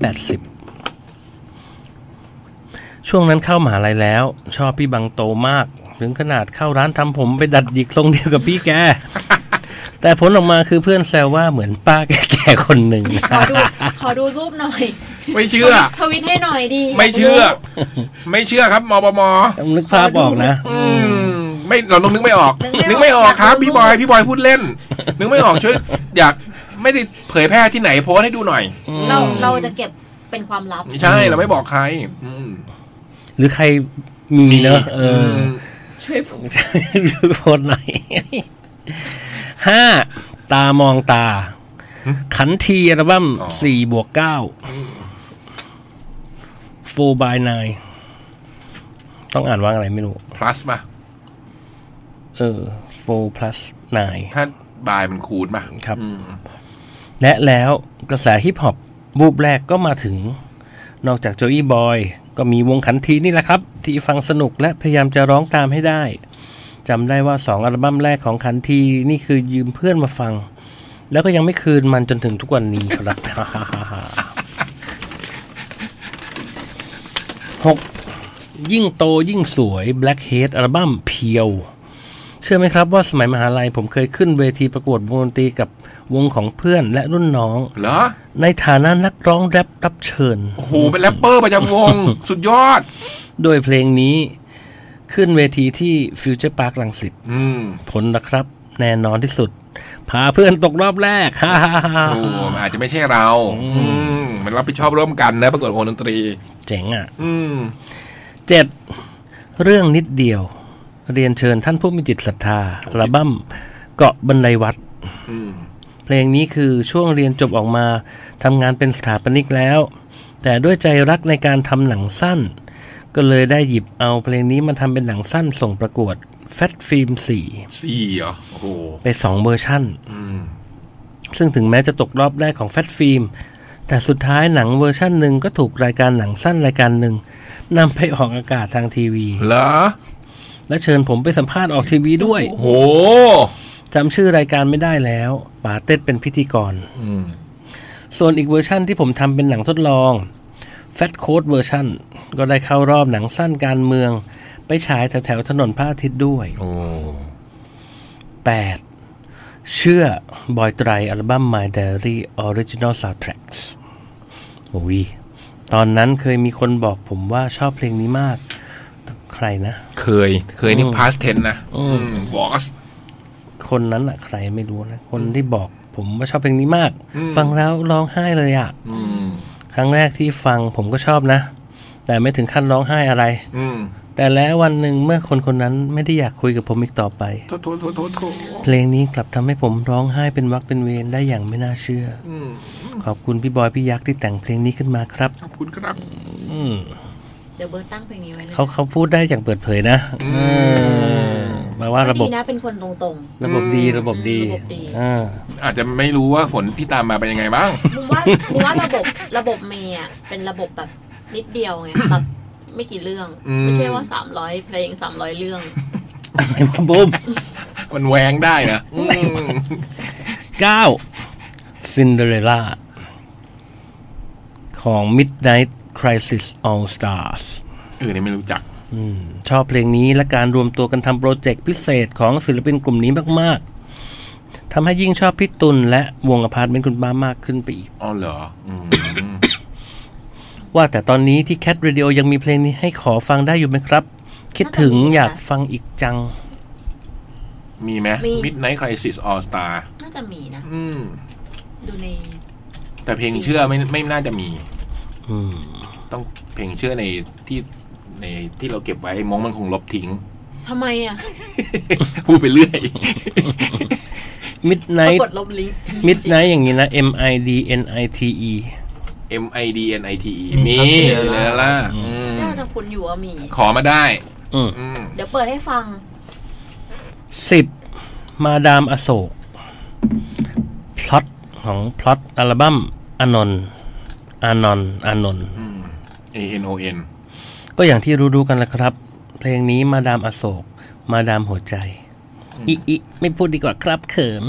180ช่วงนั้นเข้ามหาลัยแล้วชอบพี่บังโตมากถึงขนาดเข้าร้านทำผมไปดัดหยิกทรงเดียวกับพี่แก แต่ผลออกมาคือเพื่อนแซวว่าเหมือนป้าแก่ๆคนหนึ่งขอดูรูปหน่อยไม่เชื่อทวิตให้หน่อยดิไม่เชื่อครับมปมต้องนึกภาพออกนะไม่เราต้องนึกไม่ออกครับพี่บอยพูดเล่นนึกไม่ออกช่วยอยากไม่ได้เผยแพร่ที่ไหนโพสให้ดูหน่อยเราจะเก็บเป็นความลับใช่เราไม่บอกใครหรือใครมีเนอะช่วยโพสหน่อย5. ตามองตาขันทีอัลบั้ม 4+9 4/9 ต้องอ่านว่าอะไรไม่รู้ plus ป่ะ 4+9 ถ้าบายมันคูณป่ะครับและแล้วกระแสฮิปฮอปบูบแรกก็มาถึงนอกจากโจอี้บอยก็มีวงขันทีนี่แหละครับที่ฟังสนุกและพยายามจะร้องตามให้ได้จำได้ว่า2อัลบั้มแรกของขันทีนี่คือยืมเพื่อนมาฟังแล้วก็ยังไม่คืนมันจนถึงทุกวันนี้ครับ 6. ยิ่งโตยิ่งสวย Blackhead อัลบั้มเพียวเชื่อไหมครับว่าสมัยมหาลัยผมเคยขึ้นเวทีประกวดวงดนตรีกับวงของเพื่อนและรุ่นน้องเหรอในฐานะนักร้องแรปรับเชิญโอ้โหเป็นแรปเปอร์ประจำวง สุดยอดโดยเพลงนี้ขึ้นเวทีที่ฟิวเจอร์พาร์ครังสิตผลนะครับแน่นอนที่สุดพาเพื่อนตกรอบแรกฮ่าโอ้อาจจะไม่ใช่เรามันรับผิดชอบร่วมกันนะประกวดวงดนตรีเจ๋งอ่ะ7. เรื่องนิดเดียวเรียนเชิญท่านผู้มีจิตศรัทธาอัลบั้มเกาะบันไดวัดเพลงนี้คือช่วงเรียนจบออกมาทำงานเป็นสถาปนิกแล้วแต่ด้วยใจรักในการทำหนังสั้นก็เลยได้หยิบเอาเพลงนี้มาทำเป็นหนังสั้นส่งประกวดแฟตฟิล์ม4 เหรอโอ้โหไป2เวอร์ชั่นซึ่งถึงแม้จะตกรอบแรกของแฟตฟิล์มแต่สุดท้ายหนังเวอร์ชั่นหนึ่งก็ถูกรายการหนังสั้นรายการหนึ่งนำไปออกอากาศทางทีวีเหรอและเชิญผมไปสัมภาษณ์ออกทีวีด้วยโหจำชื่อรายการไม่ได้แล้วป๋าเต็ดเป็นพิธีกรส่วนอีกเวอร์ชั่นที่ผมทำเป็นหนังทดลองแฟตโค้ดเวอร์ชั่นก็ได้เข้ารอบหนังสั้นการเมืองไปฉายแถวถนนพระอาทิตย์ด้วย8. เชื่อบอยไตรอัลบั้ม My Diary Original Soundtracks โอ้ยตอนนั้นเคยมีคนบอกผมว่าชอบเพลงนี้มากใครนะเคยนี่ past tense นะwas คนนั้นอะใครไม่รู้นะคนที่บอกผมว่าชอบเพลงนี้มากฟังแล้วร้องไห้เลยอะครั้งแรกที่ฟังผมก็ชอบนะแต่ไม่ถึงขั้นร้องไห้อะไรแต่แล้ววันหนึ่งเมื่อคนนั้นไม่ได้อยากคุยกับผมอีกต่อไปเพลงนี้กลับทำให้ผมร้องไห้เป็นวรรคเป็นเวรได้อย่างไม่น่าเชื่อขอบคุณพี่บอยพี่ยักษ์ที่แต่งเพลงนี้ขึ้นมาครับขอบคุณครับเดี๋ยวเบิร์ตตั้งเพลงนี้ไว้เลยเขาพูดได้อย่างเปิดเผยนะมาว่าระบบดีนะเป็นคนตรงๆระบบดีอาจจะไม่รู้ว่าผลที่ตามมาเป็นยังไงบ้างมึงว่าระบบเมย์เป็นระบบแบบนิดเดียวไงแบบไม่กี่เรื่องไม่ใช่ว่า300เพลง300เรื่องปุ๊บมันแหวงได้นะ 9 Cinderella ของ Midnight Crisis All Stars นี่ไม่รู้จักชอบเพลงนี้และการรวมตัวกันทำโปรเจกต์พิเศษของศิลปินกลุ่มนี้มากๆทำให้ยิ่งชอบพี่ตุลและวงอพาร์ตเมนต์คุณบ้ามากขึ้นไปอีกอ๋อเหรอว่าแต่ตอนนี้ที่ Cat Radio ยังมีเพลงนี้ให้ขอฟังได้อยู่ไหมครับคิดถึงอยากฟังอีกจังมีไหม Midnight Crisis All Star น่าจะจะมีนะ ดูในแต่เพลงเชื่อไม่น่าจะมี ต้องเพลงเชื่อในที่เราเก็บไว้มองมันคงลบทิ้งทำไมอ่ะพูดไปเรื่อย Midnight กดลบลิงก์ Midnight อย่างนี้นะ MIDNITE MIDNITE มีเลยล่ะน่าจะคุณอยู่ว่ามีขอมาได้เดี๋ยวเปิดให้ฟัง 10มาดามอโศกพล็อตของพล็อตอัลบั้มอานนท์ ANON ก็อย่างที่รู้ๆกันแล้วครับเพลงนี้มาดามอโศกมาดามหัวใจอิไม่พูดดีกว่าครับเขิน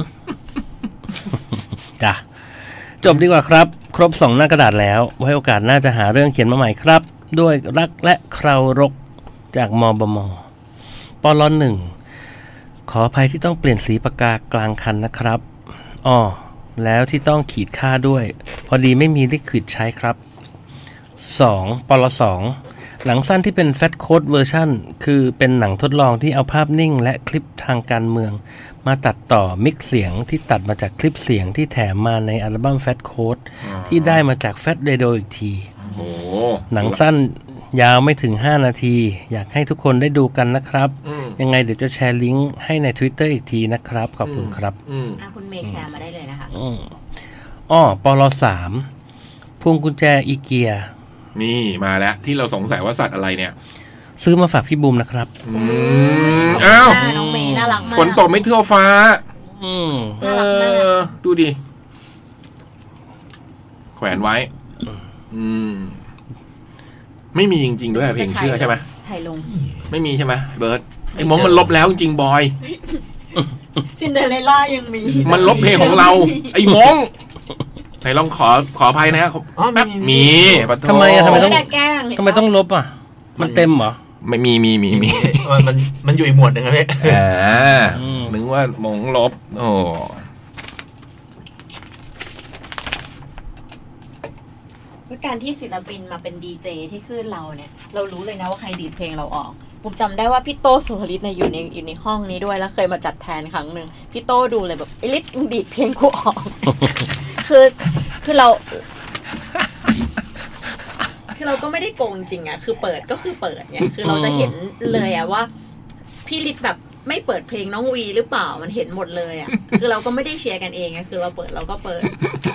จ้ะจบดีกว่าครับครบ2หน้ากระดาษแล้วไว้โอกาสหน้าจะหาเรื่องเขียนมาใหม่ครับด้วยรักและเครารกจากมบมปล.1 ขออภัยที่ต้องเปลี่ยนสีปากกากลางคันนะครับแล้วที่ต้องขีดค่าด้วยพอดีไม่มีลิควิดใช้ครับ2ปล.2 หนังสั้นที่เป็นแฟตโค้ดเวอร์ชันคือเป็นหนังทดลองที่เอาภาพนิ่งและคลิปทางการเมืองมาตัดต่อมิกซ์เสียงที่ตัดมาจากคลิปเสียงที่แถมมาในอัลบั้มแฟตโค้ดที่ได้มาจากแฟตเรดิโออีกทีหนังสั้นยาวไม่ถึง5นาทีอยากให้ทุกคนได้ดูกันนะครับยังไงเดี๋ยวจะแชร์ลิงก์ให้ใน Twitter อีกทีนะครับขอบคุณครับคุณเมย์แชร์มาได้เลยนะคะปล.3 พวงกุญแจอีเกียนี่มาแล้วที่เราสงสัยว่าสัตว์อะไรเนี่ยซื้อมาฝากพี่บูมนะครับอ้าวน้องเมย์น่ารักมากฝนตกไม่ทั่วฟ้าดูดิแขวนไว้ไม่มีจริงๆด้วยเพลงเชื่อใช่ไหมถ่ายลงไม่มีใช่ไหมเบิร์ดไอ้มงมันลบแล้วจริงบอยซินเดอเรลล่ายังมีมันลบเพลงของเราไอ้มงไหนลองขออภัยนะครับมีทำไมต้องลบอ่ะมันเต็มเหรอไม่มีมันอยู่อีกหมวดหนึ่งครับพี่นึกว่ามงลบโอ้การที่ศิลปินมาเป็นดีเจที่ขึ้นเราเนี่ยเรารู้เลยนะว่าใครดีดเพลงเราออกผมจำได้ว่าพี่โต้สุภลิตเนี่ยอยู่ในห้องนี้ด้วยแล้วเคยมาจัดแทนครั้งหนึ่งพี่โต้ดูเลยแบบไอ้ลิศดีดเพลงกูออก คือเราก็ไม่ได้โกงจริงอะคือเปิดก็คือเปิดเนี่ยคือเราจะเห็นเลยอะว่าพี่ลิศแบบไม่เปิดเพลงน้องวีหรือเปล่ามันเห็นหมดเลยอะคือเราก็ไม่ได้เชียร์กันเองอะคือเราเปิดเราก็เปิด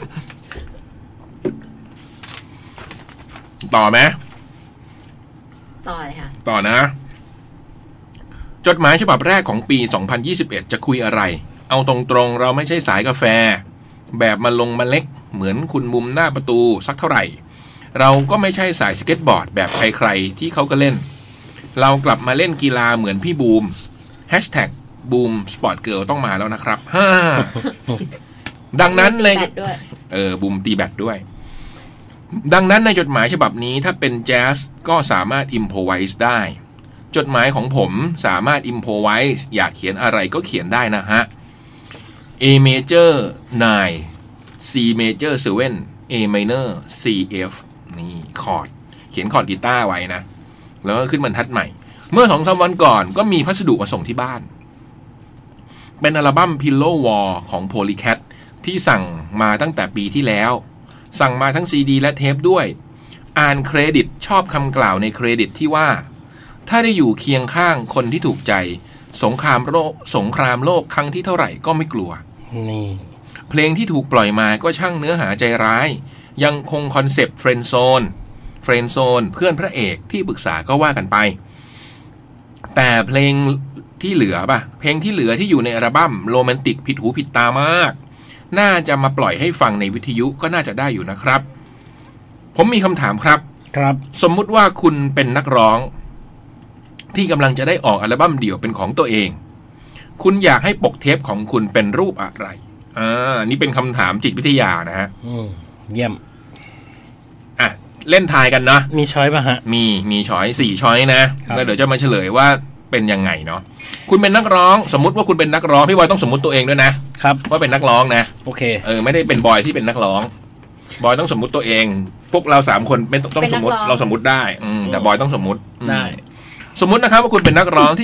ต่อไหมต่อเลยค่ะต่อนะจดหมายฉบับแรกของปี2021จะคุยอะไรเอาตรงๆเราไม่ใช่สายกาแฟแบบมาเล็กเหมือนคุณมุมหน้าประตูสักเท่าไหร่เราก็ไม่ใช่สายสเก็ตบอร์ดแบบใครๆที่เขาก็เล่นเรากลับมาเล่นกีฬาเหมือนพี่บูมบูมสปอร์ตเกิร์ลต้องมาแล้วนะครับดังนั้นเลยบูมตีแบดด้วยดังนั้นในจดหมายฉบับนี้ถ้าเป็นแจ๊สก็สามารถอิมโพไวส์ได้จดหมายของผมสามารถอิมโพไวส์อยากเขียนอะไรก็เขียนได้นะฮะ A major 9 C major 7 A minor C F นี่คอร์ดเขียนคอร์ดกีตาร์ไว้นะแล้วก็ขึ้นบรรทัดใหม่เมื่อ 2-3 วันก่อนก็มีพัสดุมาส่งที่บ้านเป็นอัลบั้ม Pillow War ของ Polycat ที่สั่งมาตั้งแต่ปีที่แล้วสั่งมาทั้งซีดีและเทปด้วยอ่านเครดิตชอบคำกล่าวในเครดิตที่ว่าถ้าได้อยู่เคียงข้างคนที่ถูกใจสงครามโลกครั้งที่เท่าไหร่ก็ไม่กลัวนี่เพลงที่ถูกปล่อยมาก็ช่างเนื้อหาใจร้ายยังคงคอนเซปต์เฟรนด์โซนเพื่อนพระเอกที่ปรึกษาก็ว่ากันไปแต่เพลงที่เหลือที่อยู่ในอัลบั้มโรแมนติกผิดหูผิดตามากน่าจะมาปล่อยให้ฟังในวิทยุก็น่าจะได้อยู่นะครับผมมีคำถามครับสมมุติว่าคุณเป็นนักร้องที่กำลังจะได้ออกอัลบั้มเดี่ยวเป็นของตัวเองคุณอยากให้ปกเทปของคุณเป็นรูปอะไรนี่เป็นคำถามจิตวิทยานะฮะเยี่ยมเล่นทายกันนะมีช้อยป่ะฮะมีช้อย4ช้อยนะแล้วเดี๋ยวจะมาเฉลยว่าเป็นยังไงเนาะคุณเป็นนักร้องสมมุติว่าคุณเป็นนักร้องพี่บอยต้องสมมุติตัวเองด้วยนะครับว่าเป็นนักร้องนะโอเคไม่ได้เป็นบอยที่เป็นนักร้องบอยต้องสมมุติตัวเองพวกเรา3คนไม่ต้องสมมุติเราสมมุติได้แต่บอยต้องสมมุติได้สมมุตินะครับว่าคุณเป็นนักร้องที่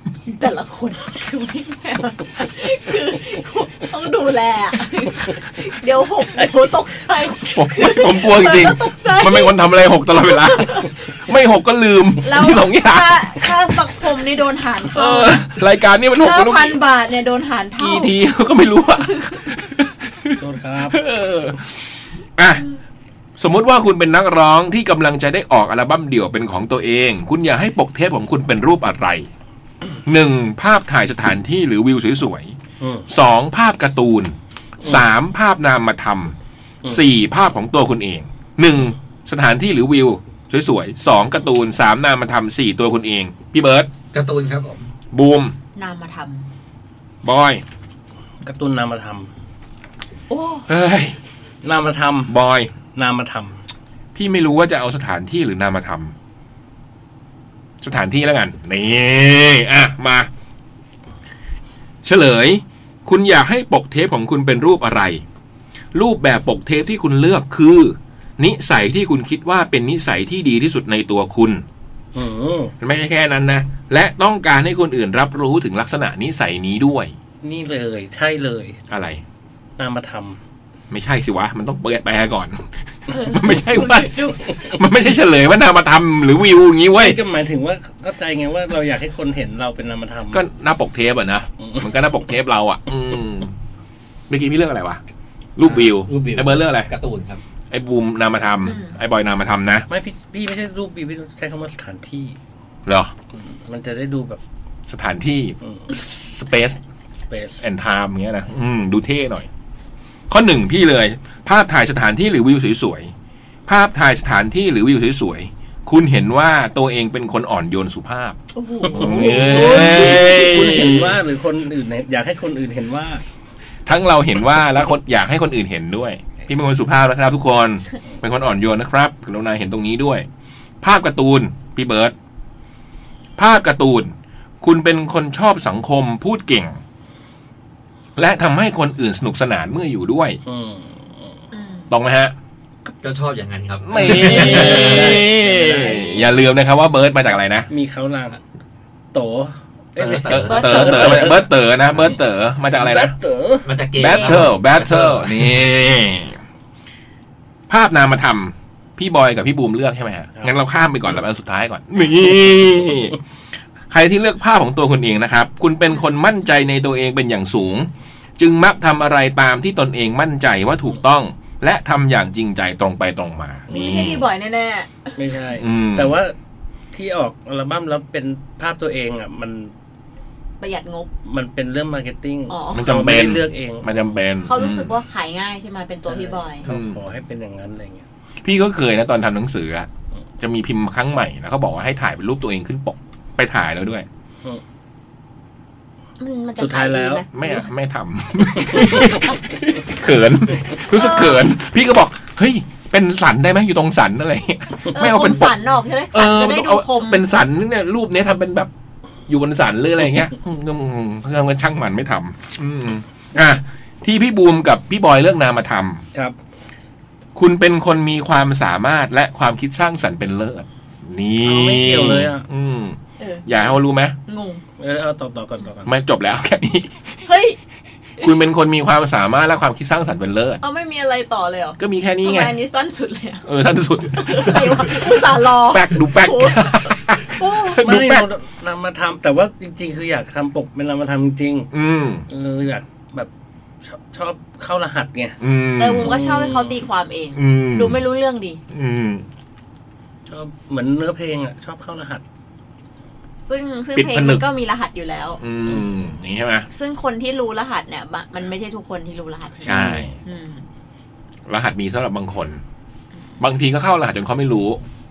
แต่ละคนคือไม่แม่คือต้องดูแลอะเดี๋ยวหกเดี๋ยวตกใจผมกลัวจริงๆมันเป็นคนทำอะไรหกตลอดเวลาไม่หกก็ลืมมีสองอย่างค่าสังคมนี่โดนหารเท่ารายการนี้มันหกกัน 1,000 บาทเนี่ยโดนหารเท่ากี่ทีก็ไม่รู้อะโทษครับอ่ะสมมุติว่าคุณเป็นนักร้องที่กำลังจะได้ออกอัลบั้มเดี่ยวเป็นของตัวเองคุณอยากให้ปกเทปของคุณเป็นรูปอะไร 1. ภาพถ่ายสถานที่หรือวิวสวยๆ 2. ภาพการ์ตูน 3. ภาพนามธรรม 4. ภาพของตัวคุณเอง 1. สถานที่หรือวิวสวยๆ 2. การ์ตูน 3. นามธรรม 4. ตัวคุณเองพี่เบิร์ดการ์ตูนครับผมบูมนามธรรมบอยการ์ตูนนามธรรมโอ้เฮ้ยนามธรรมบอยนามธรรมพี่ไม่รู้ว่าจะเอาสถานที่หรือนามธรรมสถานที่แล้วกันนี่อ่ะมาเฉลยคุณอยากให้ปกเทปของคุณเป็นรูปอะไรรูปแบบปกเทปที่คุณเลือกคือนิสัยที่คุณคิดว่าเป็นนิสัยที่ดีที่สุดในตัวคุณไม่ใช่แค่นั้นนะและต้องการให้คนอื่นรับรู้ถึงลักษณะนิสัยนี้ด้วยนี่เลยใช่เลยอะไรนามธรรมไม่ใช่สิวะมันต้องเปิดแปลก่อนมันไม่ใช่ว่ามันไม่ใช่เฉลยว่านามธรรมหรือวิวอย่างงี้เว้ยก็หมายถึงว่าเข้าใจไงว่าเราอยากให้คนเห็นเราเป็นนามธรรมก็หน้าปกเทปอ่ะนะมันก็หน้าปกเทปเราอ่ะเมื่อกี้พี่เลือกอะไรวะรูปวิวไอ้เบิร์ดเลือกอะไรการ์ตูนครับไอ้บูมนามธรรมไอ้บอยนามธรรมนะไม่พี่ไม่ใช่รูปวิวพี่ใช้คำว่าสถานที่เหรอมันจะได้ดูแบบสถานที่ space and time อย่างเงี้ยนะดูเท่หน่อยข้อ 1พี่เลยภาพถ่ายสถานที่หรือวิวสวยๆภาพถ่ายสถานที่หรือวิวสวยๆคุณเห็นว่าตัวเองเป็นคนอ่อนโยนสุภาพคุณเห็นว่าหรือคนอื่นอยากให้คนอื่นเห็นว่าทั้งเราเห็นว่าและคนอยากให้คนอื่นเห็นด้วยพี่เป็นคนสุภาพนะครับทุกคนเป็นคนอ่อนโยนนะครับกรุณาเห็นตรงนี้ด้วยภาพการ์ตูนพี่เบิร์ดภาพการ์ตูนคุณเป็นคนชอบสังคมพูดเก่งและทำให้คนอื่นสนุกสนานเมื่ออยู่ด้วยตรงไหมฮะก็ชอบอย่างนั้นครับอย่าลืมนะครับว่าเบิร์ดมาจากอะไรนะมีเขาล่างโตเต๋อเบิร์ดเต๋อนะเบิร์ดเต๋อมาจากอะไรนะมาจากเกมแบทเทิลนี่ภาพนามธรรมพี่บอยกับพี่บูมเลือกใช่ไหมฮะงั้นเราข้ามไปก่อนแล้วอันสุดท้ายก่อนนี่ใครที่เลือกภาพของตัวคุณเองนะครับคุณเป็นคนมั่นใจในตัวเองเป็นอย่างสูงจึงมักทำอะไรตามที่ตนเองมั่นใจว่าถูกต้องและทำอย่างจริงใจตรงไปตรงมาไม่ใช่พี่บอยแน่ๆไม่ใช่แต่ว่าที่ออกอัลบั้มแล้วเป็นภาพตัวเองอ่ะมันประหยัดงบมันเป็นเรื่องมาร์เก็ตติ้งมันจำเป็นเลือกเองมันจำเป็นเขารู้สึกว่าขายง่ายใช่ไหมเป็นตัวพี่บอยเขาขอให้เป็นอย่างนั้นอะไรเงี้ยพี่ก็เคยนะตอนทำหนังสือจะมีพิมพ์ครั้งใหม่แล้วเขาบอกว่าให้ถ่ายเป็นรูปตัวเองขึ้นปกไปถ่ายแล้วด้วยสุดท้ายแล้วไม่ทำ เขินรู้สึกเขินพี่ก็บอกเฮ้ยเป็นสันได้ไหมอยู่ตรงสันอะไรไม่เอาเป็นสันออกใช่ไหมสันจะได้ดูคมเป็นสันเนี่ยรูปนี้ทำเป็นแบบอยู่บนสันหรืออะไรเงี้ยเพื่อนช่างมันไม่ทำที่พี่บูมกับพี่บอยเลือกนามธรรมครับคุณเป็นคนมีความสามารถและความคิดสร้างสรรค์เป็นเลิศนี่ไม่เกี่ยวเลยอ่ะอยากให้เขารู้ไหมงงเอาต่อก่อนไม่จบแล้วแค่นี้เฮ้ยคุณเป็นคนมีความสามารถและความคิดสร้างสรรค์เป็นเลิศไม่มีอะไรต่อเลยเหรอก็มีแค่นี้ไงอันนี้สั้นสุดเลยสั้นสุดอะไรวะอุตส่าห์รอแป๊กดูแป๊กไม่ได้นำมาทำแต่ว่าจริงๆคืออยากทำปกเป็นนำมาทำจริงอยากแบบชอบเข้ารหัสไงผมก็ชอบให้เขาตีความเองดูไม่รู้เรื่องดีชอบเหมือนเนื้อเพลงอ่ะชอบเข้ารหัสซึ่งเพลงมันก็มีรหัสอยู่แล้วนี่ใช่ไหมซึ่งคนที่รู้รหัสเนี่ยมันไม่ใช่ทุกคนที่รู้รหัสใช่รหัสมีสำหรับบางคนบางทีก็เข้ารหัสจนเขาไม่รู้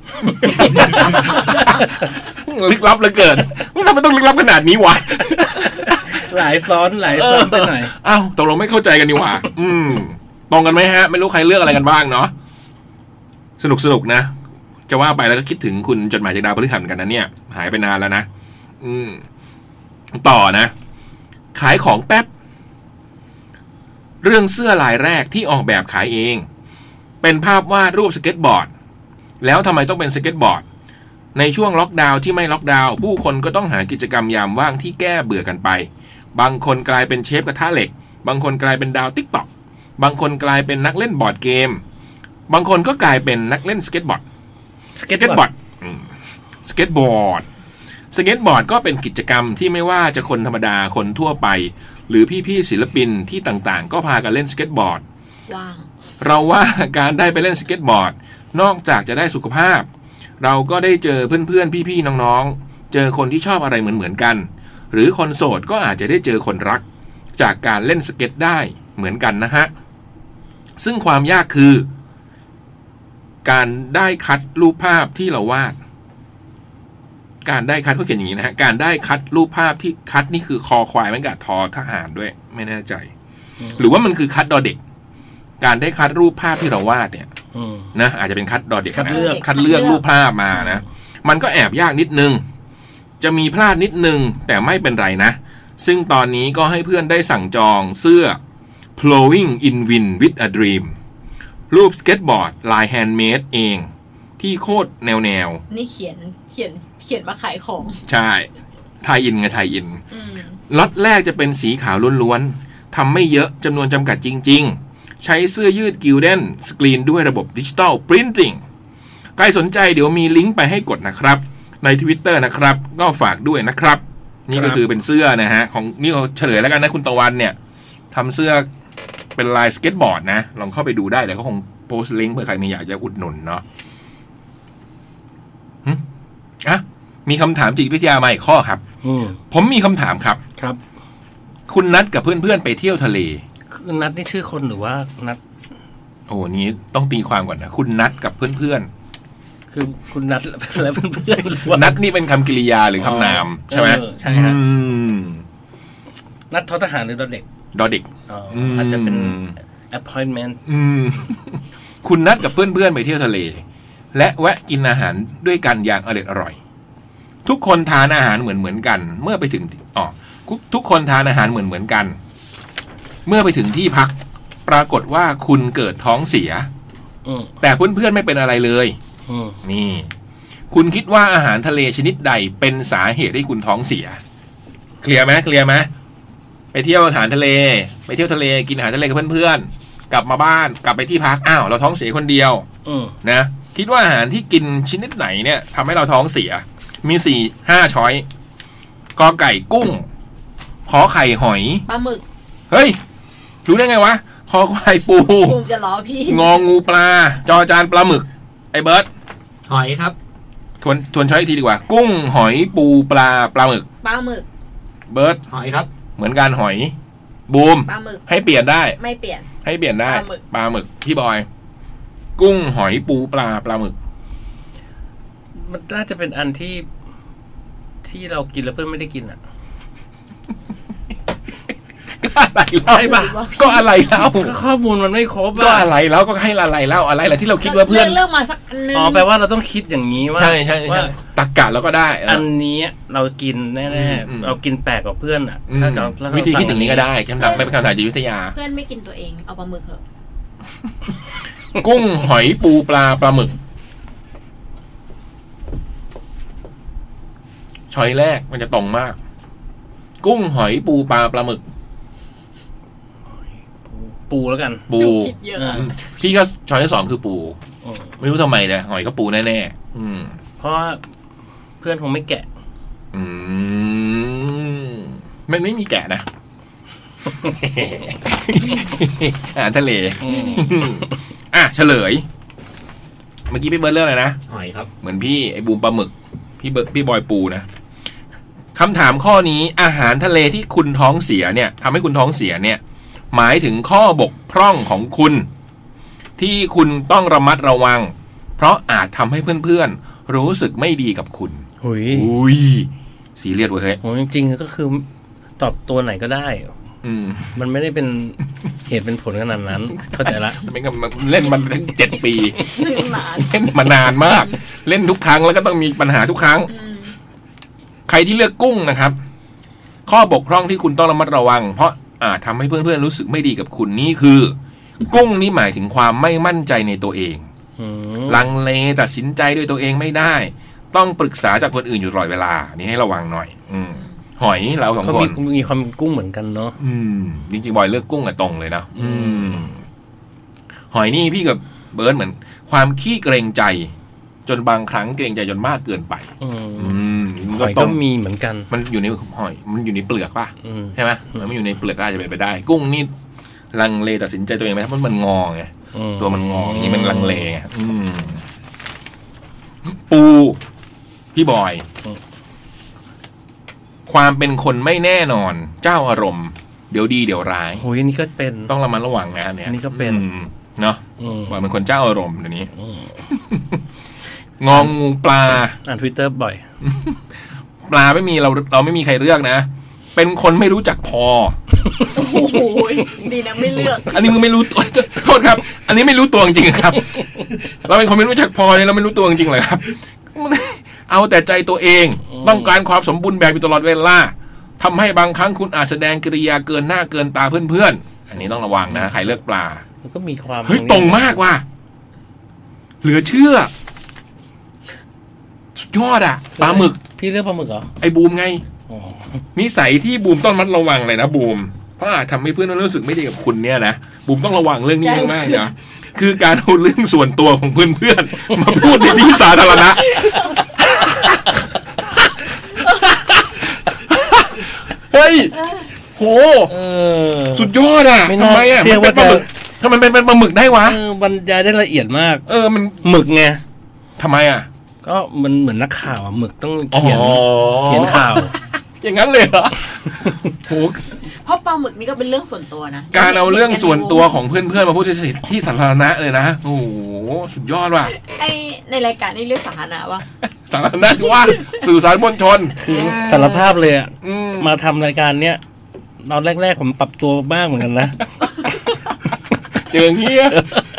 ลึกลับเหลือเกินทำไมต้องลึกลับขนาดนี้วะหลายซ้อนไปหน่อยอ้าวตกลงไม่เข้าใจกันนี่หว่าตรงกันไหมฮะไม่รู้ใครเลือกอะไรกันบ้างเนาะสนุกนะจะว่าไปแล้วก็คิดถึงคุณจดหมายจากดาวพฤหัสกันนะเนี่ยหายไปนานแล้วนะต่อนะขายของแป๊บเรื่องเสื้อลายแรกที่ออกแบบขายเองเป็นภาพวาดรูปสเก็ตบอร์ดแล้วทำไมต้องเป็นสเก็ตบอร์ดในช่วงล็อกดาวน์ที่ไม่ล็อกดาวน์ผู้คนก็ต้องหากิจกรรมยามว่างที่แก้เบื่อกันไปบางคนกลายเป็นเชฟกระทะเหล็กบางคนกลายเป็นดาวติ๊กต็อกบางคนกลายเป็นนักเล่นบอร์ดเกมบางคนก็กลายเป็นนักเล่นสเก็ตบอร์ดสเก็ตบอร์ดก็เป็นกิจกรรมที่ไม่ว่าจะคนธรรมดาคนทั่วไปหรือพี่ๆศิลปินที่ต่างๆก็พากันเล่นสเก็ตบอร์ดว้าวเราว่าการได้ไปเล่นสเก็ตบอร์ดนอกจากจะได้สุขภาพเราก็ได้เจอเพื่อนๆพี่ๆน้องๆเจอคนที่ชอบอะไรเหมือนกันหรือคนโสดก็อาจจะได้เจอคนรักจากการเล่นสเก็ตได้เหมือนกันนะฮะซึ่งความยากคือการได้คัดรูปภาพที่เราวาดการได้คัดเขาเขียนอย่างนี้นะฮะการได้คัดรูปภาพที่คัดนี่คือคอควายมันกับทอทหารด้วยไม่แน่ใจหรือว่ามันคือคัดดอเด็กการได้คัดรูปภาพที่เราวาดเนี่ยนะอาจจะเป็นคัดดอเด็กคัดเลือกรูปภาพมานะมันก็แอบยากนิดนึงจะมีพลาดนิดนึงแต่ไม่เป็นไรนะซึ่งตอนนี้ก็ให้เพื่อนได้สั่งจองเสื้อ Plowing in Wind with a Dream รูปสเก็ตบอร์ดลายแฮนด์เมดเองที่โคตรแนวนี่เขียนมาขายของใช่ไทยอินไงไทยอินล็อตแรกจะเป็นสีขาวล้วนๆทำไม่เยอะจำนวนจำกัดจริงๆใช้เสื้อยืดกิลเด้นสกรีนด้วยระบบดิจิตอลปรินติ้งใครสนใจเดี๋ยวมีลิงก์ไปให้กดนะครับใน Twitter นะครับก็ฝากด้วยนะครับนี่ก็คือเป็นเสื้อนะฮะของนี่เขาเฉลยแล้วกันนะคุณตะวันเนี่ยทำเสื้อเป็นลายสเก็ตบอร์ดนะลองเข้าไปดูได้เดี๋ยวเขาคงโพสต์ลิงก์เผื่อใครมีอยากจะอุดหนุนเนาะมีคำถามจิตวิทยามาอีกข้อครับผมมีคำถามครับคุณนัดกับเพื่อนๆไปเที่ยวทะเลคุณนัดนี่ชื่อคนหรือว่านัดโอ้นี้ต้องตีความก่อนนะคุณนัดกับเพื่อนๆคือคุณนัดและเพื่อนๆนัดนี่เป็นคำกริยาหรือคำนามใช่ไหมใช่ฮะนัดททหารหรือดอเด็กอาจจะเป็น appointment คุณนัดกับเพื่อนๆไปเที่ยวทะเลและแวะกินอาหารด้วยกันอย่างอร่อยทุกคนทานอาหารเหมือนกันเมื่อไปถึงทุกคนทานอาหารเหมือนกันเมื่อไปถึงที่พักปรากฏว่าคุณเกิดท้องเสียแต่เพื่อนๆไม่เป็นอะไรเลยนี่คุณคิดว่าอาหารทะเลชนิดใดเป็นสาเหตุให้คุณท้องเสียเคลียร์ไหมไปเที่ยวอาหารทะเลกินอาหารทะเลกับเพื่อนๆกลับมาบ้านกลับไปที่พักอ้าวเราท้องเสียคนเดียวนะคิดว่าอาหารที่กินชนิดไหนเนี่ยทำให้เราท้องเสียมี4-5 ช้อยกอไก่กุ้งขอไข่หอยปลาหมึกเฮ้ยรู้ได้ไงวะคอควายปูจะล้อพี่งองูปลาจอจานปลาหมึกไอ้เบิร์ดหอยครับทวนช้อยอีกทีดีกว่ากุ้งหอยปูปลาหมึกเบิร์ดหอยครับเหมือนกันหอยบูมปลาหมึกให้เปลี่ยนได้ไม่เปลี่ยนให้เปลี่ยนได้ปลาหมึกพี่บอยกุ้งหอยปูปลาหมึกมันน่าจะเป็นอันที่เรากินแล้วเพื่อนไม่ได้กินอ่ะก็อะไรเล่าก็อะไรเล่าก็ข้อมูลมันไม่ครบก็อะไรแล้วก็ให้อะไรเล่าอะไรแหละที่เราคิดว่าเพื่อนเลือกมาสักอันนึงแปลว่าเราต้องคิดอย่างนี้ว่าใช่ว่าตักกะแล้วก็ได้อันนี้เรากินแน่ๆเรากินแปลกกว่าเพื่อนอ่ะถ้าจะวิธีคิดอย่างนี้ก็ได้คำถามไม่เป็นคำถามจิตวิทยาเพื่อนไม่กินตัวเองเอาปลาหมึกเถอะกุ้งหอยปูปลาหมึกช้อยแรกมันจะตรงมากกุ้งหอยปูปลาหมึกปูแล้วกันปูพี่ก็ช้อยที่2คือปูไม่รู้ทำไมแต่หอยก็ปูแน่ๆเพราะเพื่อนคงไม่แกะไม่มีแกะนะอาหารทะเลเฉลยเมื่อกี้พี่เบิร์ดเรื่องอะไรนะหอยครับเหมือนพี่ไอ้บูมปลาหมึกพี่บอยปูนะคำถามข้อนี้อาหารทะเลที่คุณท้องเสียเนี่ยทำให้คุณท้องเสียเนี่ยหมายถึงข้อบกพร่องของคุณที่คุณต้องระมัดระวังเพราะอาจทำให้เพื่อนๆรู้สึกไม่ดีกับคุณอุ้ยซีเรียสเว้ยโอ้จริงๆก็คือตอบตัวไหนก็ได้มันไม่ได้เป็นเหตุเป็นผลขนาดนั้นเข้าใจละไม่งั้นเล่นมันตั้ง7 ปีเล่นมานานมากเล่นทุกครั้งแล้วก็ต้องมีปัญหาทุกครั้งใครที่เลือกกุ้งนะครับข้อบกพร่องที่คุณต้องระมัดระวังเพราะอาจทำให้เพื่อนๆรู้สึกไม่ดีกับคุณนี่คือกุ้งนี่หมายถึงความไม่มั่นใจในตัวเองลังเลตัดสินใจด้วยตัวเองไม่ได้ต้องปรึกษาจากคนอื่นอยู่ตลอดเวลานี่ให้ระวังหน่อยหอยเราสองคนมีความกุ้งเหมือนกันเนาะจริงๆบอยเลือกกุ้งกับตรงเลยนะหอยนี่พี่กับเบิร์ดเหมือนความขี้เกรงใจจนบางครั้งเกรงใจจนมากเกินไปหอยก็มีเหมือนกันมันอยู่ในหอยมันอยู่ในเปลือกป่ะใช่ไหมมันอยู่ในเปลือกก็อาจจะเป็นไปได้กุ้งนี่ลังเลตัดสินใจตัวเองไหมเพราะมันงอไงตัวมันงออย่างนี้มันลังเลไงปูพี่บอยความเป็นคนไม่แน่นอนเจ้าอารมณ์เดี๋ยวดีเดี๋ยวร้ายโอ้ยนี่ก็เป็นต้องระมัดระวังงานเนี่ยนี่ก็เป็นเนาะว่าเป็นคนเจ้าอารมณ์เดี๋ยวนี้งองูปลาอ่าน Twitter บ่อยปลาไม่มีเราไม่มีใครเลือกนะเป็นคนไม่รู้จักพอโอ้โหดีนะไม่เลือกอันนี้มึงไม่รู้ตัวโทษครับอันนี้ไม่รู้ตัวจริงๆครับเราเป็นคนไม่รู้จักพอเนี่ยเราไม่รู้ตัวจริงๆเลยครับเอาแต่ใจตัวเองต้องการความสมบูรณ์แบบอยู่ตลอดเวลาทำให้บางครั้งคุณอาจแสดงกิริยาเกินหน้าเกินตาเพื่อนๆอันนี้ต้องระวังนะใครเลือกปลามันก็มีความเฮ้ยตรงมากว่ะเหลือเชื่อสุดยอดอ่ะปลาหมึกพี่เลือกปลาหมึกเหรอไอ้บูมไงนิสัยที่บูมต้องมัดระวังเลยนะบูมเพราะอาจทำให้เพื่อนรู้สึกไม่ดีกับคุณเนี่ยนะบูมต้องระวังเรื่องนี้มากๆนะคือการเอาเรื่องส่วนตัวของเพื่อนๆมาพูดในที่สาธารณะเฮ้ยโหสุดยอดอ่ะทำไมอ่ะมันเป็นปลาหมึกทำไมเป็นปลาหมึกได้วะบรรยายได้ละเอียดมากมันหมึกไงทำไมอ่ะก็มันเหมือนนักข่าวอ่ะหมึกต้องเขียนข่าวอย่างนั้นเลยเหรอโหเพราะปลาหมึกนี่ก็เป็นเรื่องส่วนตัวนะการเอาเรื่องส่วนตัวของเพื่อนๆมาพูดที่สาธารณะเลยนะโอ้โหสุดยอดว่ะในรายการนี่เรียกสาธารณะวะสาธารณะคือว่าสื่อสารมวลชนคือสารภาพเลยอ่ะมาทำรายการเนี้ยตอนแรกๆผมปรับตัวบ้างเหมือนกันนะเจอเงี้ย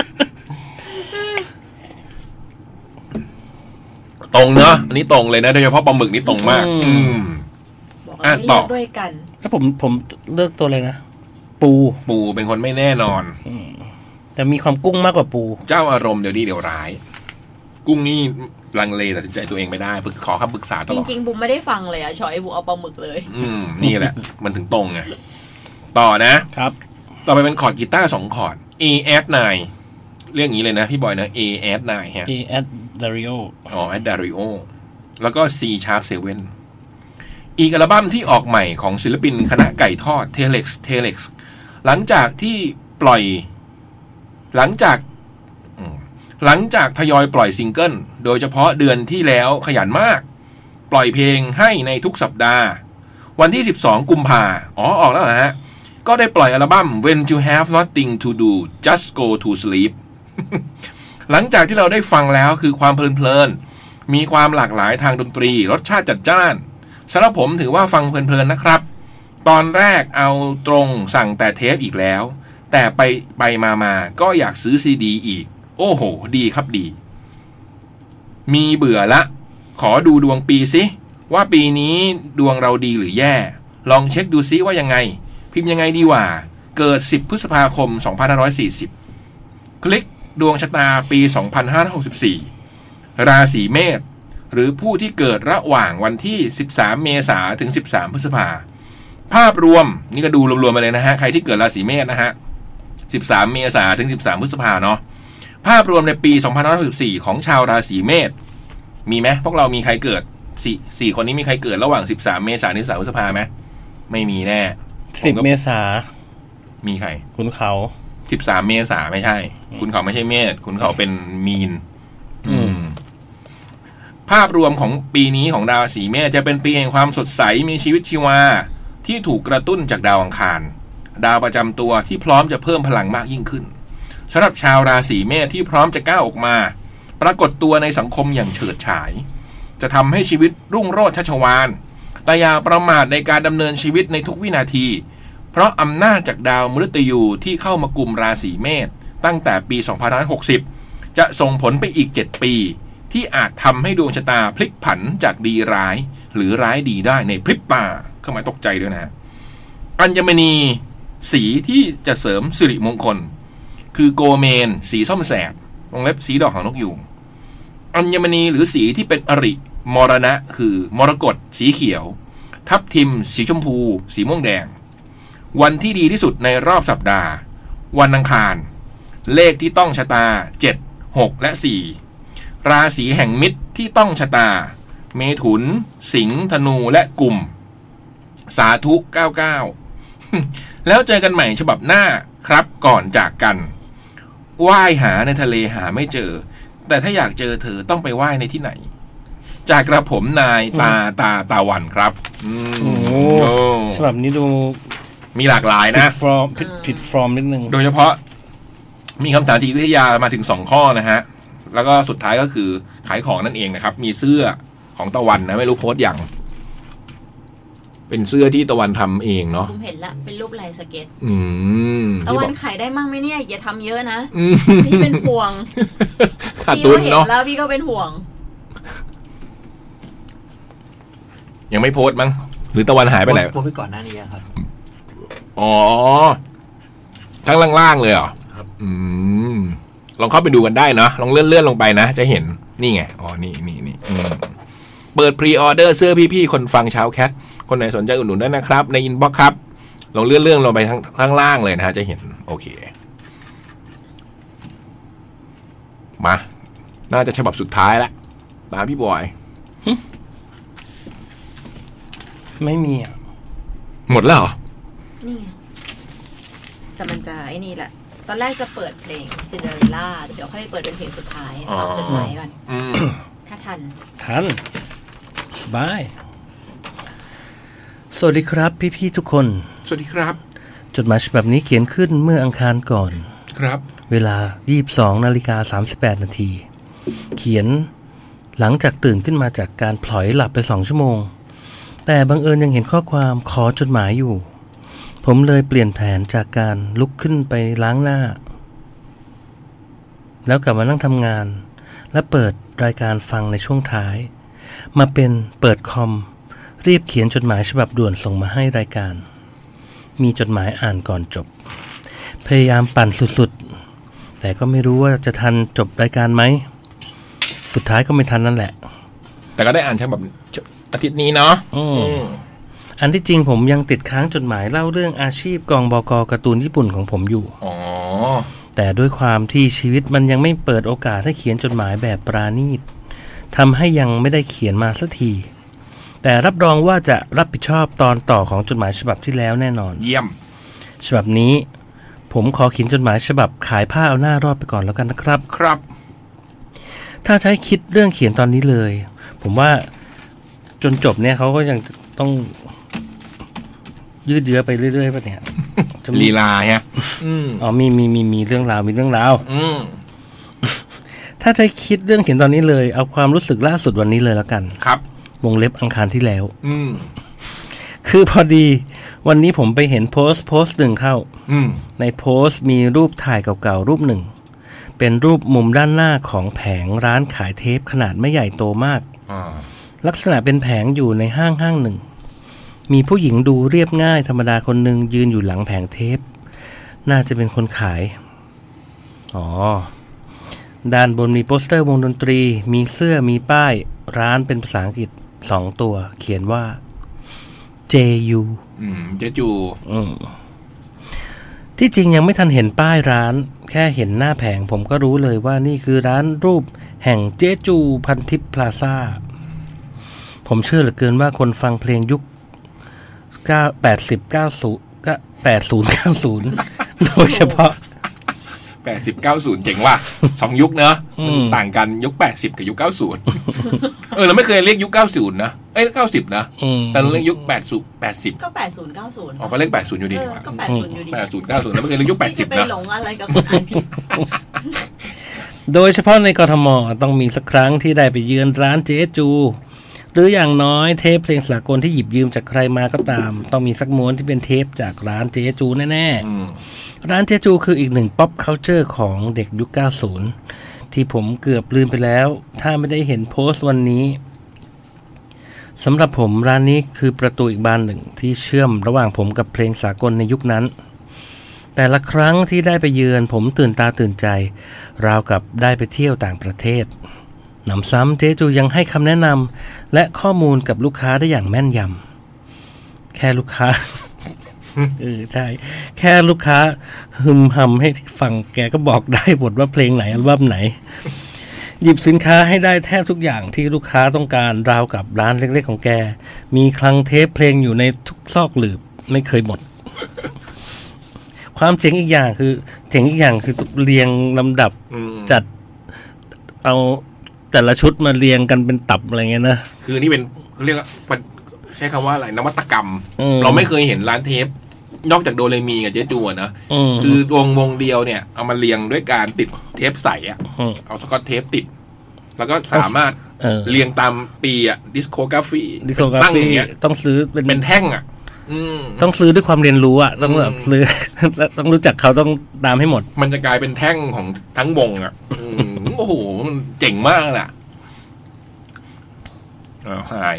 ตรงเนาะอันนี้ตรงเลยนะโดยเฉพาะปลาหมึกนี่ตรงมากต่อด้วยกันแล้วผมเลือกตัวเลยนะปูเป็นคนไม่แน่นอนแต่มีความกุ้งมากกว่าปูเจ้าอารมณ์เดี๋ยวดีเดี๋ยวร้ายกุ้งนี่ลังเลตัดสินใจตัวเองไม่ได้ขอคำปรึกษาตลอดจริงๆบุมไม่ได้ฟังเลยอะชอยบุมเอาปลาหมึกเลยนี่แหละมันถึงตรงไงต่อนะครับต่อไปเป็นคอร์ดกีตาร์2คอร์ด A add 9เรียกอย่างนี้เลยนะพี่บอยนะ A add 9ฮะ A add Dario add Dario แล้วก็ C sharp 7อีกอัลบั้มที่ออกใหม่ของศิลปินคณะไก่ทอด Telex หลังจากทยอยปล่อยซิงเกิลโดยเฉพาะเดือนที่แล้วขยันมากปล่อยเพลงให้ในทุกสัปดาห์วันที่12กุมภาออกแล้วนะฮะก็ได้ปล่อยอัลบั้ม When You Have Nothing to Do Just Go to Sleep หลังจากที่เราได้ฟังแล้วคือความเพลินมีความหลากหลายทางดนตรีรสชาติจัดจ้านสำหรับผมถือว่าฟังเพลินๆนะครับตอนแรกเอาตรงสั่งแต่เทปอีกแล้วแต่ไปมาก็อยากซื้อซีดีอีกโอ้โหดีครับดีมีเบื่อละขอดูดวงปีซิว่าปีนี้ดวงเราดีหรือแย่ลองเช็คดูซิว่ายังไงพิมพ์ยังไงดีว่าเกิด10พฤษภาคม2540คลิกดวงชะตาปี2564ราศีเมษหรือผู้ที่เกิดระหว่างวันที่13เมษายนถึง13พฤษภาภาพรวมนี่ก็ดูรวมๆไปเลยนะฮะใครที่เกิดราศีเมษนะฮะ13เมษายนถึง13พฤษภาเนาะภาพรวมในปี2564ของชาวราศีเมษมีไหมพวกเรามีใครเกิด4คนนี้มีใครเกิดระหว่าง13เมษายนถึง13พฤษภาไหมไม่มีแน่ 10เมษายนมีใครคุณเขา 13เมษายนไม่ใช่คุณเขาไม่ใช่เมษคุณเขาเป็นมีนภาพรวมของปีนี้ของดาวราศีเมษจะเป็นปีแห่งความสดใสมีชีวิตชีวาที่ถูกกระตุ้นจากดาวอังคารดาวประจำตัวที่พร้อมจะเพิ่มพลังมากยิ่งขึ้นสำหรับชาวราศีเมษที่พร้อมจะก้าวออกมาปรากฏตัวในสังคมอย่างเฉิดฉายจะทำให้ชีวิตรุ่งโรจน์ชัชวาลแต่อย่าประมาทในการดำเนินชีวิตในทุกวินาทีเพราะอำนาจจากดาวมฤตยูที่เข้ามากุมราศีเมษตั้งแต่ปี2560จะส่งผลไปอีก7ปีที่อาจทำให้ดวงชะตาพลิกผันจากดีร้ายหรือร้ายดีได้ในพริบตาเข้ามาตกใจด้วยนะอัญมณีสีที่จะเสริมสิริมงคลคือโกเมนสีส้มแสดวงเล็บสีดอกหางนกยูงอัญมณีหรือสีที่เป็นอริมรณะคือมรกตสีเขียว ทับทิมสีชมพูสีม่วงแดงวันที่ดีที่สุดในรอบสัปดาห์วันอังคารเลขที่ต้องชะตา7 6และ4ราศีแห่งมิตรที่ต้องชะตาเมถุนสิงห์ธนูและกุมสาธุ99แล้วเจอกันใหม่ฉบับหน้าครับก่อนจากกันว่ายหาในทะเลหาไม่เจอแต่ถ้าอยากเจอเธอต้องไปว่ายในที่ไหนจากกระผมนายตาวันครับโอ้ฉบับนี้ดูมีหลากหลายนะผิดฟอร์มนิดนึงโดยเฉพาะมีคำถามจิตวิทยามาถึง2ข้อนะฮะแล้วก็สุดท้ายก็คือขายของนั่นเองนะครับมีเสื้อของตะวันนะไม่รู้โพสต์อย่างเป็นเสื้อที่ตะวันทำเองเนาะผมเห็นละเป็นรูปลายสเก็ตตะวันขายได้มั่งไหมเนี่ยอย่าทำเยอะนะพี่เป็นห่วงพี่ก็เห็นแล้วพี่ก็เป็นห่วงยังไม่โพสต์มั้งหรือตะวันหายไปไหนโพสต์ไปก่อนหน้านี้ครับอ๋อข้างล่างๆเลยเหรอครับลองเข้าไปดูกันได้เนาะลองเลื่อนลงไปนะจะเห็นนี่ไงอ๋อนี่เปิดพรีออเดอร์เสื้อพี่ๆคนฟังชาวแคทคนไหนสนใจอุดหนุนได้นะครับในอินบ็อกซ์ครับลองเลื่อนลงไปข้างล่างเลยนะฮะจะเห็นโอเคมาน่าจะฉบับสุดท้ายละตามพี่บอยไม่มีอ่ะหมดแล้วเหรอนี่ไงแต่มันจะไอ้นี่แหละตอนแรกจะเปิดเพลง Cinderella เดี๋ยวค่อยเปิดเป็นเพลงสุดท้ายเอาจดหมายก่อนถ้าทันสบายสวัสดีครับพี่ๆทุกคนสวัสดีครับจดหมายฉบับนี้เขียนขึ้นเมื่ออังคารก่อนครับเวลา 22:38 น.เขียนหลังจากตื่นขึ้นมาจากการพลอยหลับไป2 ชั่วโมงแต่บังเอิญยังเห็นข้อความขอจดหมายอยู่ผมเลยเปลี่ยนแผนจากการลุกขึ้นไปล้างหน้าแล้วกลับมานั่งทำงานและเปิดรายการฟังในช่วงท้ายมาเป็นเปิดคอมรีบเขียนจดหมายฉบับด่วนส่งมาให้รายการมีจดหมายอ่านก่อนจบพยายามปั่นสุดๆแต่ก็ไม่รู้ว่าจะทันจบรายการไหมสุดท้ายก็ไม่ทันนั่นแหละแต่ก็ได้อ่านฉบับอาทิตย์นี้เนาะอันที่จริงผมยังติดค้างจดหมายเล่าเรื่องอาชีพกองบก.การ์ตูนญี่ปุ่นของผมอยู่แต่ด้วยความที่ชีวิตมันยังไม่เปิดโอกาสให้เขียนจดหมายแบบปราณีตทำให้ยังไม่ได้เขียนมาสักทีแต่รับรองว่าจะรับผิดชอบตอนต่อของจดหมายฉบับที่แล้วแน่นอนเยี่ยมฉบับนี้ผมขอเขียนจดหมายฉบับขายผ้าเอาหน้ารอดไปก่อนแล้วกันนะครับครับถ้าใช้คิดเรื่องเขียนตอนนี้เลยผมว่าจนจบเนี่ยเขาก็ยังต้องยืดเยื้อไปเรื่อยๆป่ะเนี่ยลีลาฮะอ๋อมีเรื่องราวถ้าใช้คิดเรื่องเขียนตอนนี้เลยเอาความรู้สึกล่าสุดวันนี้เลยแล้วกันครับวงเล็บอังคารที่แล้วคือพอดีวันนี้ผมไปเห็นโพสต์หนึ่งเข้าในโพสต์มีรูปถ่ายเก่าๆรูปหนึ่งเป็นรูปมุมด้านหน้าของแผงร้านขายเทปขนาดไม่ใหญ่โตมากลักษณะเป็นแผงอยู่ในห้างหนึ่งมีผู้หญิงดูเรียบง่ายธรรมดาคนหนึ่งยืนอยู่หลังแผงเทปน่าจะเป็นคนขายด้านบนมีโปสเตอร์วงดนตรีมีเสื้อมีป้ายร้านเป็นภาษาอังกฤษ2 ตัวเขียนว่า JU JU ที่จริงยังไม่ทันเห็นป้ายร้านแค่เห็นหน้าแผงผมก็รู้เลยว่านี่คือร้านรูปแห่งเจจูพันทิพย์พลาซ่าผมเชื่อเหลือเกินว่าคนฟังเพลงยุค80 90 โดยเฉพาะ 80 90เจ๋งว่ะ2ยุคเนอะต่างกันยุค80กับยุค90เราไม่เคยเรียกยุค90นะ90นะแต่เราเรียกยุค80 ก็80 90 เขาเรียก80อยู่ดีกว่าก็80อยู่ดี 80 90แล้วไม่เคยเรียกยุค80นะไปหลงอะไรกับคนอ่านผิดโดยเฉพาะในกทมต้องมีสักครั้งที่ได้ไปเยือนร้านเจจูหรืออย่างน้อยเทปเพลงสากลที่หยิบยืมจากใครมาก็ตามต้องมีสักม้วนที่เป็นเทปจากร้านเจจูแน่ๆร้านเจจูคืออีกหนึ่ง pop culture ของเด็กยุค 90 ที่ผมเกือบลืมไปแล้วถ้าไม่ได้เห็นโพสต์วันนี้สำหรับผมร้านนี้คือประตูอีกบานหนึ่งที่เชื่อมระหว่างผมกับเพลงสากลในยุคนั้นแต่ละครั้งที่ได้ไปเยือนผมตื่นตาตื่นใจราวกับได้ไปเที่ยวต่างประเทศหนำซ้ำเจ๊จูยังให้คำแนะนำและข้อมูลกับลูกค้าได้อย่างแม่นยำแค่ลูกค้า ใช่แค่ลูกค้าฮึมหำให้ฟังแกก็บอกได้หมดว่าเพลงไหนอัลบั้มไหน หยิบสินค้าให้ได้แทบทุกอย่างที่ลูกค้าต้องการราวกับร้านเล็กๆของแกมีคลังเทปเพลงอยู่ในทุกซอกหลืบไม่เคยหมด ความเจ๋งอีกอย่างคือเรียงลำดับจัดเอาแต่ละชุดมาเรียงกันเป็นตับอะไรเงี้ยนะคือนี่เป็นเรียกว่าใช้คำว่าอะไรนวัตกรรมเราไม่เคยเห็นร้านเทปนอกจากโดเรมีกับเจ๊จูนะคือวงเดียวเนี่ยเอามาเรียงด้วยการติดเทปใสอ่ะเอาสกอตเทปติดแล้วก็สามารถเรียงตามปีอ่ะดิสโคกราฟีตั้งอย่างเงี้ยต้องซื้อเป็นแท่งอ่ะต้องซื้อด้วยความเรียนรู้อ่ะต้องแบบซื้อต้องรู้จักเขาต้องตามให้หมดมันจะกลายเป็นแท่งของทั้งวงอ่ะโอ้โหมันเจ๋งมากแหละหาย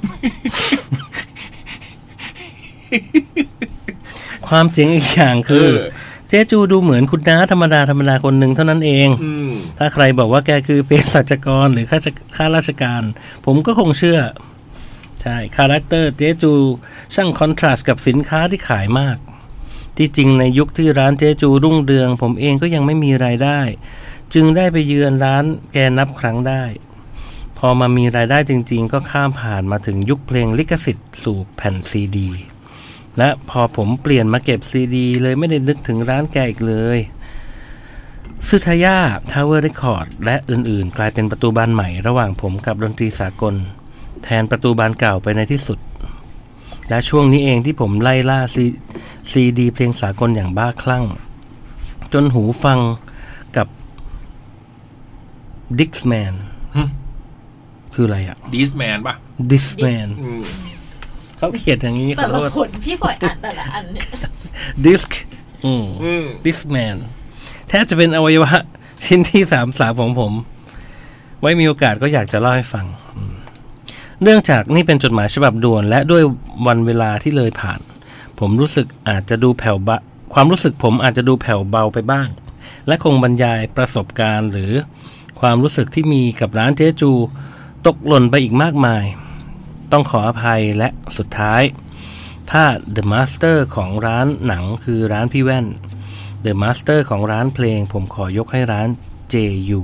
ความเจ๋งอีกอย่างคือเจ๊จูดูเหมือนคุณน้าธรรมดาคนหนึ่งเท่านั้นเองถ้าใครบอกว่าแกคือเภสัชกรหรือข้าราชการผมก็คงเชื่อใช่คาแรคเตอร์เจ๊จูช่างคอนทราสต์กับสินค้าที่ขายมากที่จริงในยุคที่ร้านเจ๊จูรุ่งเรืองผมเองก็ยังไม่มีรายได้จึงได้ไปเยือนร้านแกนับครั้งได้พอมามีรายได้จริงๆก็ข้ามผ่านมาถึงยุคเพลงลิขสิทธิ์สู่แผ่นซีดีและพอผมเปลี่ยนมาเก็บซีดีเลยไม่ได้นึกถึงร้านแกอีกเลยซึทายาทาวเวอร์เรคคอร์ดและอื่นๆกลายเป็นประตูบานใหม่ระหว่างผมกับดนตรีสากลแทนประตูบานเก่าไปในที่สุดและช่วงนี้เองที่ผมไล่ล่าซีดีเพลงสากลอย่างบ้าคลั่งจนหูฟังกับดิกส์แมนคืออะไรอ่ะดิสแมนป่ะดิสแมนเขาเขียนอย่างนี้แต่ละคนพี่ปล่อยอ่านแต่ละอันเนี่ยดิสดิสแมนแทบจะเป็นอวัยวะชิ้นที่33ของผมไว้มีโอกาสก็อยากจะเล่าให้ฟังเนื่องจากนี่เป็นจดหมายฉบับด่วนและด้วยวันเวลาที่เลยผ่านผมรู้สึกอาจจะดูแผ่วเบาความรู้สึกผมอาจจะดูแผ่วเบาไปบ้างและคงบรรยายประสบการณ์หรือความรู้สึกที่มีกับร้านเจ๊จูตกหล่นไปอีกมากมายต้องขออภัยและสุดท้ายถ้า The Master ของร้านหนังคือร้านพี่แว่น The Master ของร้านเพลงผมขอยกให้ร้าน JU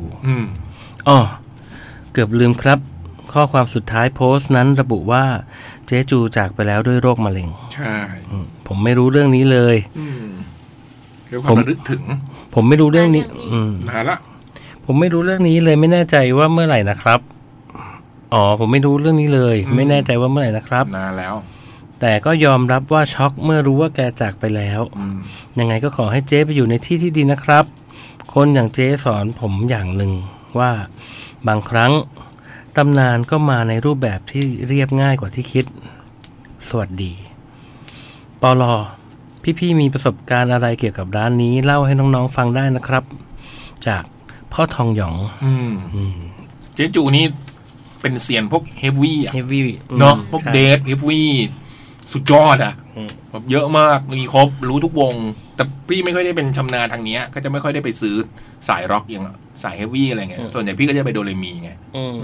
เกือบลืมครับข้อความสุดท้ายโพสต์นั้นระบุว่าเจ๊จูจากไปแล้วด้วยโรคมะเร็งใช่ผมไม่รู้เรื่องนี้เลยผมนึกถึงผมไม่รู้เรื่องนี้นานละผมไม่รู้เรื่องนี้เลยไม่แน่ใจว่าเมื่อไหร่นะครับผมไม่รู้เรื่องนี้เลยไม่แน่ใจว่าเมื่อไหร่นะครับนานแล้วแต่ก็ยอมรับว่าช็อกเมื่อรู้ว่าแกจากไปแล้วยังไงก็ขอให้เจ๊ไปอยู่ในที่ที่ดีนะครับคนอย่างเจ๊สอนผมอย่างหนึ่งว่าบางครั้งตำนานก็มาในรูปแบบที่เรียบง่ายกว่าที่คิดสวัสดีปลอพี่ๆมีประสบการณ์อะไรเกี่ยวกับร้านนี้เล่าให้น้องๆฟังได้นะครับจากพ่อทองหยองเจ๊จูนี่เป็นเซียนพวกเฮฟวี่เนาะพวกเดฟเฮฟวี่สุดยอดอ่ะแบบเยอะมากมีครบรู้ทุกวงแต่พี่ไม่ค่อยได้เป็นชำนาญทางนี้ก็จะไม่ค่อยได้ไปซื้อสายร็อกอย่างสายเฮฟวี่อะไรเงี้ยส่วนใหญ่พี่ก็จะไปโดเรมีไง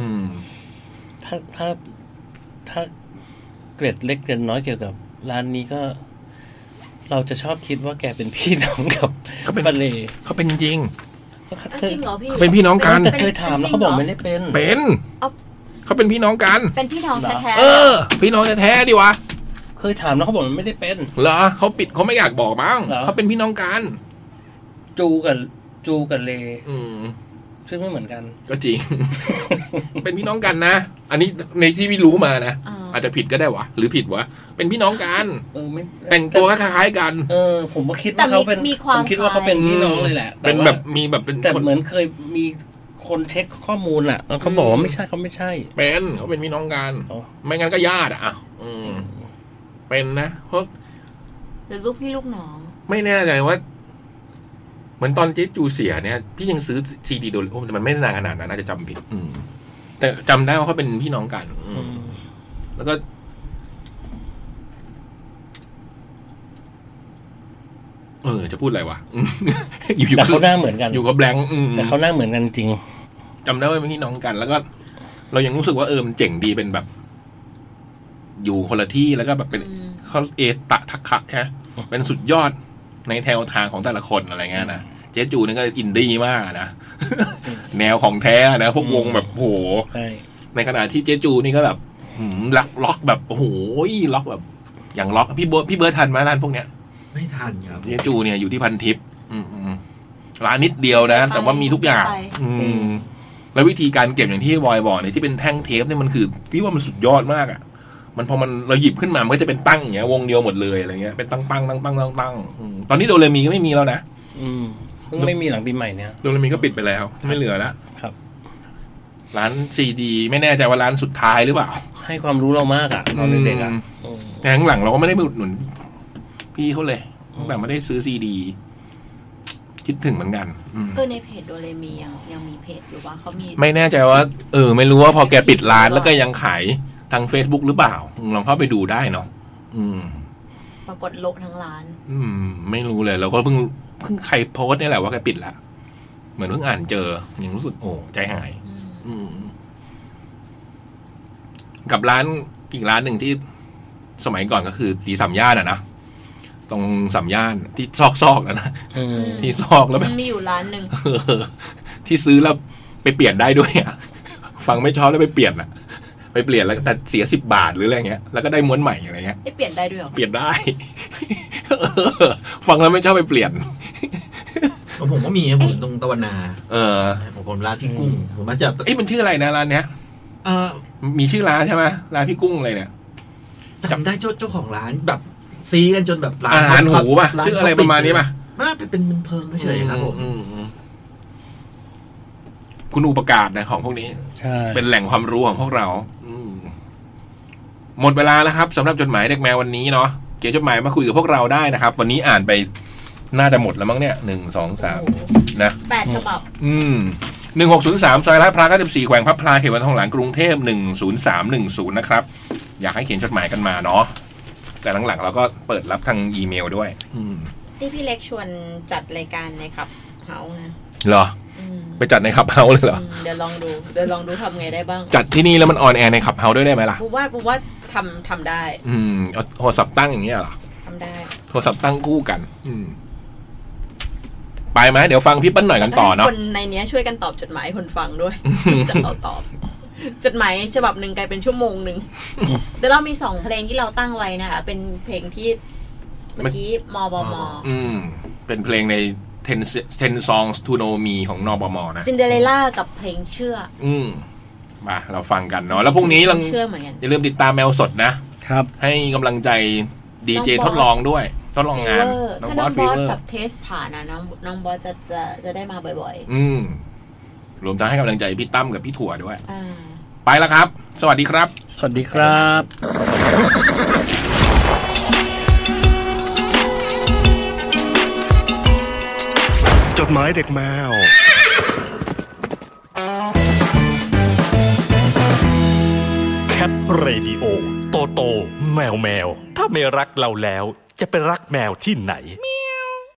ถ้าเกร็ดเล็กเกร็ดน้อยเกี่ยวกับร้านนี้ก็เราจะชอบคิดว่าแกเป็นพี่น้องกับบัลเล่เขาเป็นจริงจริงเหรอพี่เขาเป็นพี่น้องกันเคยถามแล้วเขาบอกไม่ได้เป็นเขาเป็นพี่น้องกันเป็นพี่น้องแท้พี่น้องแท้ๆดิวะเคยถามแล้วเขาบอกมันไม่ได้เป็นเหรอเขาปิดเขาไม่อยากบอกมั้งเขาเป็นพี่น้องกันจูกับเลซึ่งไม่เหมือนกันก็จริง เป็นพี่น้องกันนะอันนี้ในที่พี่รู้มานะอาจจะผิดก็ได้วะหรือผิดวะเป็นพี่น้องกันแต่งตัวคล้ายๆกันผมก็คิดว่าเขาเป็นผมคิดว่าเขาเป็นพี่น้องเลยแหละเป็นแบบมีแบบเป็นแต่เหมือนเคยมีคนเช็คข้อมูลอ่ะเขาบอกว่าไม่ใช่เขาไม่ใช่เขาเป็นพี่น้องกันไม่งั้นก็ญาติอ่ะเป็นนะเพราะหรือลูกพี่ลูกน้องไม่แน่ใจว่าเหมือนตอนเจ๊จูเสียเนี่ยพี่ยังซื้อซีดีโดนแต่มันไม่นานขนาดนั้นน่าจะจำผิดแต่จำได้ว่าเขาเป็นพี่น้องกันแล้วก็จะพูดอะไรวะแต่เขาหน้าเหมือนกันอยู่กับแบงค์แต่เขาหน้าเหมือนกันจริงจำได้ว่าเป็นพี่น้องกัน แล้วก็เรายังรู้สึกว่ามันเจ๋งดีเป็นแบบ อยู่คนละที่แล้วก็แบบเป็นเขาตะทักคะใช่ไหมเป็นสุดยอดในแนวทางของแต่ละคนอะไรเงี้ยนะเจ๊จูนี่ก็อินดี้มากนะ แนวของแท้นะพวกวงแบบโหในขณะที่เจ๊จูนี่ก็แบบล็อกแบบโอ้โหล็อกแบบอย่างล็อกพี่เบิร์ดทันไหมร้านพวกเนี้ยไม่ทันครับเจ๊จูเนี่ยอยู่ที่พันทิพย์ร้านนิดเดียวนะแต่ว่ามีทุกอย่างแล้ววิธีการเก็บอย่างที่บอยบอกเนี่ยที่เป็นแท่งเทปเนี่ยมันคือพี่ว่ามันสุดยอดมากอ่ะมันพอมันเราหยิบขึ้นมามันก็จะเป็นตั้งอย่างเงี้ยวงเดียวหมดเลยอะไรเงี้ยเป็นตั้งตอนนี้โดเรมีก็ไม่มีแล้วนะเพิ่งไม่มีหลังปีใหม่เนี่ยโดเรมีก็ปิดไปแล้วไม่เหลือแล้วครับร้านซีดีไม่แน่ใจว่าร้านสุดท้ายหรือเปล่าให้ความรู้เรามากอ่ะตอนเด็กๆอ่ะแต่ข้างหลังเราก็ไม่ได้ไปอุดหนุนพี่เขาเลยแต่ไม่ได้ซื้อซีดีคิดถึงเหมือนกันในเพจโดเรมียังมีเพจอยู่ว่าเขามีไม่แน่ใจว่าไม่รู้ว่าพอแกปิดร้านแล้วก็ยังขายทาง Facebook หรือเปล่าลองเข้าไปดูได้เนาะปรากฏโลกทั้งร้านไม่รู้เลยเราก็เพิ่งใครโพสต์นี่แหละว่าแกปิดละเหมือนเพิ่งอ่านเจอยังรู้สึกโอ้ใจหายกับร้านอีกร้านหนึ่งที่สมัยก่อนก็คือตีสามย่านนะตรงสามย่านที่ซอกนะที่ซอกแล้วแบบมีอยู่ร้านหนึ่งที่ซื้อแล้วไปเปลี่ยนได้ด้วยอ่ะฟังไม่ชอบแล้วไปเปลี่ยนอ่ะไปเปลี่ยนแล้วแต่เสีย10 บาทหรืออะไรเงี้ยแล้วก็ได้ม้วนใหม่อะไรเงี้ยเปลี่ยนได้ด้วยหรอเปลี่ยนได้ฟังแล้วไม่ชอบไปเปลี่ยนผมก็มีผมตรงตะวันนาผมร้านพี่กุ้งผมมาจากมันชื่ออะไรนะร้านเนี้ยมีชื่อร้านใช่ไหมร้านพี่กุ้งอะไรเนี่ยจำได้เจ้าของร้านแบบซีกันจนแบบร้านอาหารหูป่ะชื่ออะไรประมาณนี้ป่ะเป็นเพิงเฉยครับผมคุณอุปการนะของพวกนี้เป็นแหล่งความรู้ของพวกเราหมดเวลาแล้วครับสำหรับจดหมายเด็กแมววันนี้เนาะเขียนจดหมายมาคุยกับพวกเราได้นะครับวันนี้อ่านไปน่าจะหมดแล้วมั้งเนี่ย1 2 3นะ 8 ฉบับ 1603ซอยลาดพร้าว94แขวงพระพลาเขตวังทองหลางกรุงเทพ10310นะครับอยากให้เขียนจดหมายกันมาเนาะแต่หลังๆเราก็เปิดรับทางอีเมลด้วยที่พี่เล็กชวนจัดรายการในครับเฮานะเหรอไปจัดในขับเฮาเลยเหรอเดี๋ยวลองดูทำไงได้บ้างจัดที่นี่แล้วมันออนแอร์ในขับเฮาด้วยได้ไหมล่ะผมว่าทำได้เอาโทรศัพท์ตั้งอย่างเงี้ยเหรอทำได้โทรศัพท์ตั้งคู่กันไปไหมเดี๋ยวฟังพี่เปิ้ลหน่อยกันต่อเนาะคนในนี้ช่วยกันตอบจดหมายคนฟังด้วยจะเราตอบจดหมายฉบับหนึ่งกลายเป็นชั่วโมงนึงเดี๋ยวเรามี2เพลงที่เราตั้งไว้นะคะเป็นเพลงที่เมื่อกี้มบมเป็นเพลงใน10 songs to know me ของนบมนะซินเดอเรลล่ากับเพลงเชื่อมาเราฟังกันเนาะแล้วพรุ่งนี้อย่าลืมติดตามแมวสดนะครับให้กำลังใจดีเจทดลองด้วยทดลองงานน้องบอสฟีเวอร์กับเทสผ่านนะน้องบอสจะได้มาบ่อยๆรวมทั้งให้กำลังใจพี่ตั้มกับพี่ถั่วด้วยไปแล้วครับสวัสดีครับสวัสดีครับจดหมายเด็กแมวแคทเรดิโอโตแมวถ้าไม่รักเราแล้วจะไปรักแมวที่ไหน